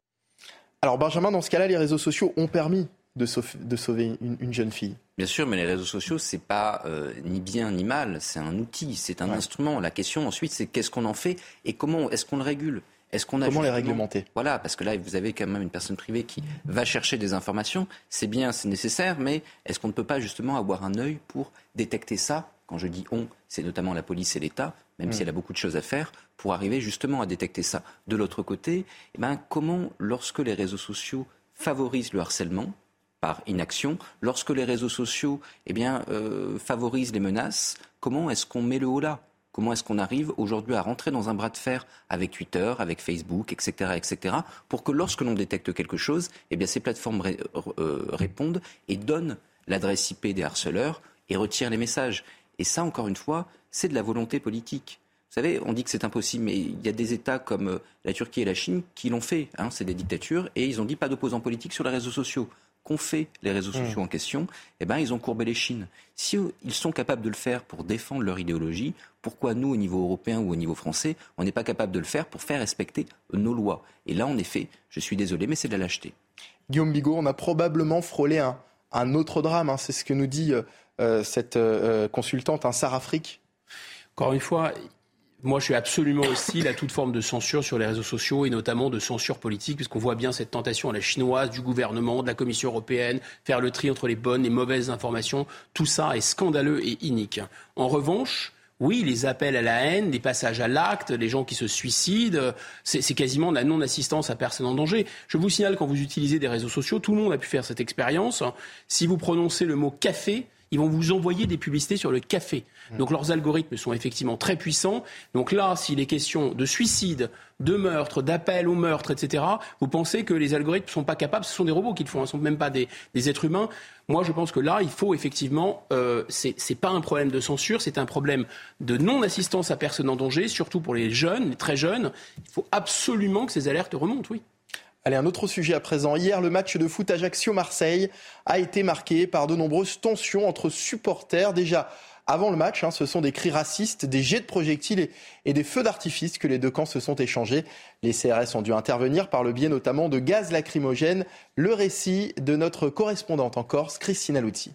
Alors Benjamin, dans ce cas-là, les réseaux sociaux ont permis de sauver, de sauver une, une jeune fille. Bien sûr, mais les réseaux sociaux, c'est pas euh, ni bien ni mal. C'est un outil, c'est un ouais. instrument. La question ensuite, c'est qu'est-ce qu'on en fait et comment est-ce qu'on le régule ? Est-ce qu'on a Comment les réglementer ? Voilà, parce que là, vous avez quand même une personne privée qui va chercher des informations. C'est bien, c'est nécessaire, mais est-ce qu'on ne peut pas justement avoir un œil pour détecter ça ? Quand je dis « on », c'est notamment la police et l'État, même mmh. si elle a beaucoup de choses à faire, pour arriver justement à détecter ça. De l'autre côté, eh ben, comment, lorsque les réseaux sociaux favorisent le harcèlement par inaction, lorsque les réseaux sociaux eh bien, euh, favorisent les menaces, comment est-ce qu'on met le haut là ? Comment est-ce qu'on arrive aujourd'hui à rentrer dans un bras de fer avec Twitter, avec Facebook, et cetera, et cetera, pour que lorsque l'on détecte quelque chose, eh bien ces plateformes ré- euh, répondent et donnent l'adresse I P des harceleurs et retirent les messages. Et ça, encore une fois, c'est de la volonté politique. Vous savez, on dit que c'est impossible, mais il y a des États comme la Turquie et la Chine qui l'ont fait. Hein, c'est des dictatures et ils ont dit pas d'opposants politiques sur les réseaux sociaux. Qu'ont fait les réseaux sociaux mmh. en question, eh ben, ils ont courbé les chines. Si eux, ils sont capables de le faire pour défendre leur idéologie, pourquoi nous, au niveau européen ou au niveau français, on n'est pas capable de le faire pour faire respecter nos lois ? Et là, en effet, je suis désolé, mais c'est de la lâcheté. Guillaume Bigot, on a probablement frôlé un, un autre drame. Hein. C'est ce que nous dit euh, cette euh, consultante, un Sarah Frick. Encore une fois... Moi, je suis absolument hostile à toute forme de censure sur les réseaux sociaux et notamment de censure politique, puisqu'on voit bien cette tentation à la chinoise, du gouvernement, de la Commission européenne, faire le tri entre les bonnes et mauvaises informations. Tout ça est scandaleux et inique. En revanche, oui, les appels à la haine, les passages à l'acte, les gens qui se suicident, c'est, c'est quasiment de la non-assistance à personne en danger. Je vous signale, quand vous utilisez des réseaux sociaux, tout le monde a pu faire cette expérience. Si vous prononcez le mot « café », ils vont vous envoyer des publicités sur le café. Donc leurs algorithmes sont effectivement très puissants. Donc là, s'il est question de suicide, de meurtre, d'appel au meurtre, et cetera, vous pensez que les algorithmes ne sont pas capables, ce sont des robots qui le font, ce ne sont même pas des, des êtres humains. Moi, je pense que là, il faut effectivement, euh, c'est, c'est pas un problème de censure, c'est un problème de non-assistance à personne en danger, surtout pour les jeunes, les très jeunes. Il faut absolument que ces alertes remontent, oui. Allez, un autre sujet à présent. Hier, le match de foot Ajaccio-Marseille a été marqué par de nombreuses tensions entre supporters. Déjà, avant le match, hein, ce sont des cris racistes, des jets de projectiles et, et des feux d'artifice que les deux camps se sont échangés. Les C R S ont dû intervenir par le biais notamment de gaz lacrymogènes. Le récit de notre correspondante en Corse, Christina Luzzi.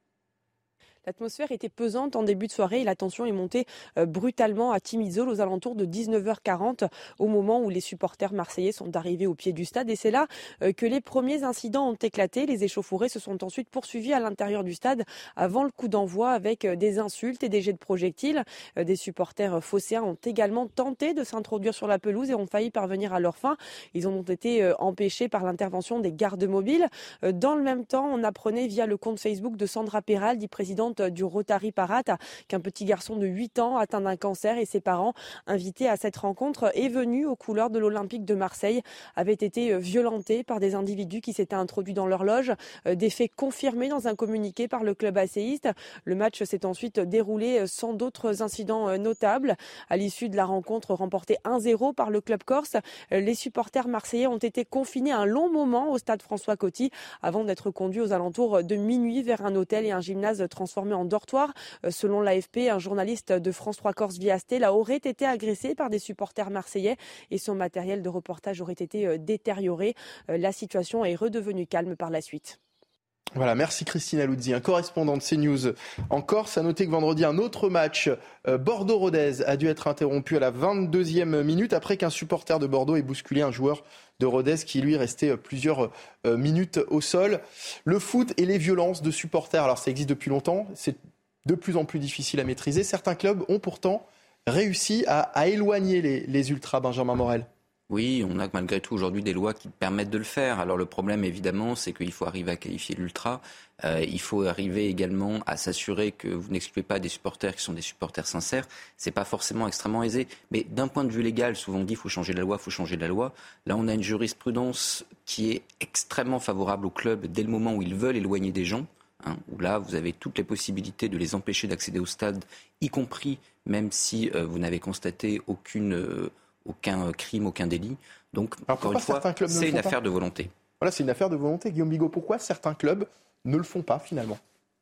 L'atmosphère était pesante en début de soirée et la tension est montée euh, brutalement à Timizol aux alentours de dix-neuf heures quarante au moment où les supporters marseillais sont arrivés au pied du stade. Et c'est là euh, que les premiers incidents ont éclaté. Les échauffourées se sont ensuite poursuivis à l'intérieur du stade avant le coup d'envoi avec euh, des insultes et des jets de projectiles. Euh, des supporters phocéens ont également tenté de s'introduire sur la pelouse et ont failli parvenir à leur fin. Ils ont été euh, empêchés par l'intervention des gardes mobiles. Euh, dans le même temps, on apprenait via le compte Facebook de Sandra Peraldi, présidente du Rotary Parate, qu'un petit garçon de huit ans atteint d'un cancer et ses parents, invités à cette rencontre et venus aux couleurs de l'Olympique de Marseille, avaient été violentés par des individus qui s'étaient introduits dans leur loge. Des faits confirmés dans un communiqué par le club asséiste. Le match s'est ensuite déroulé sans d'autres incidents notables. À l'issue de la rencontre remportée un zéro par le club corse, les supporters marseillais ont été confinés un long moment au stade François Coty avant d'être conduits aux alentours de minuit vers un hôtel et un gymnase transformés en dortoir. Selon l'A F P, un journaliste de France trois Corse via Stella aurait été agressé par des supporters marseillais et son matériel de reportage aurait été détérioré. La situation est redevenue calme par la suite. Voilà, merci Christina Luzzi, un correspondant de CNews en Corse. A noter que vendredi, un autre match euh, Bordeaux-Rodez a dû être interrompu à la vingt-deuxième minute après qu'un supporter de Bordeaux ait bousculé un joueur de Rodez qui lui restait plusieurs euh, minutes au sol. Le foot et les violences de supporters, alors ça existe depuis longtemps, c'est de plus en plus difficile à maîtriser. Certains clubs ont pourtant réussi à, à éloigner les, les ultras, Benjamin Morel. Oui, on a malgré tout aujourd'hui des lois qui permettent de le faire. Alors le problème évidemment, c'est qu'il faut arriver à qualifier l'ultra. Euh, il faut arriver également à s'assurer que vous n'excluez pas des supporters qui sont des supporters sincères. C'est pas forcément extrêmement aisé. Mais d'un point de vue légal, souvent on dit il faut changer la loi, il faut changer la loi. Là, on a une jurisprudence qui est extrêmement favorable aux clubs dès le moment où ils veulent éloigner des gens. Hein, où là, vous avez toutes les possibilités de les empêcher d'accéder au stade, y compris même si euh, vous n'avez constaté aucune... Euh, aucun crime, aucun délit. Donc, alors, encore une fois, c'est une affaire de volonté. Voilà, c'est une affaire de volonté. Guillaume Bigot, pourquoi certains clubs ne le font pas finalement ?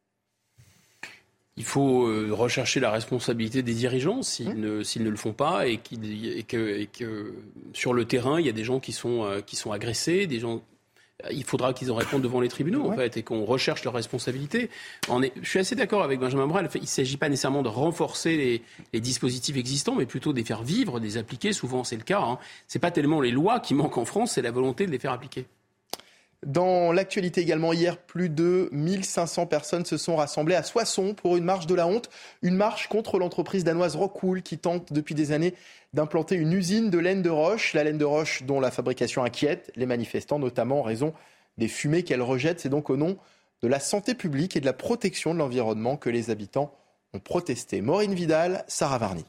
Il faut euh, rechercher la responsabilité des dirigeants s'ils, mmh. ne, s'ils ne le font pas et, et, que, et que sur le terrain, il y a des gens qui sont, euh, qui sont agressés, des gens... Il faudra qu'ils en répondent devant les tribunaux, ouais. en fait, et qu'on recherche leurs responsabilités. On est, je suis assez d'accord avec Benjamin Morel. Il ne s'agit pas nécessairement de renforcer les, les dispositifs existants, mais plutôt de les faire vivre, de les appliquer. Souvent, c'est le cas. Hein. Ce n'est pas tellement les lois qui manquent en France, c'est la volonté de les faire appliquer. Dans l'actualité également, hier, plus de mille cinq cents personnes se sont rassemblées à Soissons pour une marche de la honte. Une marche contre l'entreprise danoise Rockwool qui tente depuis des années d'implanter une usine de laine de roche. La laine de roche dont la fabrication inquiète les manifestants, notamment en raison des fumées qu'elle rejette. C'est donc au nom de la santé publique et de la protection de l'environnement que les habitants ont protesté. Maureen Vidal, Sarah Varny.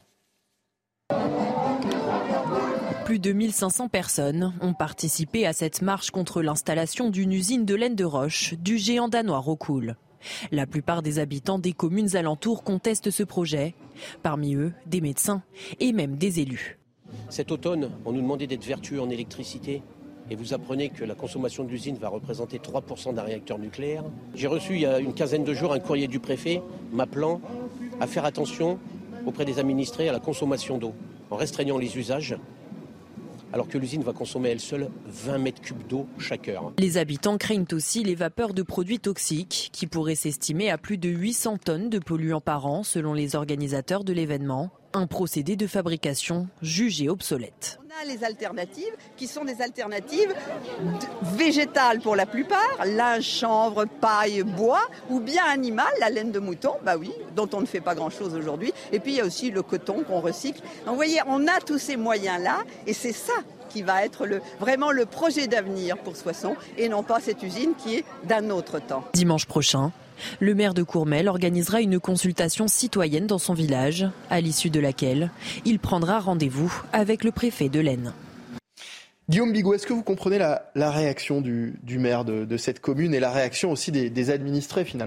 Plus de mille cinq cents personnes ont participé à cette marche contre l'installation d'une usine de laine de roche du géant danois Rockwool. La plupart des habitants des communes alentours contestent ce projet. Parmi eux, des médecins et même des élus. Cet automne, on nous demandait d'être vertueux en électricité. Et vous apprenez que la consommation de l'usine va représenter trois pour cent d'un réacteur nucléaire. J'ai reçu il y a une quinzaine de jours un courrier du préfet m'appelant à faire attention auprès des administrés à la consommation d'eau, en restreignant les usages, alors que l'usine va consommer elle seule vingt mètres cubes d'eau chaque heure. Les habitants craignent aussi les vapeurs de produits toxiques qui pourraient s'estimer à plus de huit cents tonnes de polluants par an selon les organisateurs de l'événement. Un procédé de fabrication jugé obsolète. On a les alternatives qui sont des alternatives végétales pour la plupart, linge, chanvre, paille, bois, ou bien animal, la laine de mouton, bah oui, dont on ne fait pas grand-chose aujourd'hui. Et puis il y a aussi le coton qu'on recycle. Donc, vous voyez, on a tous ces moyens-là et c'est ça qui va être le, vraiment le projet d'avenir pour Soissons et non pas cette usine qui est d'un autre temps. Dimanche prochain, le maire de Courmel organisera une consultation citoyenne dans son village, à l'issue de laquelle il prendra rendez-vous avec le préfet de l'Aisne. Guillaume Bigot, est-ce que vous comprenez la, la réaction du, du maire de, de cette commune et la réaction aussi des, des administrés finalement ?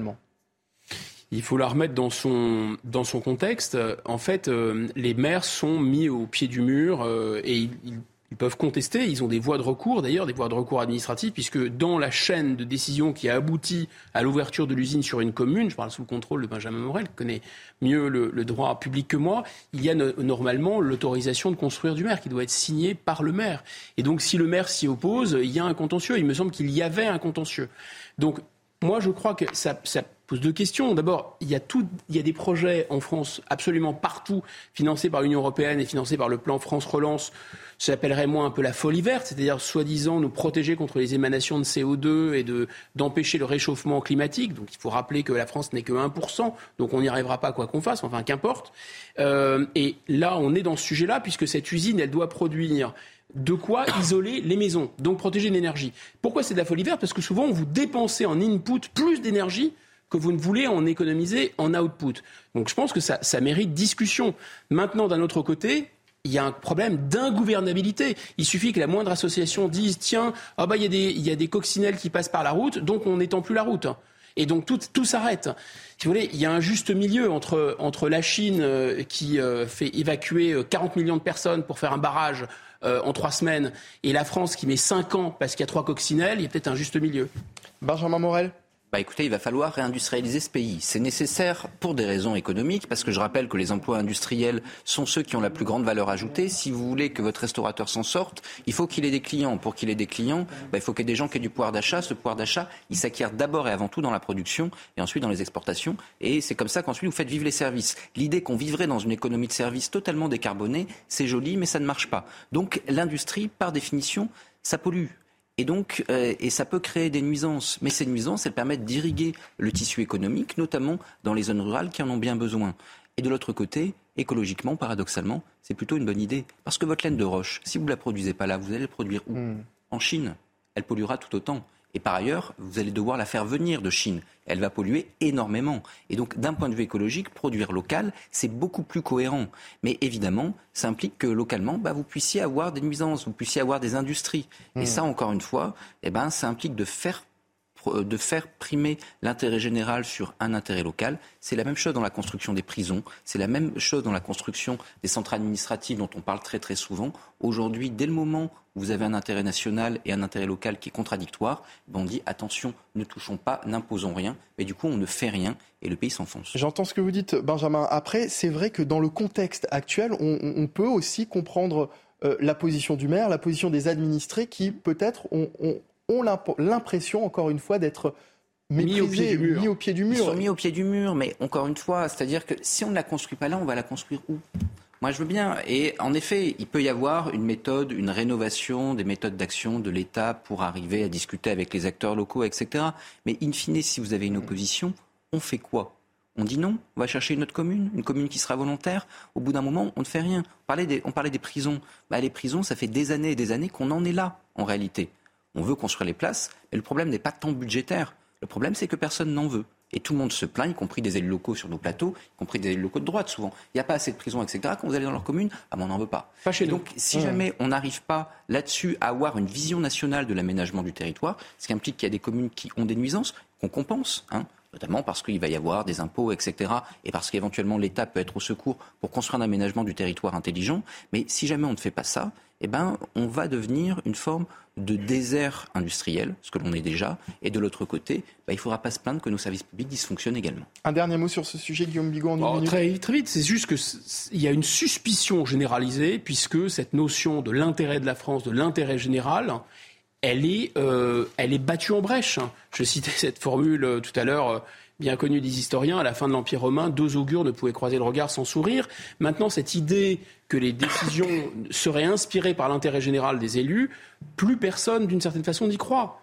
Il faut la remettre dans son, dans son contexte. En fait, euh, les maires sont mis au pied du mur euh, et ils, ils peuvent contester. Ils ont des voies de recours, d'ailleurs, des voies de recours administratives, puisque dans la chaîne de décision qui a abouti à l'ouverture de l'usine sur une commune, je parle sous le contrôle de Benjamin Morel, qui connaît mieux le, le droit public que moi, il y a no- normalement l'autorisation de construire du maire qui doit être signée par le maire. Et donc, si le maire s'y oppose, il y a un contentieux. Il me semble qu'il y avait un contentieux. Donc, moi, je crois que ça, ça pose deux questions. D'abord, il y a tout, il y a des projets en France absolument partout financés par l'Union européenne et financés par le plan France Relance. J'appellerais moi un peu la folie verte, c'est-à-dire soi-disant nous protéger contre les émanations de C O deux et de, d'empêcher le réchauffement climatique. Donc il faut rappeler que la France n'est que un pour cent, donc on n'y arrivera pas quoi qu'on fasse, enfin qu'importe. Euh, et là, on est dans ce sujet-là, puisque cette usine, elle doit produire de quoi isoler les maisons, donc protéger l'énergie. Pourquoi c'est de la folie verte ? Parce que souvent, vous dépensez en input plus d'énergie que vous ne voulez en économiser en output. Donc je pense que ça, ça mérite discussion. Maintenant, d'un autre côté, il y a un problème d'ingouvernabilité. Il suffit que la moindre association dise « Tiens, ah bah, il y a des, il y a des coccinelles qui passent par la route, donc on n'étend plus la route ». Et donc tout, tout s'arrête. Si vous voulez, il y a un juste milieu entre, entre la Chine euh, qui euh, fait évacuer quarante millions de personnes pour faire un barrage euh, en trois semaines et la France qui met cinq ans parce qu'il y a trois coccinelles, il y a peut-être un juste milieu. Benjamin Morel ? Bah écoutez, il va falloir réindustrialiser ce pays. C'est nécessaire pour des raisons économiques, parce que je rappelle que les emplois industriels sont ceux qui ont la plus grande valeur ajoutée. Si vous voulez que votre restaurateur s'en sorte, il faut qu'il ait des clients. Pour qu'il ait des clients, bah, il faut qu'il y ait des gens qui aient du pouvoir d'achat. Ce pouvoir d'achat, il s'acquiert d'abord et avant tout dans la production et ensuite dans les exportations. Et c'est comme ça qu'ensuite vous faites vivre les services. L'idée qu'on vivrait dans une économie de services totalement décarbonée, c'est joli, mais ça ne marche pas. Donc l'industrie, par définition, ça pollue. Et donc, euh, et ça peut créer des nuisances. Mais ces nuisances, elles permettent d'irriguer le tissu économique, notamment dans les zones rurales qui en ont bien besoin. Et de l'autre côté, écologiquement, paradoxalement, c'est plutôt une bonne idée. Parce que votre laine de roche, si vous ne la produisez pas là, vous allez la produire où ? mmh. En Chine. Elle polluera tout autant. Et par ailleurs, vous allez devoir la faire venir de Chine. Elle va polluer énormément. Et donc, d'un point de vue écologique, produire local, c'est beaucoup plus cohérent. Mais évidemment, ça implique que localement, bah, vous puissiez avoir des nuisances, vous puissiez avoir des industries. Mmh. Et ça, encore une fois, eh ben, ça implique de faire de faire primer l'intérêt général sur un intérêt local. C'est la même chose dans la construction des prisons, c'est la même chose dans la construction des centres administratifs dont on parle très très souvent. Aujourd'hui, dès le moment où vous avez un intérêt national et un intérêt local qui est contradictoire, on dit attention, ne touchons pas, n'imposons rien, mais du coup on ne fait rien et le pays s'enfonce. J'entends ce que vous dites, Benjamin. Après, c'est vrai que dans le contexte actuel, on, on peut aussi comprendre euh, la position du maire, la position des administrés qui peut-être ont... ont ont l'impression, encore une fois, d'être méprisés, mis au pied du mur. Mis au pied du mur. Ils sont mis au pied du mur, mais encore une fois, c'est-à-dire que si on ne la construit pas là, on va la construire où ? Moi, je veux bien. Et en effet, il peut y avoir une méthode, une rénovation des méthodes d'action de l'État pour arriver à discuter avec les acteurs locaux, et cetera. Mais in fine, si vous avez une opposition, on fait quoi ? On dit non, on va chercher une autre commune, une commune qui sera volontaire. Au bout d'un moment, on ne fait rien. On parlait des, on parlait des prisons. Bah, les prisons, ça fait des années et des années qu'on en est là, en réalité. On veut construire les places, mais le problème n'est pas tant budgétaire. Le problème, c'est que personne n'en veut. Et tout le monde se plaint, y compris des élus locaux sur nos plateaux, y compris des élus locaux de droite souvent. Il n'y a pas assez de prisons, et cetera. Quand vous allez dans leur commune, ah ben on n'en veut pas. Pas chez nous. Donc, si mmh. jamais on n'arrive pas là-dessus à avoir une vision nationale de l'aménagement du territoire, ce qui implique qu'il y a des communes qui ont des nuisances, qu'on compense, hein, notamment parce qu'il va y avoir des impôts, et cetera, et parce qu'éventuellement l'État peut être au secours pour construire un aménagement du territoire intelligent. Mais si jamais on ne fait pas ça, eh ben, on va devenir une forme de désert industriel, ce que l'on est déjà, et de l'autre côté, bah, il ne faudra pas se plaindre que nos services publics dysfonctionnent également. Un dernier mot sur ce sujet, Guillaume Bigot, en une oh, minute. Très, très vite, c'est juste qu'il y a une suspicion généralisée, puisque cette notion de l'intérêt de la France, de l'intérêt général, elle est, euh, elle est battue en brèche. Je citais cette formule euh, tout à l'heure, euh, bien connue des historiens, à la fin de l'Empire romain, deux augures ne pouvaient croiser le regard sans sourire. Maintenant, cette idée que les décisions seraient inspirées par l'intérêt général des élus, plus personne, d'une certaine façon, n'y croit.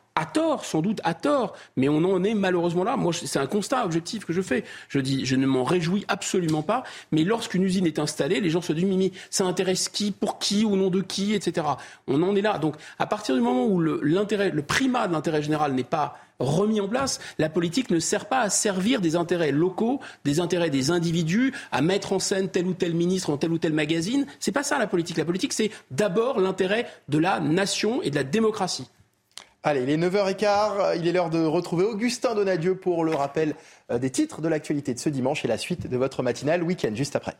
à tort, sans doute à tort, mais on en est malheureusement là. Moi, c'est un constat objectif que je fais. Je dis, je ne m'en réjouis absolument pas, mais lorsqu'une usine est installée, les gens se disent, Mimi, ça intéresse qui, pour qui, au nom de qui, et cetera. On en est là. Donc, à partir du moment où le, l'intérêt, le primat de l'intérêt général n'est pas remis en place, la politique ne sert pas à servir des intérêts locaux, des intérêts des individus, à mettre en scène tel ou tel ministre dans tel ou tel magazine. C'est pas ça la politique. La politique, c'est d'abord l'intérêt de la nation et de la démocratie. Allez, il est neuf heures quinze, il est l'heure de retrouver Augustin Donadieu pour le rappel des titres de l'actualité de ce dimanche et la suite de votre matinale week-end, juste après.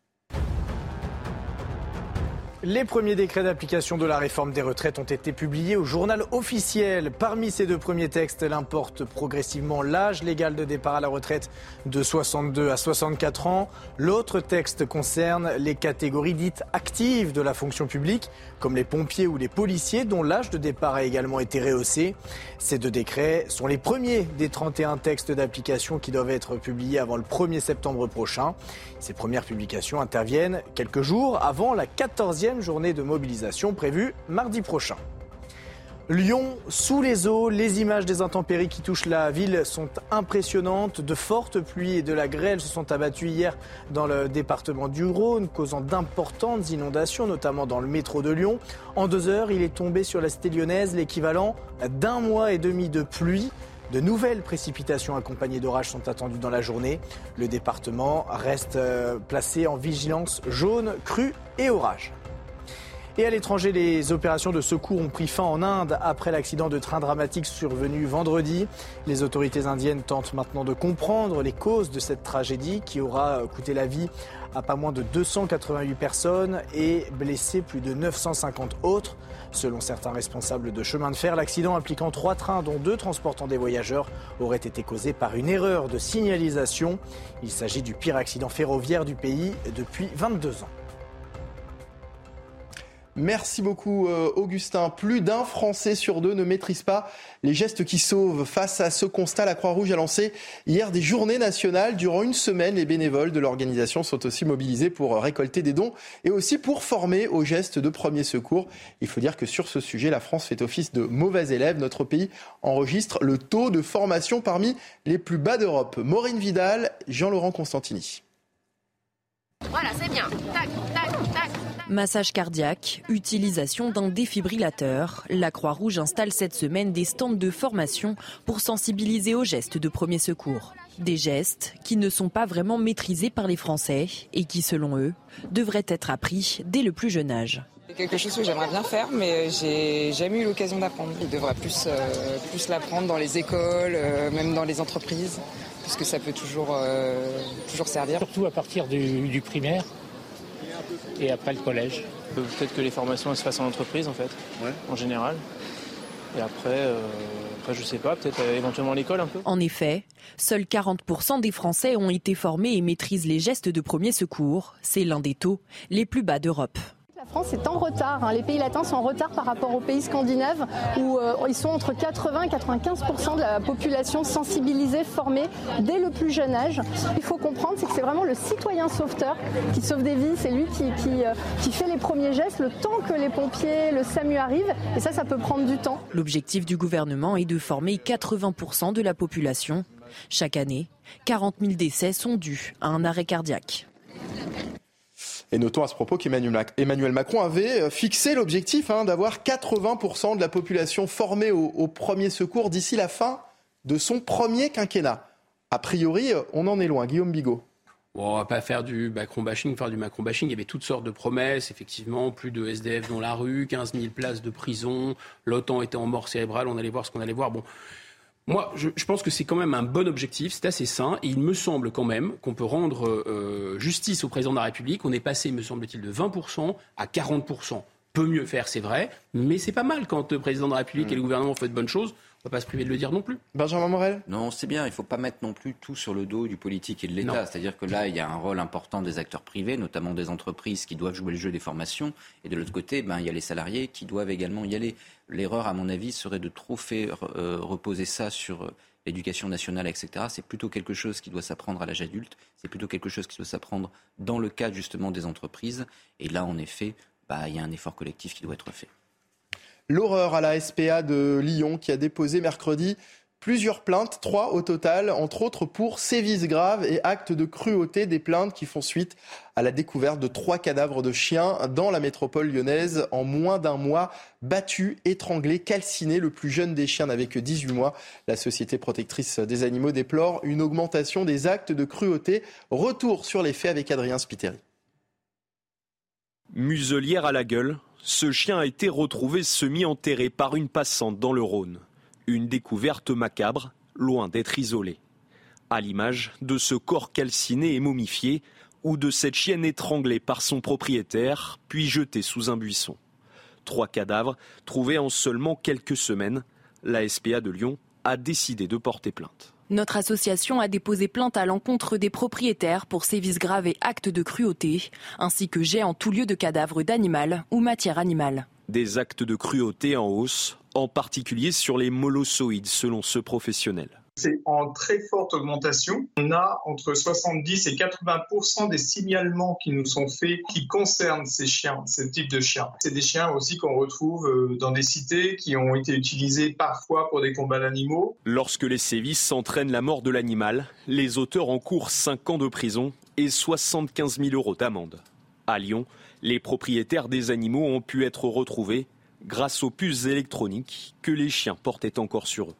Les premiers décrets d'application de la réforme des retraites ont été publiés au journal officiel. Parmi ces deux premiers textes, elle importe progressivement l'âge légal de départ à la retraite de soixante-deux à soixante-quatre ans. L'autre texte concerne les catégories dites actives de la fonction publique, comme les pompiers ou les policiers, dont l'âge de départ a également été rehaussé. Ces deux décrets sont les premiers des trente et un textes d'application qui doivent être publiés avant le premier septembre prochain. Ces premières publications interviennent quelques jours avant la quatorzième journée de mobilisation prévue mardi prochain. Lyon, sous les eaux, les images des intempéries qui touchent la ville sont impressionnantes. De fortes pluies et de la grêle se sont abattues hier dans le département du Rhône, causant d'importantes inondations, notamment dans le métro de Lyon. En deux heures, il est tombé sur la cité lyonnaise l'équivalent d'un mois et demi de pluie. De nouvelles précipitations accompagnées d'orages sont attendues dans la journée. Le département reste placé en vigilance jaune, crue et orage. Et à l'étranger, les opérations de secours ont pris fin en Inde après l'accident de train dramatique survenu vendredi. Les autorités indiennes tentent maintenant de comprendre les causes de cette tragédie qui aura coûté la vie à pas moins de deux cent quatre-vingt-huit personnes et blessé plus de neuf cent cinquante autres. Selon certains responsables de chemin de fer, l'accident impliquant trois trains dont deux transportant des voyageurs aurait été causé par une erreur de signalisation. Il s'agit du pire accident ferroviaire du pays depuis vingt-deux ans. Merci beaucoup Augustin. Plus d'un Français sur deux ne maîtrise pas les gestes qui sauvent. Face à ce constat, la Croix-Rouge a lancé hier des journées nationales. Durant une semaine, les bénévoles de l'organisation sont aussi mobilisés pour récolter des dons et aussi pour former aux gestes de premier secours. Il faut dire que sur ce sujet, la France fait office de mauvais élève. Notre pays enregistre le taux de formation parmi les plus bas d'Europe. Maureen Vidal, Jean-Laurent Constantini. Voilà, c'est bien. Tac, tac, tac. Massage cardiaque, utilisation d'un défibrillateur. La Croix-Rouge installe cette semaine des stands de formation pour sensibiliser aux gestes de premier secours. Des gestes qui ne sont pas vraiment maîtrisés par les Français et qui, selon eux, devraient être appris dès le plus jeune âge. C'est quelque chose que j'aimerais bien faire, mais j'ai jamais eu l'occasion d'apprendre. Il devrait plus, euh, plus l'apprendre dans les écoles, euh, même dans les entreprises, puisque ça peut toujours, euh, toujours servir. Surtout à partir du, du primaire. Et après le collège. Peut-être que les formations elles se fassent en entreprise en fait, ouais. En général. Et après, euh, après je sais pas, peut-être euh, éventuellement l'école un peu. En effet, seuls quarante pour cent des Français ont été formés et maîtrisent les gestes de premier secours. C'est l'un des taux les plus bas d'Europe. La France est en retard. Les pays latins sont en retard par rapport aux pays scandinaves où euh, ils sont entre quatre-vingts et quatre-vingt-quinze pour cent de la population sensibilisée, formée dès le plus jeune âge. Il faut comprendre, c'est que c'est vraiment le citoyen sauveteur qui sauve des vies. C'est lui qui, qui, euh, qui fait les premiers gestes le temps que les pompiers, le SAMU arrivent. Et ça, ça peut prendre du temps. L'objectif du gouvernement est de former quatre-vingts pour cent de la population. Chaque année, quarante mille décès sont dus à un arrêt cardiaque. Et notons à ce propos qu'Emmanuel Macron avait fixé l'objectif hein, d'avoir quatre-vingts pour cent de la population formée au, au premier secours d'ici la fin de son premier quinquennat. A priori, on en est loin. Guillaume Bigot. Bon, on va pas faire du Macron-bashing, faire du Macron-bashing. Il y avait toutes sortes de promesses, effectivement, plus de S D F dans la rue, quinze mille places de prison, l'OTAN était en mort cérébrale, on allait voir ce qu'on allait voir. Bon. Moi, je, je pense que c'est quand même un bon objectif, c'est assez sain, et il me semble quand même qu'on peut rendre euh, justice au président de la République. On est passé, me semble-t-il, de vingt pour cent à quarante pour cent. Peut mieux faire, c'est vrai, mais c'est pas mal quand le président de la République mmh. et le gouvernement font de bonnes choses. On ne va pas se priver de le dire non plus. Benjamin Morel ? Non, c'est bien. Il ne faut pas mettre non plus tout sur le dos du politique et de l'État. Non. C'est-à-dire que là, il y a un rôle important des acteurs privés, notamment des entreprises qui doivent jouer le jeu des formations. Et de l'autre côté, ben, il y a les salariés qui doivent également y aller. L'erreur, à mon avis, serait de trop faire euh, reposer ça sur euh, l'éducation nationale, et cetera. C'est plutôt quelque chose qui doit s'apprendre à l'âge adulte. C'est plutôt quelque chose qui doit s'apprendre dans le cadre, justement, des entreprises. Et là, en effet, bah, il y a un effort collectif qui doit être fait. L'horreur à la S P A de Lyon qui a déposé mercredi plusieurs plaintes, trois au total, entre autres pour sévices graves et actes de cruauté, des plaintes qui font suite à la découverte de trois cadavres de chiens dans la métropole lyonnaise en moins d'un mois, battus, étranglés, calcinés. Le plus jeune des chiens n'avait que dix-huit mois. La Société protectrice des animaux déplore une augmentation des actes de cruauté. Retour sur les faits avec Adrien Spiteri. Muselière à la gueule, ce chien a été retrouvé semi-enterré par une passante dans le Rhône. Une découverte macabre, loin d'être isolée. À l'image de ce corps calciné et momifié, ou de cette chienne étranglée par son propriétaire, puis jetée sous un buisson. Trois cadavres trouvés en seulement quelques semaines. La S P A de Lyon a décidé de porter plainte. Notre association a déposé plainte à l'encontre des propriétaires pour sévices graves et actes de cruauté, ainsi que jet en tout lieu de cadavres d'animal ou matière animale. Des actes de cruauté en hausse, en particulier sur les molossoïdes, selon ce professionnel. C'est en très forte augmentation. On a entre soixante-dix et quatre-vingts pour cent des signalements qui nous sont faits qui concernent ces chiens, ce type de chiens. C'est des chiens aussi qu'on retrouve dans des cités qui ont été utilisés parfois pour des combats d'animaux. Lorsque les sévices entraînent la mort de l'animal, les auteurs encourent cinq ans de prison et soixante-quinze mille euros d'amende. À Lyon, les propriétaires des animaux ont pu être retrouvés grâce aux puces électroniques que les chiens portaient encore sur eux.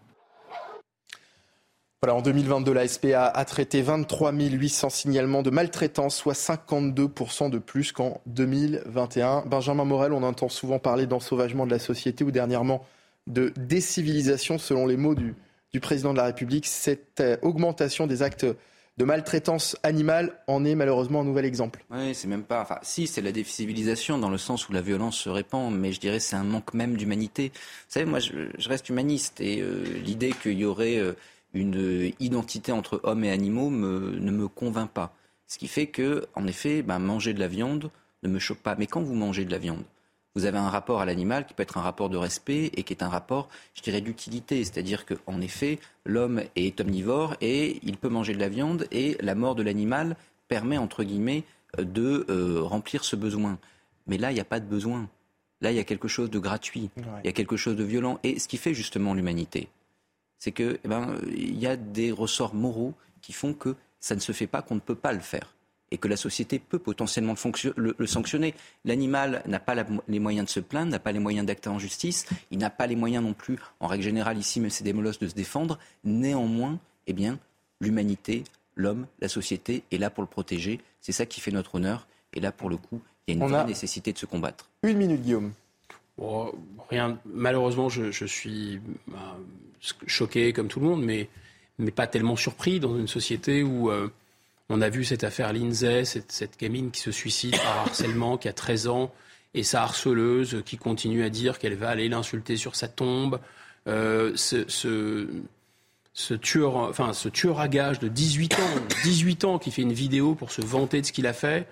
Voilà, en deux mille vingt-deux, la S P A a traité vingt-trois mille huit cents signalements de maltraitance, soit cinquante-deux pour cent de plus qu'en deux mille vingt et un. Benjamin Morel, on entend souvent parler d'ensauvagement de la société ou dernièrement de décivilisation, selon les mots du, du président de la République. Cette euh, augmentation des actes de maltraitance animale en est malheureusement un nouvel exemple. Oui, c'est même pas... Enfin, si, c'est la décivilisation dans le sens où la violence se répand, mais je dirais que c'est un manque même d'humanité. Vous savez, moi, je, je reste humaniste et euh, l'idée qu'il y aurait... Euh, une identité entre hommes et animaux me, ne me convainc pas. Ce qui fait que, en effet, ben, manger de la viande ne me choque pas. Mais quand vous mangez de la viande, vous avez un rapport à l'animal qui peut être un rapport de respect et qui est un rapport, je dirais, d'utilité. C'est-à-dire qu'en effet, l'homme est omnivore et il peut manger de la viande et la mort de l'animal permet, entre guillemets, de euh, remplir ce besoin. Mais là, il n'y a pas de besoin. Là, il y a quelque chose de gratuit. Ouais. Il y a quelque chose de violent. Et ce qui fait justement l'humanité, c'est qu'il eh ben, y a des ressorts moraux qui font que ça ne se fait pas, qu'on ne peut pas le faire. Et que la société peut potentiellement le, fonction- le, le sanctionner. L'animal n'a pas la, les moyens de se plaindre, n'a pas les moyens d'acter en justice, il n'a pas les moyens non plus, en règle générale ici, même c'est des molosses, de se défendre. Néanmoins, eh bien, l'humanité, l'homme, la société est là pour le protéger. C'est ça qui fait notre honneur. Et là, pour le coup, il y a une On vraie a... nécessité de se combattre. Une minute, Guillaume. Oh, rien. Malheureusement, je, je suis euh, choqué comme tout le monde, mais, mais pas tellement surpris dans une société où euh, on a vu cette affaire Lindsay, cette, cette gamine qui se suicide par harcèlement, qui a treize ans, et sa harceleuse qui continue à dire qu'elle va aller l'insulter sur sa tombe. Euh, ce, ce, ce, tueur, enfin, ce tueur à gages de dix-huit ans, dix-huit ans qui fait une vidéo pour se vanter de ce qu'il a fait.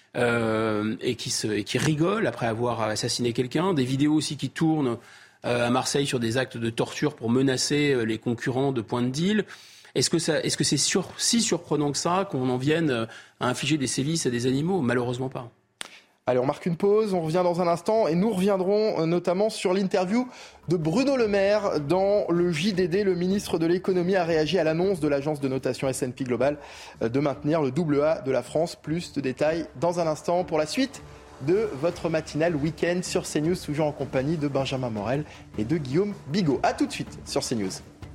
Euh, et, qui se, et qui rigole après avoir assassiné quelqu'un. Des vidéos aussi qui tournent euh, à Marseille sur des actes de torture pour menacer euh, les concurrents de Point de Deal. Est-ce que, ça, est-ce que c'est sur, si surprenant que ça qu'on en vienne euh, à infliger des sévices à des animaux ? Malheureusement pas. Allez, on marque une pause, on revient dans un instant et nous reviendrons notamment sur l'interview de Bruno Le Maire dans le J D D. Le ministre de l'économie a réagi à l'annonce de l'agence de notation S and P Global de maintenir le double A de la France. Plus de détails dans un instant pour la suite de votre matinale week-end sur CNews, toujours en compagnie de Benjamin Morel et de Guillaume Bigot. A tout de suite sur CNews.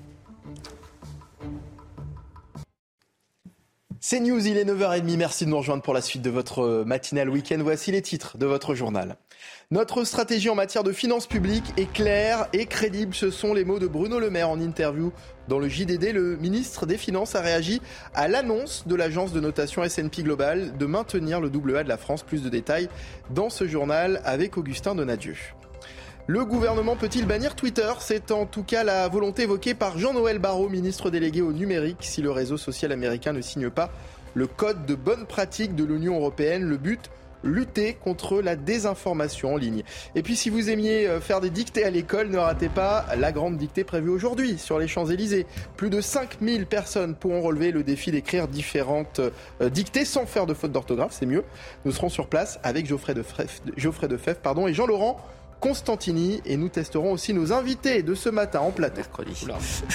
C'est News, il est neuf heures trente, merci de nous rejoindre pour la suite de votre matinale week-end. Voici les titres de votre journal. Notre stratégie en matière de finances publiques est claire et crédible. Ce sont les mots de Bruno Le Maire en interview dans le J D D. Le ministre des Finances a réagi à l'annonce de l'agence de notation S and P Global de maintenir le double A de la France. Plus de détails dans ce journal avec Augustin Donadieu. Le gouvernement peut-il bannir Twitter ? C'est en tout cas la volonté évoquée par Jean-Noël Barrot, ministre délégué au numérique, si le réseau social américain ne signe pas le code de bonne pratique de l'Union européenne. Le but, lutter contre la désinformation en ligne. Et puis si vous aimiez faire des dictées à l'école, ne ratez pas la grande dictée prévue aujourd'hui sur les Champs-Élysées. Plus de cinq mille personnes pourront relever le défi d'écrire différentes dictées sans faire de faute d'orthographe, c'est mieux. Nous serons sur place avec Geoffrey Defebvre, Geoffrey Defebvre pardon, et Jean-Laurent Constantini. Et nous testerons aussi nos invités de ce matin en plateau. Mercredi.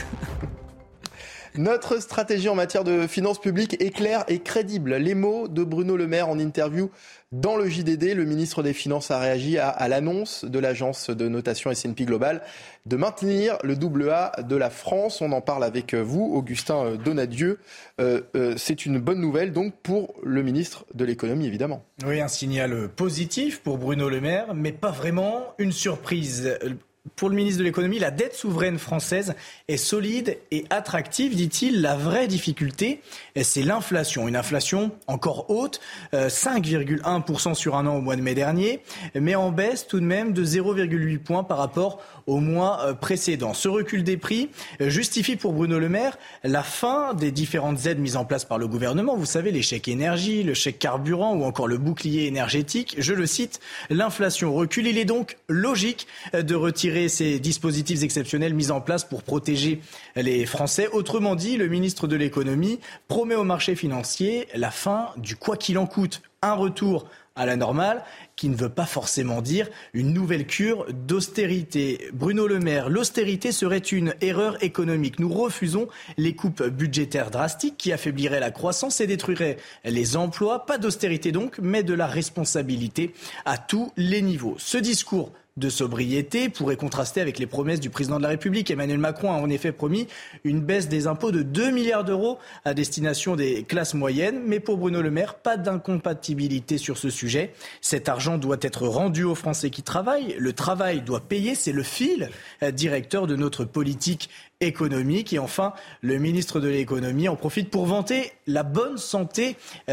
Notre stratégie en matière de finances publiques est claire et crédible. Les mots de Bruno Le Maire en interview dans le J D D. Le ministre des Finances a réagi à, à l'annonce de l'agence de notation S and P Global de maintenir le double A de la France. On en parle avec vous, Augustin Donadieu. Euh, euh, c'est une bonne nouvelle donc pour le ministre de l'économie, évidemment. Oui, un signal positif pour Bruno Le Maire, mais pas vraiment une surprise. Pour le ministre de l'économie, la dette souveraine française est solide et attractive, dit-il. La vraie difficulté, c'est l'inflation. Une inflation encore haute, cinq virgule un pour cent sur un an au mois de mai dernier, mais en baisse tout de même de zéro virgule huit points par rapport au mois précédent. Ce recul des prix justifie pour Bruno Le Maire la fin des différentes aides mises en place par le gouvernement. Vous savez, les chèques énergie, le chèque carburant ou encore le bouclier énergétique. Je le cite, l'inflation recule. Il est donc logique de retirer ces dispositifs exceptionnels mis en place pour protéger les Français. Autrement dit, le ministre de l'économie promet au marché financier la fin du quoi qu'il en coûte. Un retour à la normale qui ne veut pas forcément dire une nouvelle cure d'austérité. Bruno Le Maire, l'austérité serait une erreur économique. Nous refusons les coupes budgétaires drastiques qui affaibliraient la croissance et détruiraient les emplois. Pas d'austérité donc, mais de la responsabilité à tous les niveaux. Ce discours de sobriété pourrait contraster avec les promesses du président de la République. Emmanuel Macron a en effet promis une baisse des impôts de deux milliards d'euros à destination des classes moyennes. Mais pour Bruno Le Maire, pas d'incompatibilité sur ce sujet. Cet argent doit être rendu aux Français qui travaillent. Le travail doit payer, c'est le fil directeur de notre politique économique. Et enfin, le ministre de l'économie en profite pour vanter la bonne santé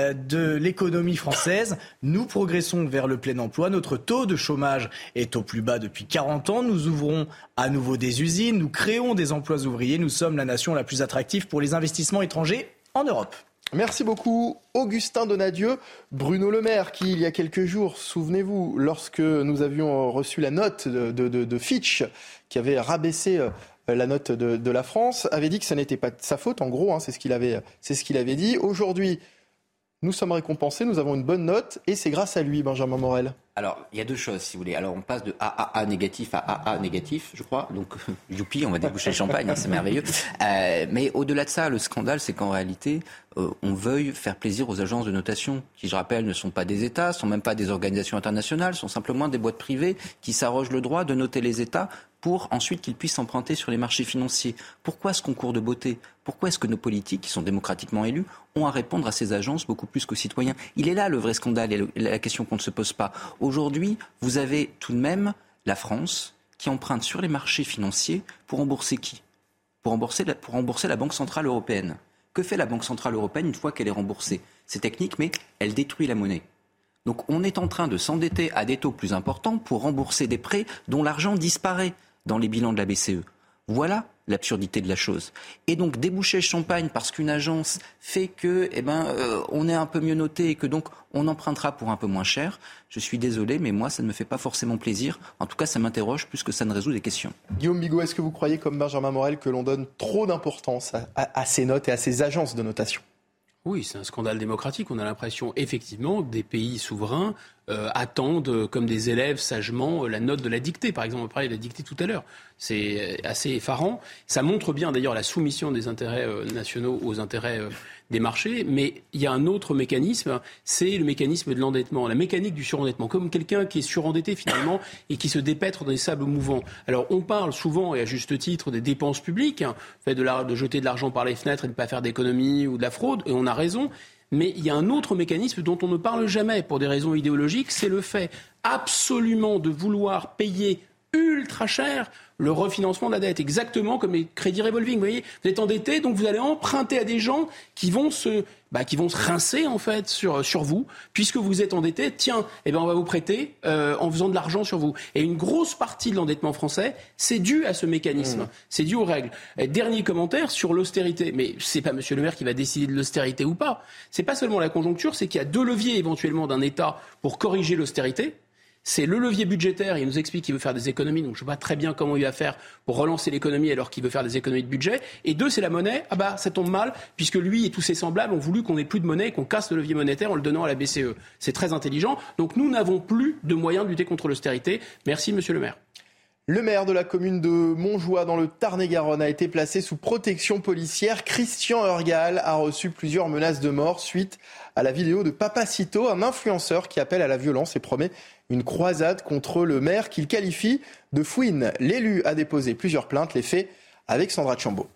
de l'économie française. Nous progressons vers le plein emploi. Notre taux de chômage est au plus bas depuis quarante ans. Nous ouvrons à nouveau des usines. Nous créons des emplois ouvriers. Nous sommes la nation la plus attractive pour les investissements étrangers en Europe. Merci beaucoup, Augustin Donadieu. Bruno Le Maire, qui, il y a quelques jours, souvenez-vous, lorsque nous avions reçu la note de, de, de, de Fitch, qui avait rabaissé la note de, de la France, avait dit que ça n'était pas de sa faute, en gros, hein, c'est ce qu'il avait, c'est ce qu'il avait dit. Aujourd'hui, nous sommes récompensés, nous avons une bonne note, et c'est grâce à lui, Benjamin Morel. Alors, il y a deux choses, si vous voulez. Alors, on passe de A A A négatif à A A négatif, je crois. Donc, youpi, on va déboucher le champagne, hein, c'est merveilleux. Euh, mais au-delà de ça, le scandale, c'est qu'en réalité, euh, on veuille faire plaisir aux agences de notation, qui, je rappelle, ne sont pas des États, sont même pas des organisations internationales, sont simplement des boîtes privées qui s'arrogent le droit de noter les États pour ensuite qu'ils puissent emprunter sur les marchés financiers. Pourquoi ce concours de beauté ? Pourquoi est-ce que nos politiques, qui sont démocratiquement élus, ont à répondre à ces agences beaucoup plus qu'aux citoyens ? Il est là le vrai scandale et la question qu'on ne se pose pas. Aujourd'hui, vous avez tout de même la France qui emprunte sur les marchés financiers pour rembourser qui ? Pour rembourser la, pour rembourser la Banque Centrale Européenne. Que fait la Banque Centrale Européenne une fois qu'elle est remboursée ? C'est technique, mais elle détruit la monnaie. Donc on est en train de s'endetter à des taux plus importants pour rembourser des prêts dont l'argent disparaît dans les bilans de la B C E. Voilà l'absurdité de la chose. Et donc déboucher le champagne parce qu'une agence fait que, eh ben, euh, on est un peu mieux noté et que donc on empruntera pour un peu moins cher. Je suis désolé, mais moi ça ne me fait pas forcément plaisir. En tout cas, ça m'interroge plus que ça ne résout des questions. Guillaume Bigot, est-ce que vous croyez, comme Benjamin Morel, que l'on donne trop d'importance à, à, à ces notes et à ces agences de notation ? Oui, c'est un scandale démocratique. On a l'impression, effectivement, que des pays souverains euh, attendent, comme des élèves, sagement, la note de la dictée. Par exemple, on parlait de la dictée tout à l'heure. C'est assez effarant. Ça montre bien, d'ailleurs, la soumission des intérêts euh, nationaux aux intérêts euh, des marchés. Mais il y a un autre mécanisme, c'est le mécanisme de l'endettement, la mécanique du surendettement. Comme quelqu'un qui est surendetté, finalement, et qui se dépètre dans des sables mouvants. Alors, on parle souvent, et à juste titre, des dépenses publiques, hein, fait de, la, de jeter de l'argent par les fenêtres et de ne pas faire d'économie ou de la fraude, et on a raison. Mais il y a un autre mécanisme dont on ne parle jamais pour des raisons idéologiques, c'est le fait absolument de vouloir payer ultra cher le refinancement de la dette, exactement comme les crédits revolving. Vous voyez, vous êtes endetté, donc vous allez emprunter à des gens qui vont se, bah, qui vont se rincer en fait sur sur vous, puisque vous êtes endetté. Tiens, eh ben on va vous prêter euh, en faisant de l'argent sur vous. Et une grosse partie de l'endettement français, c'est dû à ce mécanisme, mmh. c'est dû aux règles. Et dernier commentaire sur l'austérité, mais c'est pas Monsieur Le Maire qui va décider de l'austérité ou pas. C'est pas seulement la conjoncture, c'est qu'il y a deux leviers éventuellement d'un État pour corriger l'austérité. c'est le levier budgétaire. Il nous explique qu'il veut faire des économies, donc je ne vois pas très bien comment il va faire pour relancer l'économie alors qu'il veut faire des économies de budget. Et deux, c'est la monnaie. Ah bah, ça tombe mal, puisque lui et tous ses semblables ont voulu qu'on n'ait plus de monnaie et qu'on casse le levier monétaire en le donnant à la B C E. C'est très intelligent. Donc nous n'avons plus de moyens de lutter contre l'austérité. Merci, monsieur le maire. Le maire de la commune de Montjoie, dans le Tarn-et-Garonne, a été placé sous protection policière. Christian Heurgal a reçu plusieurs menaces de mort suite à la vidéo de Papacito, un influenceur qui appelle à la violence et promet une croisade contre le maire qu'il qualifie de fouine. L'élu a déposé plusieurs plaintes. Les faits avec Sandra Chambaud.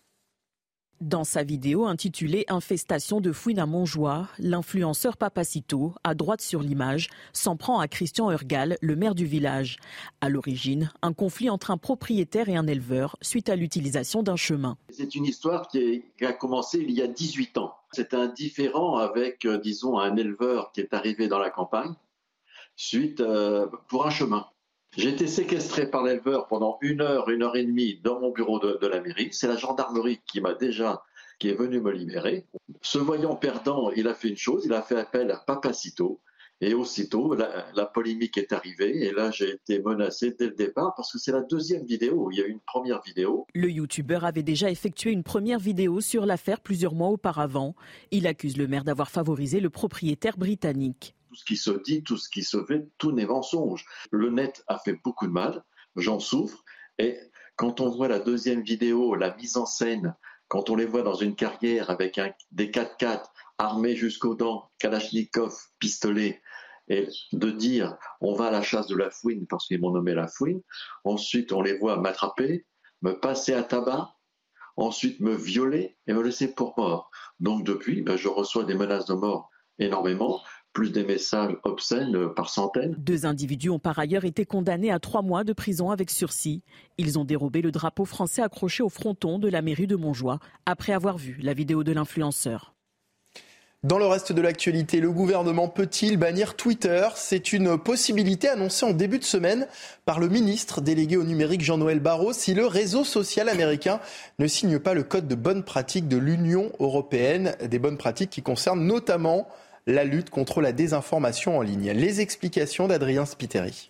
Dans sa vidéo intitulée « Infestation de fouines à Montjoie », l'influenceur Papacito, à droite sur l'image, s'en prend à Christian Heurgal, le maire du village. À l'origine, un conflit entre un propriétaire et un éleveur suite à l'utilisation d'un chemin. C'est une histoire qui, est, qui a commencé il y a dix-huit ans. C'est un différend avec, euh, disons, un éleveur qui est arrivé dans la campagne suite euh, pour un chemin. J'ai été séquestré par l'éleveur pendant une heure, une heure et demie dans mon bureau de, de la mairie. C'est la gendarmerie qui m'a déjà, qui est venue me libérer. Se voyant perdant, il a fait une chose, il a fait appel à Papacito. Et aussitôt, la, la polémique est arrivée. Et là, j'ai été menacé dès le départ parce que c'est la deuxième vidéo. Il y a eu une première vidéo. Le youtubeur avait déjà effectué une première vidéo sur l'affaire plusieurs mois auparavant. Il accuse le maire d'avoir favorisé le propriétaire britannique. Tout ce qui se dit, tout ce qui se fait, tout n'est mensonge. Le net a fait beaucoup de mal, j'en souffre. Et quand on voit la deuxième vidéo, la mise en scène, quand on les voit dans une carrière avec un, des quatre-quatre armés jusqu'aux dents, Kalachnikov, pistolet, et de dire on va à la chasse de la fouine parce qu'ils m'ont nommé la fouine. Ensuite, on les voit m'attraper, me passer à tabac, ensuite me violer et me laisser pour mort. Donc depuis, ben, je reçois des menaces de mort énormément, plus des messages obscènes par centaines. Deux individus ont par ailleurs été condamnés à trois mois de prison avec sursis. Ils ont dérobé le drapeau français accroché au fronton de la mairie de Montjoie après avoir vu la vidéo de l'influenceur. Dans le reste de l'actualité, le gouvernement peut-il bannir Twitter ? C'est une possibilité annoncée en début de semaine par le ministre délégué au numérique Jean-Noël Barrot si le réseau social américain ne signe pas le code de bonnes pratiques de l'Union européenne, des bonnes pratiques qui concernent notamment la lutte contre la désinformation en ligne. Les explications d'Adrien Spiteri.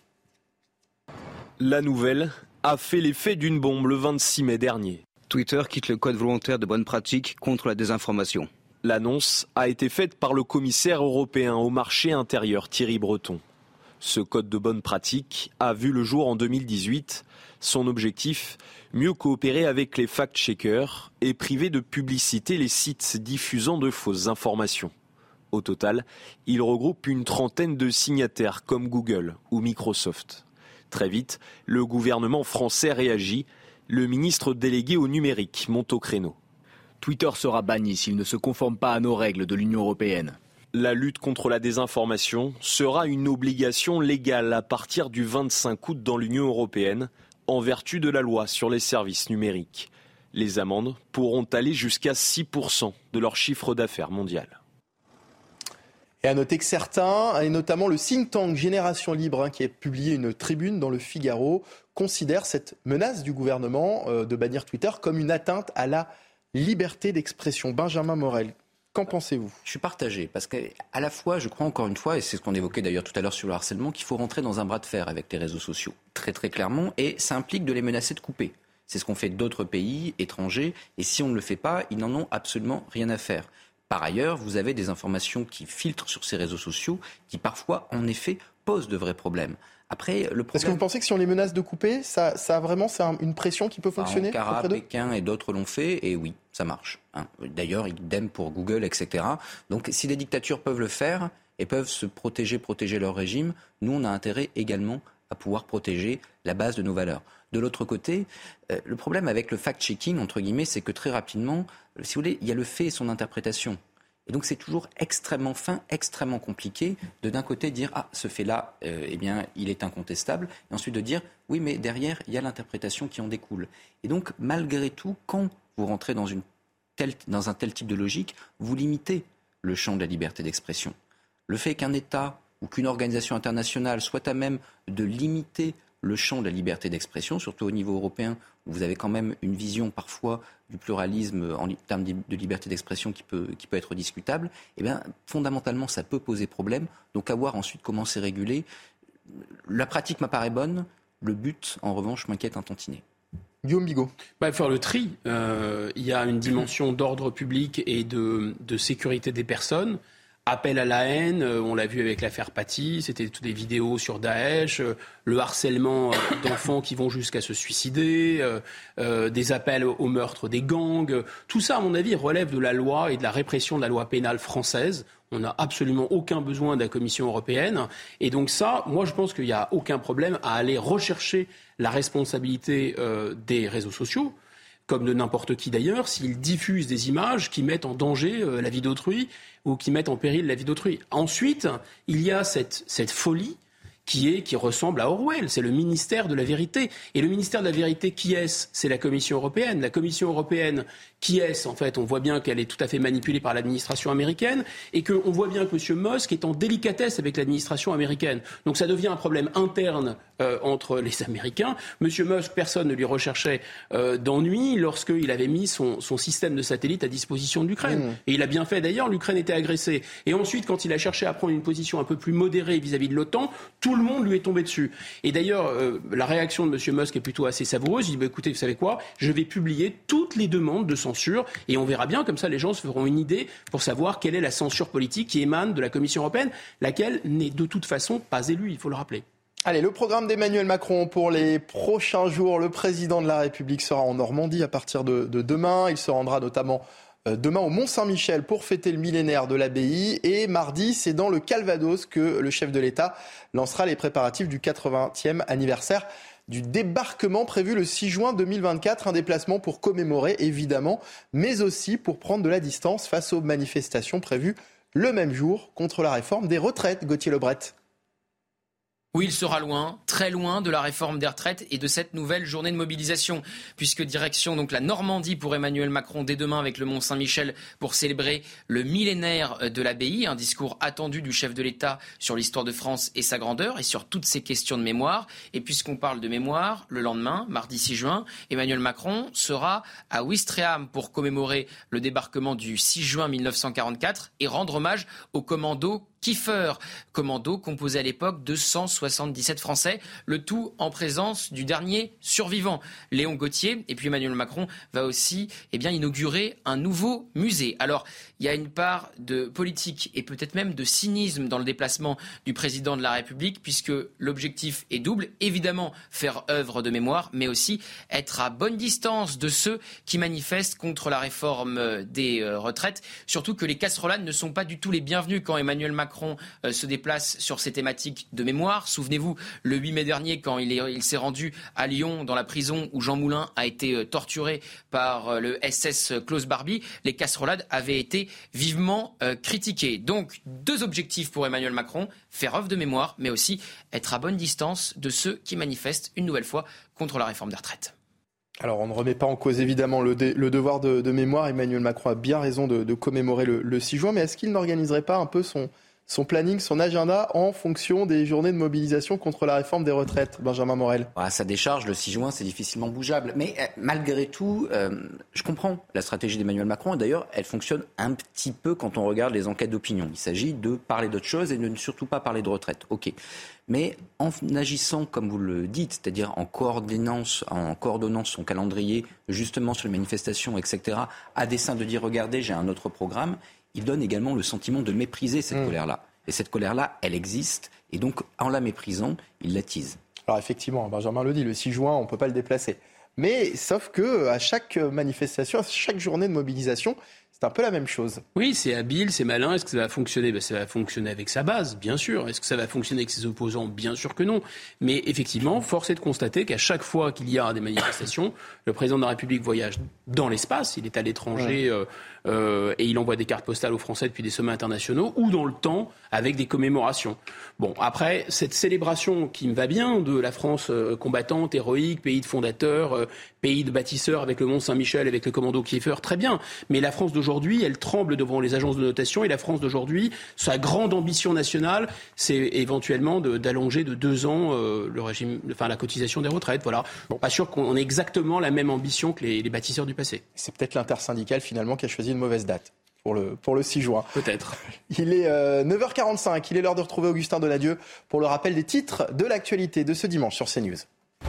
La nouvelle a fait l'effet d'une bombe le vingt-six mai dernier. Twitter quitte le code volontaire de bonnes pratiques contre la désinformation. L'annonce a été faite par le commissaire européen au marché intérieur Thierry Breton. Ce code de bonnes pratiques a vu le jour en deux mille dix-huit. Son objectif, mieux coopérer avec les fact-checkers et priver de publicité les sites diffusant de fausses informations. Au total, il regroupe une trentaine de signataires comme Google ou Microsoft. Très vite, le gouvernement français réagit. Le ministre délégué au numérique monte au créneau. Twitter sera banni s'il ne se conforme pas à nos règles de l'Union européenne. La lutte contre la désinformation sera une obligation légale à partir du vingt-cinq août dans l'Union européenne, en vertu de la loi sur les services numériques. Les amendes pourront aller jusqu'à six pour cent de leur chiffre d'affaires mondial. Et à noter que certains, et notamment le think tank Génération Libre, hein, qui a publié une tribune dans le Figaro, considèrent cette menace du gouvernement euh, de bannir Twitter comme une atteinte à la liberté d'expression. Benjamin Morel, qu'en pensez-vous ? Je suis partagé, parce qu'à la fois, je crois encore une fois, et c'est ce qu'on évoquait d'ailleurs tout à l'heure sur le harcèlement, qu'il faut rentrer dans un bras de fer avec les réseaux sociaux, très très clairement, et ça implique de les menacer de couper. C'est ce qu'ont fait d'autres pays étrangers, et si on ne le fait pas, ils n'en ont absolument rien à faire. Par ailleurs, vous avez des informations qui filtrent sur ces réseaux sociaux qui parfois, en effet, posent de vrais problèmes. Après, le problème... Est-ce que vous pensez que si on les menace de couper, ça, ça vraiment, c'est un, une pression qui peut fonctionner ? Ankara, Pékin et d'autres l'ont fait, et oui, ça marche. Hein. D'ailleurs, idem pour Google, et cetera. Donc, si les dictatures peuvent le faire et peuvent se protéger, protéger leur régime, nous, on a intérêt également à pouvoir protéger la base de nos valeurs. De l'autre côté, euh, le problème avec le fact-checking, entre guillemets, c'est que très rapidement, si vous voulez, il y a le fait et son interprétation. Et donc c'est toujours extrêmement fin, extrêmement compliqué de d'un côté dire « Ah, ce fait-là, euh, eh bien, il est incontestable » et ensuite de dire « Oui, mais derrière, il y a l'interprétation qui en découle. » Et donc, malgré tout, quand vous rentrez dans, une telle, dans un tel type de logique, vous limitez le champ de la liberté d'expression. Le fait qu'un État ou qu'une organisation internationale soit à même de limiter le champ de la liberté d'expression, surtout au niveau européen, où vous avez quand même une vision parfois du pluralisme en termes de liberté d'expression qui peut, qui peut être discutable, eh bien, fondamentalement, ça peut poser problème. Donc, à voir ensuite comment c'est régulé, la pratique m'apparaît bonne, le but, en revanche, m'inquiète un tantinet. Guillaume Bigot. Bah, faire le tri. Euh, il y a une dimension d'ordre public et de, de sécurité des personnes. Appel à la haine, euh, on l'a vu avec l'affaire Paty, c'était toutes des vidéos sur Daesh, euh, le harcèlement euh, d'enfants qui vont jusqu'à se suicider, euh, euh, des appels au meurtre des gangs. Euh, tout ça, à mon avis, relève de la loi et de la répression de la loi pénale française. On n'a absolument aucun besoin de la Commission européenne. Et donc ça, moi, je pense qu'il n'y a aucun problème à aller rechercher la responsabilité euh, des réseaux sociaux, comme de n'importe qui d'ailleurs, s'ils diffusent des images qui mettent en danger euh, la vie d'autrui ou qui mettent en péril la vie d'autrui. Ensuite, il y a cette, cette folie qui est qui ressemble à Orwell. C'est le ministère de la vérité. Et le ministère de la vérité, qui est-ce ? C'est la Commission européenne. La Commission européenne, qui est-ce ? En fait, on voit bien qu'elle est tout à fait manipulée par l'administration américaine et qu'on voit bien que M. Musk est en délicatesse avec l'administration américaine. Donc ça devient un problème interne euh, entre les Américains. M. Musk, personne ne lui recherchait euh, d'ennui lorsqu'il avait mis son, son système de satellite à disposition de l'Ukraine. Mmh. Et il a bien fait d'ailleurs, l'Ukraine était agressée. Et ensuite, quand il a cherché à prendre une position un peu plus modérée vis-à-vis de l'OTAN, tout le monde lui est tombé dessus. Et d'ailleurs, euh, la réaction de M. Musk est plutôt assez savoureuse. Il dit bah, écoutez, vous savez quoi ? Je vais publier toutes les demandes de censure et on verra bien, comme ça les gens se feront une idée pour savoir quelle est la censure politique qui émane de la Commission européenne, laquelle n'est de toute façon pas élue, il faut le rappeler. Allez, le programme d'Emmanuel Macron pour les prochains jours. Le président de la République sera en Normandie à partir de, de demain. Il se rendra notamment demain au Mont-Saint-Michel pour fêter le millénaire de l'abbaye. Et mardi, c'est dans le Calvados que le chef de l'État lancera les préparatifs du quatre-vingtième anniversaire du débarquement prévu le six juin deux mille vingt-quatre. Un déplacement pour commémorer, évidemment, mais aussi pour prendre de la distance face aux manifestations prévues le même jour contre la réforme des retraites. Gauthier Lebret. Oui, il sera loin, très loin de la réforme des retraites et de cette nouvelle journée de mobilisation, puisque direction donc la Normandie pour Emmanuel Macron dès demain avec le Mont-Saint-Michel pour célébrer le millénaire de l'abbaye, un discours attendu du chef de l'État sur l'histoire de France et sa grandeur et sur toutes ces questions de mémoire. Et puisqu'on parle de mémoire, le lendemain, mardi six juin, Emmanuel Macron sera à Ouistreham pour commémorer le débarquement du six juin mille neuf cent quarante-quatre et rendre hommage aux commandos Kiefer, commando composé à l'époque de cent soixante-dix-sept Français, le tout en présence du dernier survivant, Léon Gauthier. Et puis Emmanuel Macron va aussi eh bien, inaugurer un nouveau musée. Alors, il y a une part de politique et peut-être même de cynisme dans le déplacement du président de la République, puisque l'objectif est double. Évidemment, faire œuvre de mémoire, mais aussi être à bonne distance de ceux qui manifestent contre la réforme des retraites. Surtout que les casserolades ne sont pas du tout les bienvenus quand Emmanuel Macron Macron euh, se déplace sur ces thématiques de mémoire. Souvenez-vous, le huit mai dernier, quand il, est, il s'est rendu à Lyon, dans la prison où Jean Moulin a été euh, torturé par euh, le S S Klaus Barbie, les casserolades avaient été vivement euh, critiquées. Donc, deux objectifs pour Emmanuel Macron, faire œuvre de mémoire, mais aussi être à bonne distance de ceux qui manifestent une nouvelle fois contre la réforme des retraites. Alors, on ne remet pas en cause évidemment le, dé, le devoir de, de mémoire. Emmanuel Macron a bien raison de, de commémorer le, le six juin, mais est-ce qu'il n'organiserait pas un peu son... son planning, son agenda en fonction des journées de mobilisation contre la réforme des retraites, Benjamin Morel? À sa décharge, le six juin, c'est difficilement bougeable. Mais euh, malgré tout, euh, je comprends la stratégie d'Emmanuel Macron. Et d'ailleurs, elle fonctionne un petit peu quand on regarde les enquêtes d'opinion. Il s'agit de parler d'autre chose et de ne surtout pas parler de retraite. OK. Mais en agissant, comme vous le dites, c'est-à-dire en coordonnance, en coordonnant son calendrier, justement sur les manifestations, et cetera, à dessein de dire, regardez, j'ai un autre programme, il donne également le sentiment de mépriser cette mmh. colère-là. Et cette colère-là, elle existe. Et donc, en la méprisant, il l'attise. Alors effectivement, Benjamin le dit, le six juin, on ne peut pas le déplacer. Mais sauf qu'à chaque manifestation, à chaque journée de mobilisation, c'est un peu la même chose. Oui, c'est habile, c'est malin. Est-ce que ça va fonctionner ? Ben, ça va fonctionner avec sa base, bien sûr. Est-ce que ça va fonctionner avec ses opposants ? Bien sûr que non. Mais effectivement, force est de constater qu'à chaque fois qu'il y a des manifestations, le président de la République voyage dans l'espace. Il est à l'étranger ouais. euh, euh, et il envoie des cartes postales aux Français depuis des sommets internationaux ou dans le temps avec des commémorations. Bon, après, cette célébration qui me va bien de la France euh, combattante, héroïque, pays de fondateurs, euh, pays de bâtisseurs avec le Mont-Saint-Michel, avec le commando Kiefer, très bien. Mais la France d'aujourd'hui, elle tremble devant les agences de notation et la France d'aujourd'hui, sa grande ambition nationale, c'est éventuellement de, d'allonger de deux ans euh, le régime, enfin la cotisation des retraites. Voilà. Bon, pas sûr qu'on ait exactement la même ambition que les, les bâtisseurs du passé. C'est peut-être l'intersyndicale finalement qui a choisi une mauvaise date pour le, pour le six juin. Peut-être. Il est euh, neuf heures quarante-cinq, il est l'heure de retrouver Augustin Donadieu pour le rappel des titres de l'actualité de ce dimanche sur CNews.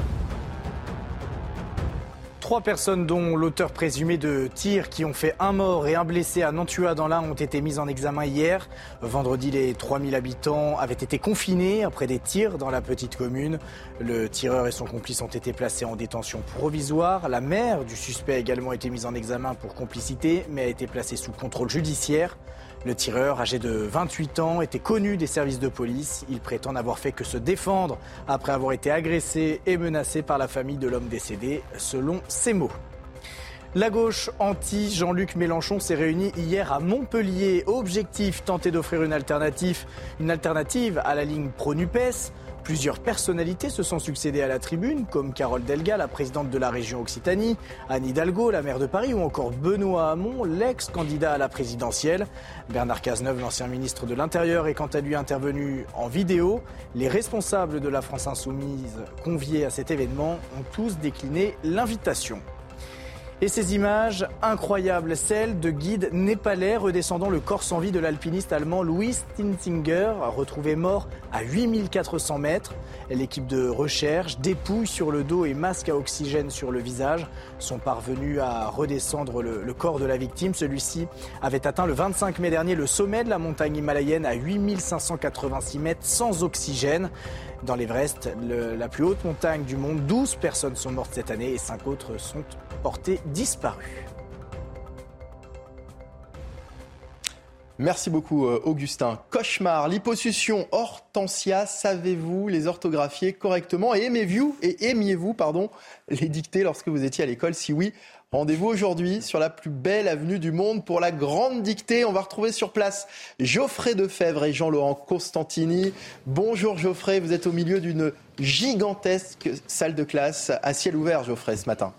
Trois personnes, dont l'auteur présumé de tirs qui ont fait un mort et un blessé à Nantua dans l'Ain, ont été mises en examen hier. Vendredi, les trois mille habitants avaient été confinés après des tirs dans la petite commune. Le tireur et son complice ont été placés en détention provisoire. La mère du suspect a également été mise en examen pour complicité, mais a été placée sous contrôle judiciaire. Le tireur, âgé de vingt-huit ans, était connu des services de police. Il prétend n'avoir fait que se défendre après avoir été agressé et menacé par la famille de l'homme décédé, selon ses mots. La gauche anti-Jean-Luc Mélenchon s'est réunie hier à Montpellier. Objectif, tenter d'offrir une alternative, une alternative à la ligne pro-NUPES. Plusieurs personnalités se sont succédées à la tribune, comme Carole Delga, la présidente de la région Occitanie, Anne Hidalgo, la maire de Paris, ou encore Benoît Hamon, l'ex-candidat à la présidentielle. Bernard Cazeneuve, l'ancien ministre de l'Intérieur, est quant à lui intervenu en vidéo. Les responsables de la France Insoumise conviés à cet événement ont tous décliné l'invitation. Et ces images incroyables, celles de guides népalais redescendant le corps sans vie de l'alpiniste allemand Louis Stinsinger, retrouvé mort à huit mille quatre cents mètres. L'équipe de recherche, dépouilles sur le dos et masque à oxygène sur le visage, sont parvenus à redescendre le, le corps de la victime. Celui-ci avait atteint le vingt-cinq mai dernier le sommet de la montagne himalayenne à huit mille cinq cent quatre-vingt-six mètres sans oxygène. Dans l'Everest, le, la plus haute montagne du monde, douze personnes sont mortes cette année et cinq autres sont portées disparues. Merci beaucoup Augustin. Cauchemar, liposuction, Hortensia, savez-vous les orthographier correctement et aimez-vous, et aimiez-vous pardon, les dicter lorsque vous étiez à l'école? Si oui, rendez-vous aujourd'hui sur la plus belle avenue du monde pour la grande dictée. On va retrouver sur place Geoffrey Defebvre et Jean-Laurent Costantini. Bonjour Geoffrey, vous êtes au milieu d'une gigantesque salle de classe à ciel ouvert, Geoffrey, ce matin.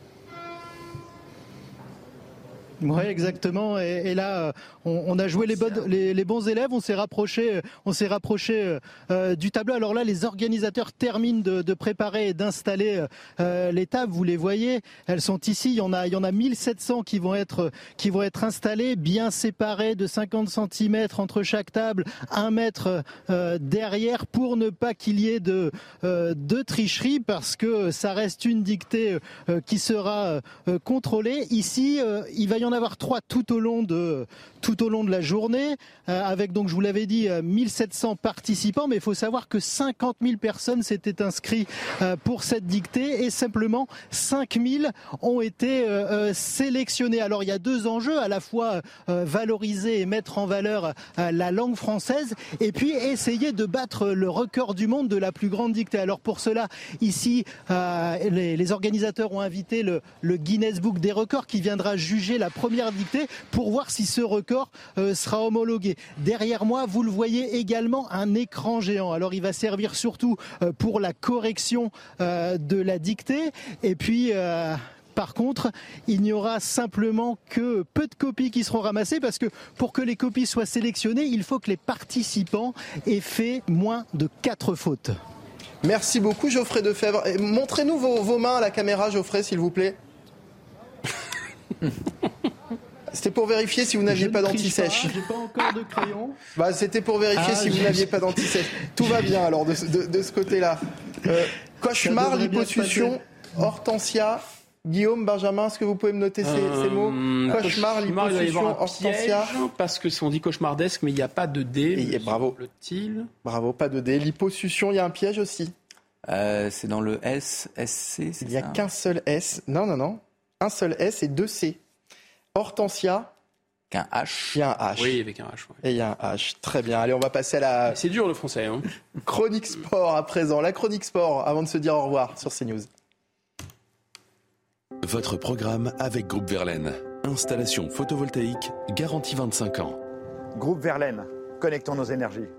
Oui, exactement. Et, et là, on, on a joué les, bonnes, les, les bons élèves. On s'est rapproché, on s'est rapproché euh, du tableau. Alors là, les organisateurs terminent de, de préparer et d'installer euh, les tables. Vous les voyez, elles sont ici. Il y en a, il y en a mille sept cents qui vont être, qui vont être installées, bien séparées de cinquante centimètres entre chaque table, un mètre euh, derrière, pour ne pas qu'il y ait de, euh, de tricherie, parce que ça reste une dictée euh, qui sera euh, contrôlée. Ici, euh, il va y en avoir trois tout au long de tout au long de la journée, euh, avec, donc je vous l'avais dit, euh, mille sept cents participants, mais il faut savoir que cinquante mille personnes s'étaient inscrites euh, pour cette dictée et simplement cinq mille ont été euh, euh, sélectionnés. Alors il y a deux enjeux, à la fois euh, valoriser et mettre en valeur euh, la langue française, et puis essayer de battre le record du monde de la plus grande dictée. Alors pour cela, ici, euh, les, les organisateurs ont invité le, le Guinness Book des records qui viendra juger la première dictée pour voir si ce record euh, sera homologué. Derrière moi, vous le voyez également, un écran géant. Alors il va servir surtout euh, pour la correction euh, de la dictée, et puis euh, par contre, il n'y aura simplement que peu de copies qui seront ramassées, parce que pour que les copies soient sélectionnées, il faut que les participants aient fait moins de quatre fautes. Merci beaucoup Geoffrey Defebvre. Et montrez-nous vos, vos mains à la caméra, Geoffrey, s'il vous plaît. C'était pour vérifier si vous n'aviez pas d'anti-sèche. J'ai pas encore de crayon. Bah, c'était pour vérifier ah, si vous n'aviez pas d'anti-sèche. Tout va bien alors de, de, de ce côté-là. Euh, cauchemar, liposuction, Hortensia, Guillaume, Benjamin, est-ce que vous pouvez me noter ces, euh, ces mots? Cauchemar, liposuction, Hortensia. Parce que on dit cauchemardesque, mais il n'y a pas de D. Et, et bravo. Bravo, pas de D. Liposuction, il y a un piège aussi. Euh, c'est dans le S, S C, c'est Il n'y a ça qu'un seul S. Non, non, non. Un seul S et deux C. Hortensia. Qu'un H. Il y a un H. Oui, avec un H. Ouais. Et il y a un H. Très bien. Allez, on va passer à la... C'est dur le français. Hein. Chronique sport à présent. La chronique sport, avant de se dire au revoir sur CNews. Votre programme avec Groupe Verlaine. Installation photovoltaïque, garantie vingt-cinq ans. Groupe Verlaine, connectons nos énergies.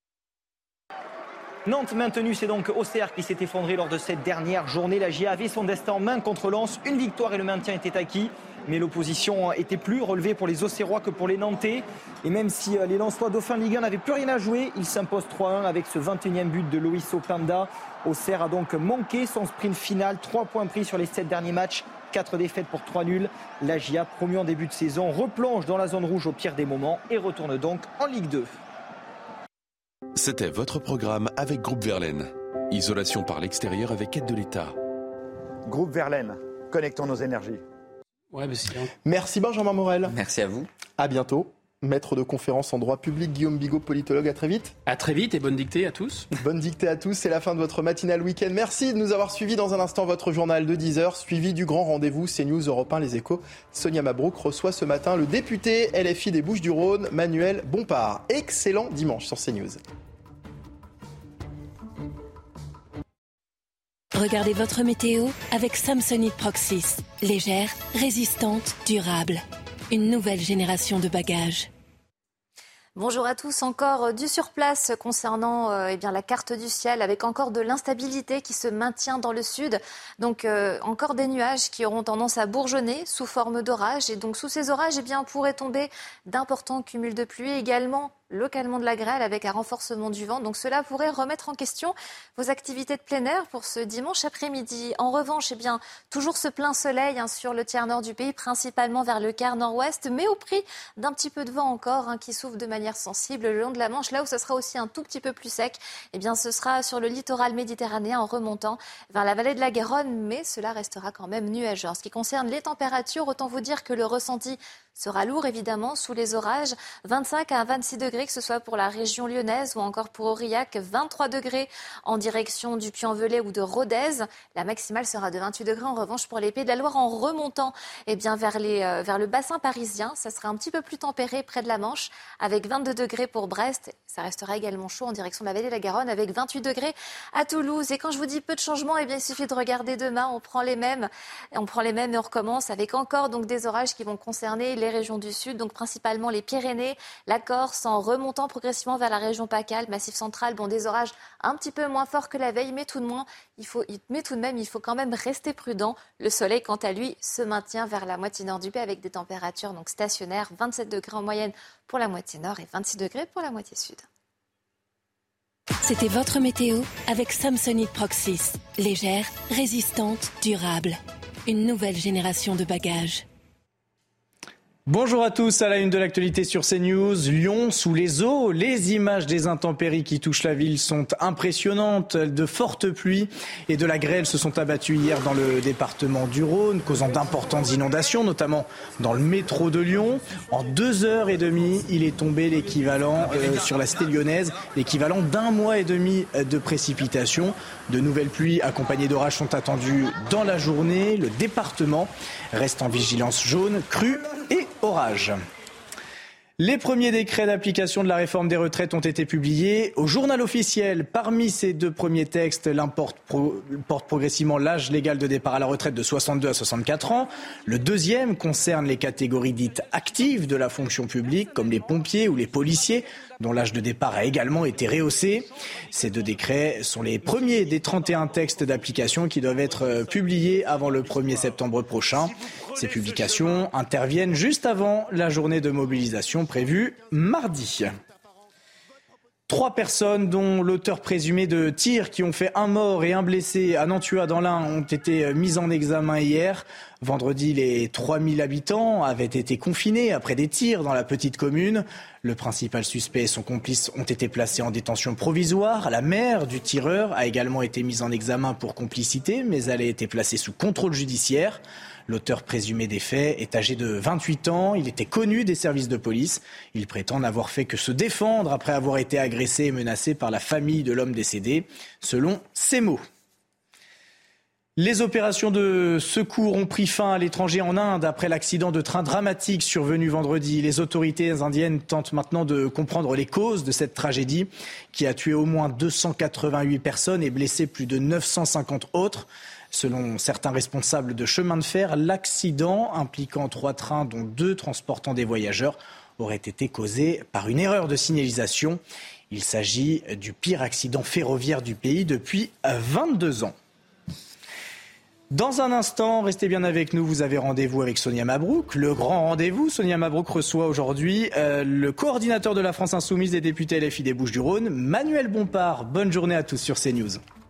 Nantes maintenue, c'est donc Auxerre qui s'est effondré lors de cette dernière journée. La J A avait son destin en main contre Lens. Une victoire et le maintien étaient acquis. Mais l'opposition était plus relevée pour les Auxerrois que pour les Nantais. Et même si les Lensois dauphins Ligue un n'avaient plus rien à jouer, ils s'imposent trois un avec ce vingt et unième but de Loïs Openda. Auxerre a donc manqué son sprint final. Trois points pris sur les sept derniers matchs quatre défaites pour trois nuls. La J A, promue en début de saison, replonge dans la zone rouge au pire des moments et retourne donc en Ligue deux. C'était votre programme avec Groupe Verlaine. Isolation par l'extérieur avec aide de l'État. Groupe Verlaine, connectons nos énergies. Ouais, mais c'est bien. Merci Benjamin Morel. Merci à vous. À bientôt. Maître de conférence en droit public, Guillaume Bigot, politologue. À très vite. À très vite et bonne dictée à tous. Bonne dictée à tous. C'est la fin de votre matinale week-end. Merci de nous avoir suivis. Dans un instant, votre journal de dix heures, suivi du grand rendez-vous CNews, Europe un, Les Échos. Sonia Mabrouk reçoit ce matin le député L F I des Bouches-du-Rhône, Manuel Bompard. Excellent dimanche sur CNews. Regardez votre météo avec Samsonite Proxys. Légère, résistante, durable. Une nouvelle génération de bagages. Bonjour à tous, encore du surplace concernant euh, eh bien, la carte du ciel avec encore de l'instabilité qui se maintient dans le sud. Donc euh, encore des nuages qui auront tendance à bourgeonner sous forme d'orages. Et donc sous ces orages, eh bien, pourraient tomber d'importants cumuls de pluie également. Localement de la grêle avec un renforcement du vent. Donc cela pourrait remettre en question vos activités de plein air pour ce dimanche après-midi. En revanche, eh bien, toujours ce plein soleil hein, sur le tiers nord du pays, principalement vers le quart nord-ouest, mais au prix d'un petit peu de vent encore hein, qui souffle de manière sensible le long de la Manche. Là où ce sera aussi un tout petit peu plus sec, eh bien, ce sera sur le littoral méditerranéen en remontant vers la vallée de la Garonne, mais cela restera quand même nuageux. En ce qui concerne les températures, autant vous dire que le ressenti sera lourd évidemment sous les orages, vingt-cinq à vingt-six degrés que ce soit pour la région lyonnaise ou encore pour Aurillac, vingt-trois degrés en direction du Puy-en-Velay ou de Rodez. La maximale sera de vingt-huit degrés en revanche pour les Pays de la Loire en remontant eh bien, vers, les, euh, vers le bassin parisien. Ça sera un petit peu plus tempéré près de la Manche avec vingt-deux degrés pour Brest. Ça restera également chaud en direction de la vallée de la Garonne avec vingt-huit degrés à Toulouse. Et quand je vous dis peu de changements, eh bien, il suffit de regarder demain. On prend les mêmes, on prend les mêmes et on recommence avec encore donc, des orages qui vont concerner les régions du sud, donc principalement les Pyrénées, la Corse, en remontant progressivement vers la région PACA, le Massif central. Bon, des orages un petit peu moins forts que la veille, mais tout de même, il faut, mais tout de même, il faut quand même rester prudent. Le soleil, quant à lui, se maintient vers la moitié nord du pays avec des températures donc stationnaires, vingt-sept degrés en moyenne pour la moitié nord et vingt-six degrés pour la moitié sud. C'était votre météo avec Samsonite Proxys. Légère, résistante, durable. Une nouvelle génération de bagages. Bonjour à tous, à la une de l'actualité sur CNews. Lyon sous les eaux, les images des intempéries qui touchent la ville sont impressionnantes. De fortes pluies et de la grêle se sont abattues hier dans le département du Rhône, causant d'importantes inondations, notamment dans le métro de Lyon. En deux heures et demie, il est tombé l'équivalent euh, sur la cité lyonnaise, l'équivalent d'un mois et demi de précipitations. De nouvelles pluies accompagnées d'orages sont attendues dans la journée. Le département reste en vigilance jaune, crue et orage. Les premiers décrets d'application de la réforme des retraites ont été publiés au journal officiel. Parmi ces deux premiers textes, l'un porte, pro, porte progressivement l'âge légal de départ à la retraite de soixante-deux à soixante-quatre ans. Le deuxième concerne les catégories dites actives de la fonction publique, comme les pompiers ou les policiers, dont l'âge de départ a également été rehaussé. Ces deux décrets sont les premiers des trente et un textes d'application qui doivent être publiés avant le premier septembre prochain. Ces publications interviennent juste avant la journée de mobilisation prévue mardi. Trois personnes, dont l'auteur présumé de tirs qui ont fait un mort et un blessé à Nantua dans l'Ain, ont été mises en examen hier. Vendredi, les trois mille habitants avaient été confinés après des tirs dans la petite commune. Le principal suspect et son complice ont été placés en détention provisoire. La mère du tireur a également été mise en examen pour complicité, mais elle a été placée sous contrôle judiciaire. L'auteur présumé des faits est âgé de vingt-huit ans. Il était connu des services de police. Il prétend n'avoir fait que se défendre après avoir été agressé et menacé par la famille de l'homme décédé, selon ses mots. Les opérations de secours ont pris fin à l'étranger en Inde après l'accident de train dramatique survenu vendredi. Les autorités indiennes tentent maintenant de comprendre les causes de cette tragédie qui a tué au moins deux cent quatre-vingt-huit personnes et blessé plus de neuf cent cinquante autres. Selon certains responsables de chemin de fer, l'accident impliquant trois trains dont deux transportant des voyageurs aurait été causé par une erreur de signalisation. Il s'agit du pire accident ferroviaire du pays depuis vingt-deux ans. Dans un instant, restez bien avec nous, vous avez rendez-vous avec Sonia Mabrouk. Le grand rendez-vous, Sonia Mabrouk reçoit aujourd'hui euh, le coordinateur de la France Insoumise des députés L F I des Bouches-du-Rhône, Manuel Bompard. Bonne journée à tous sur CNews.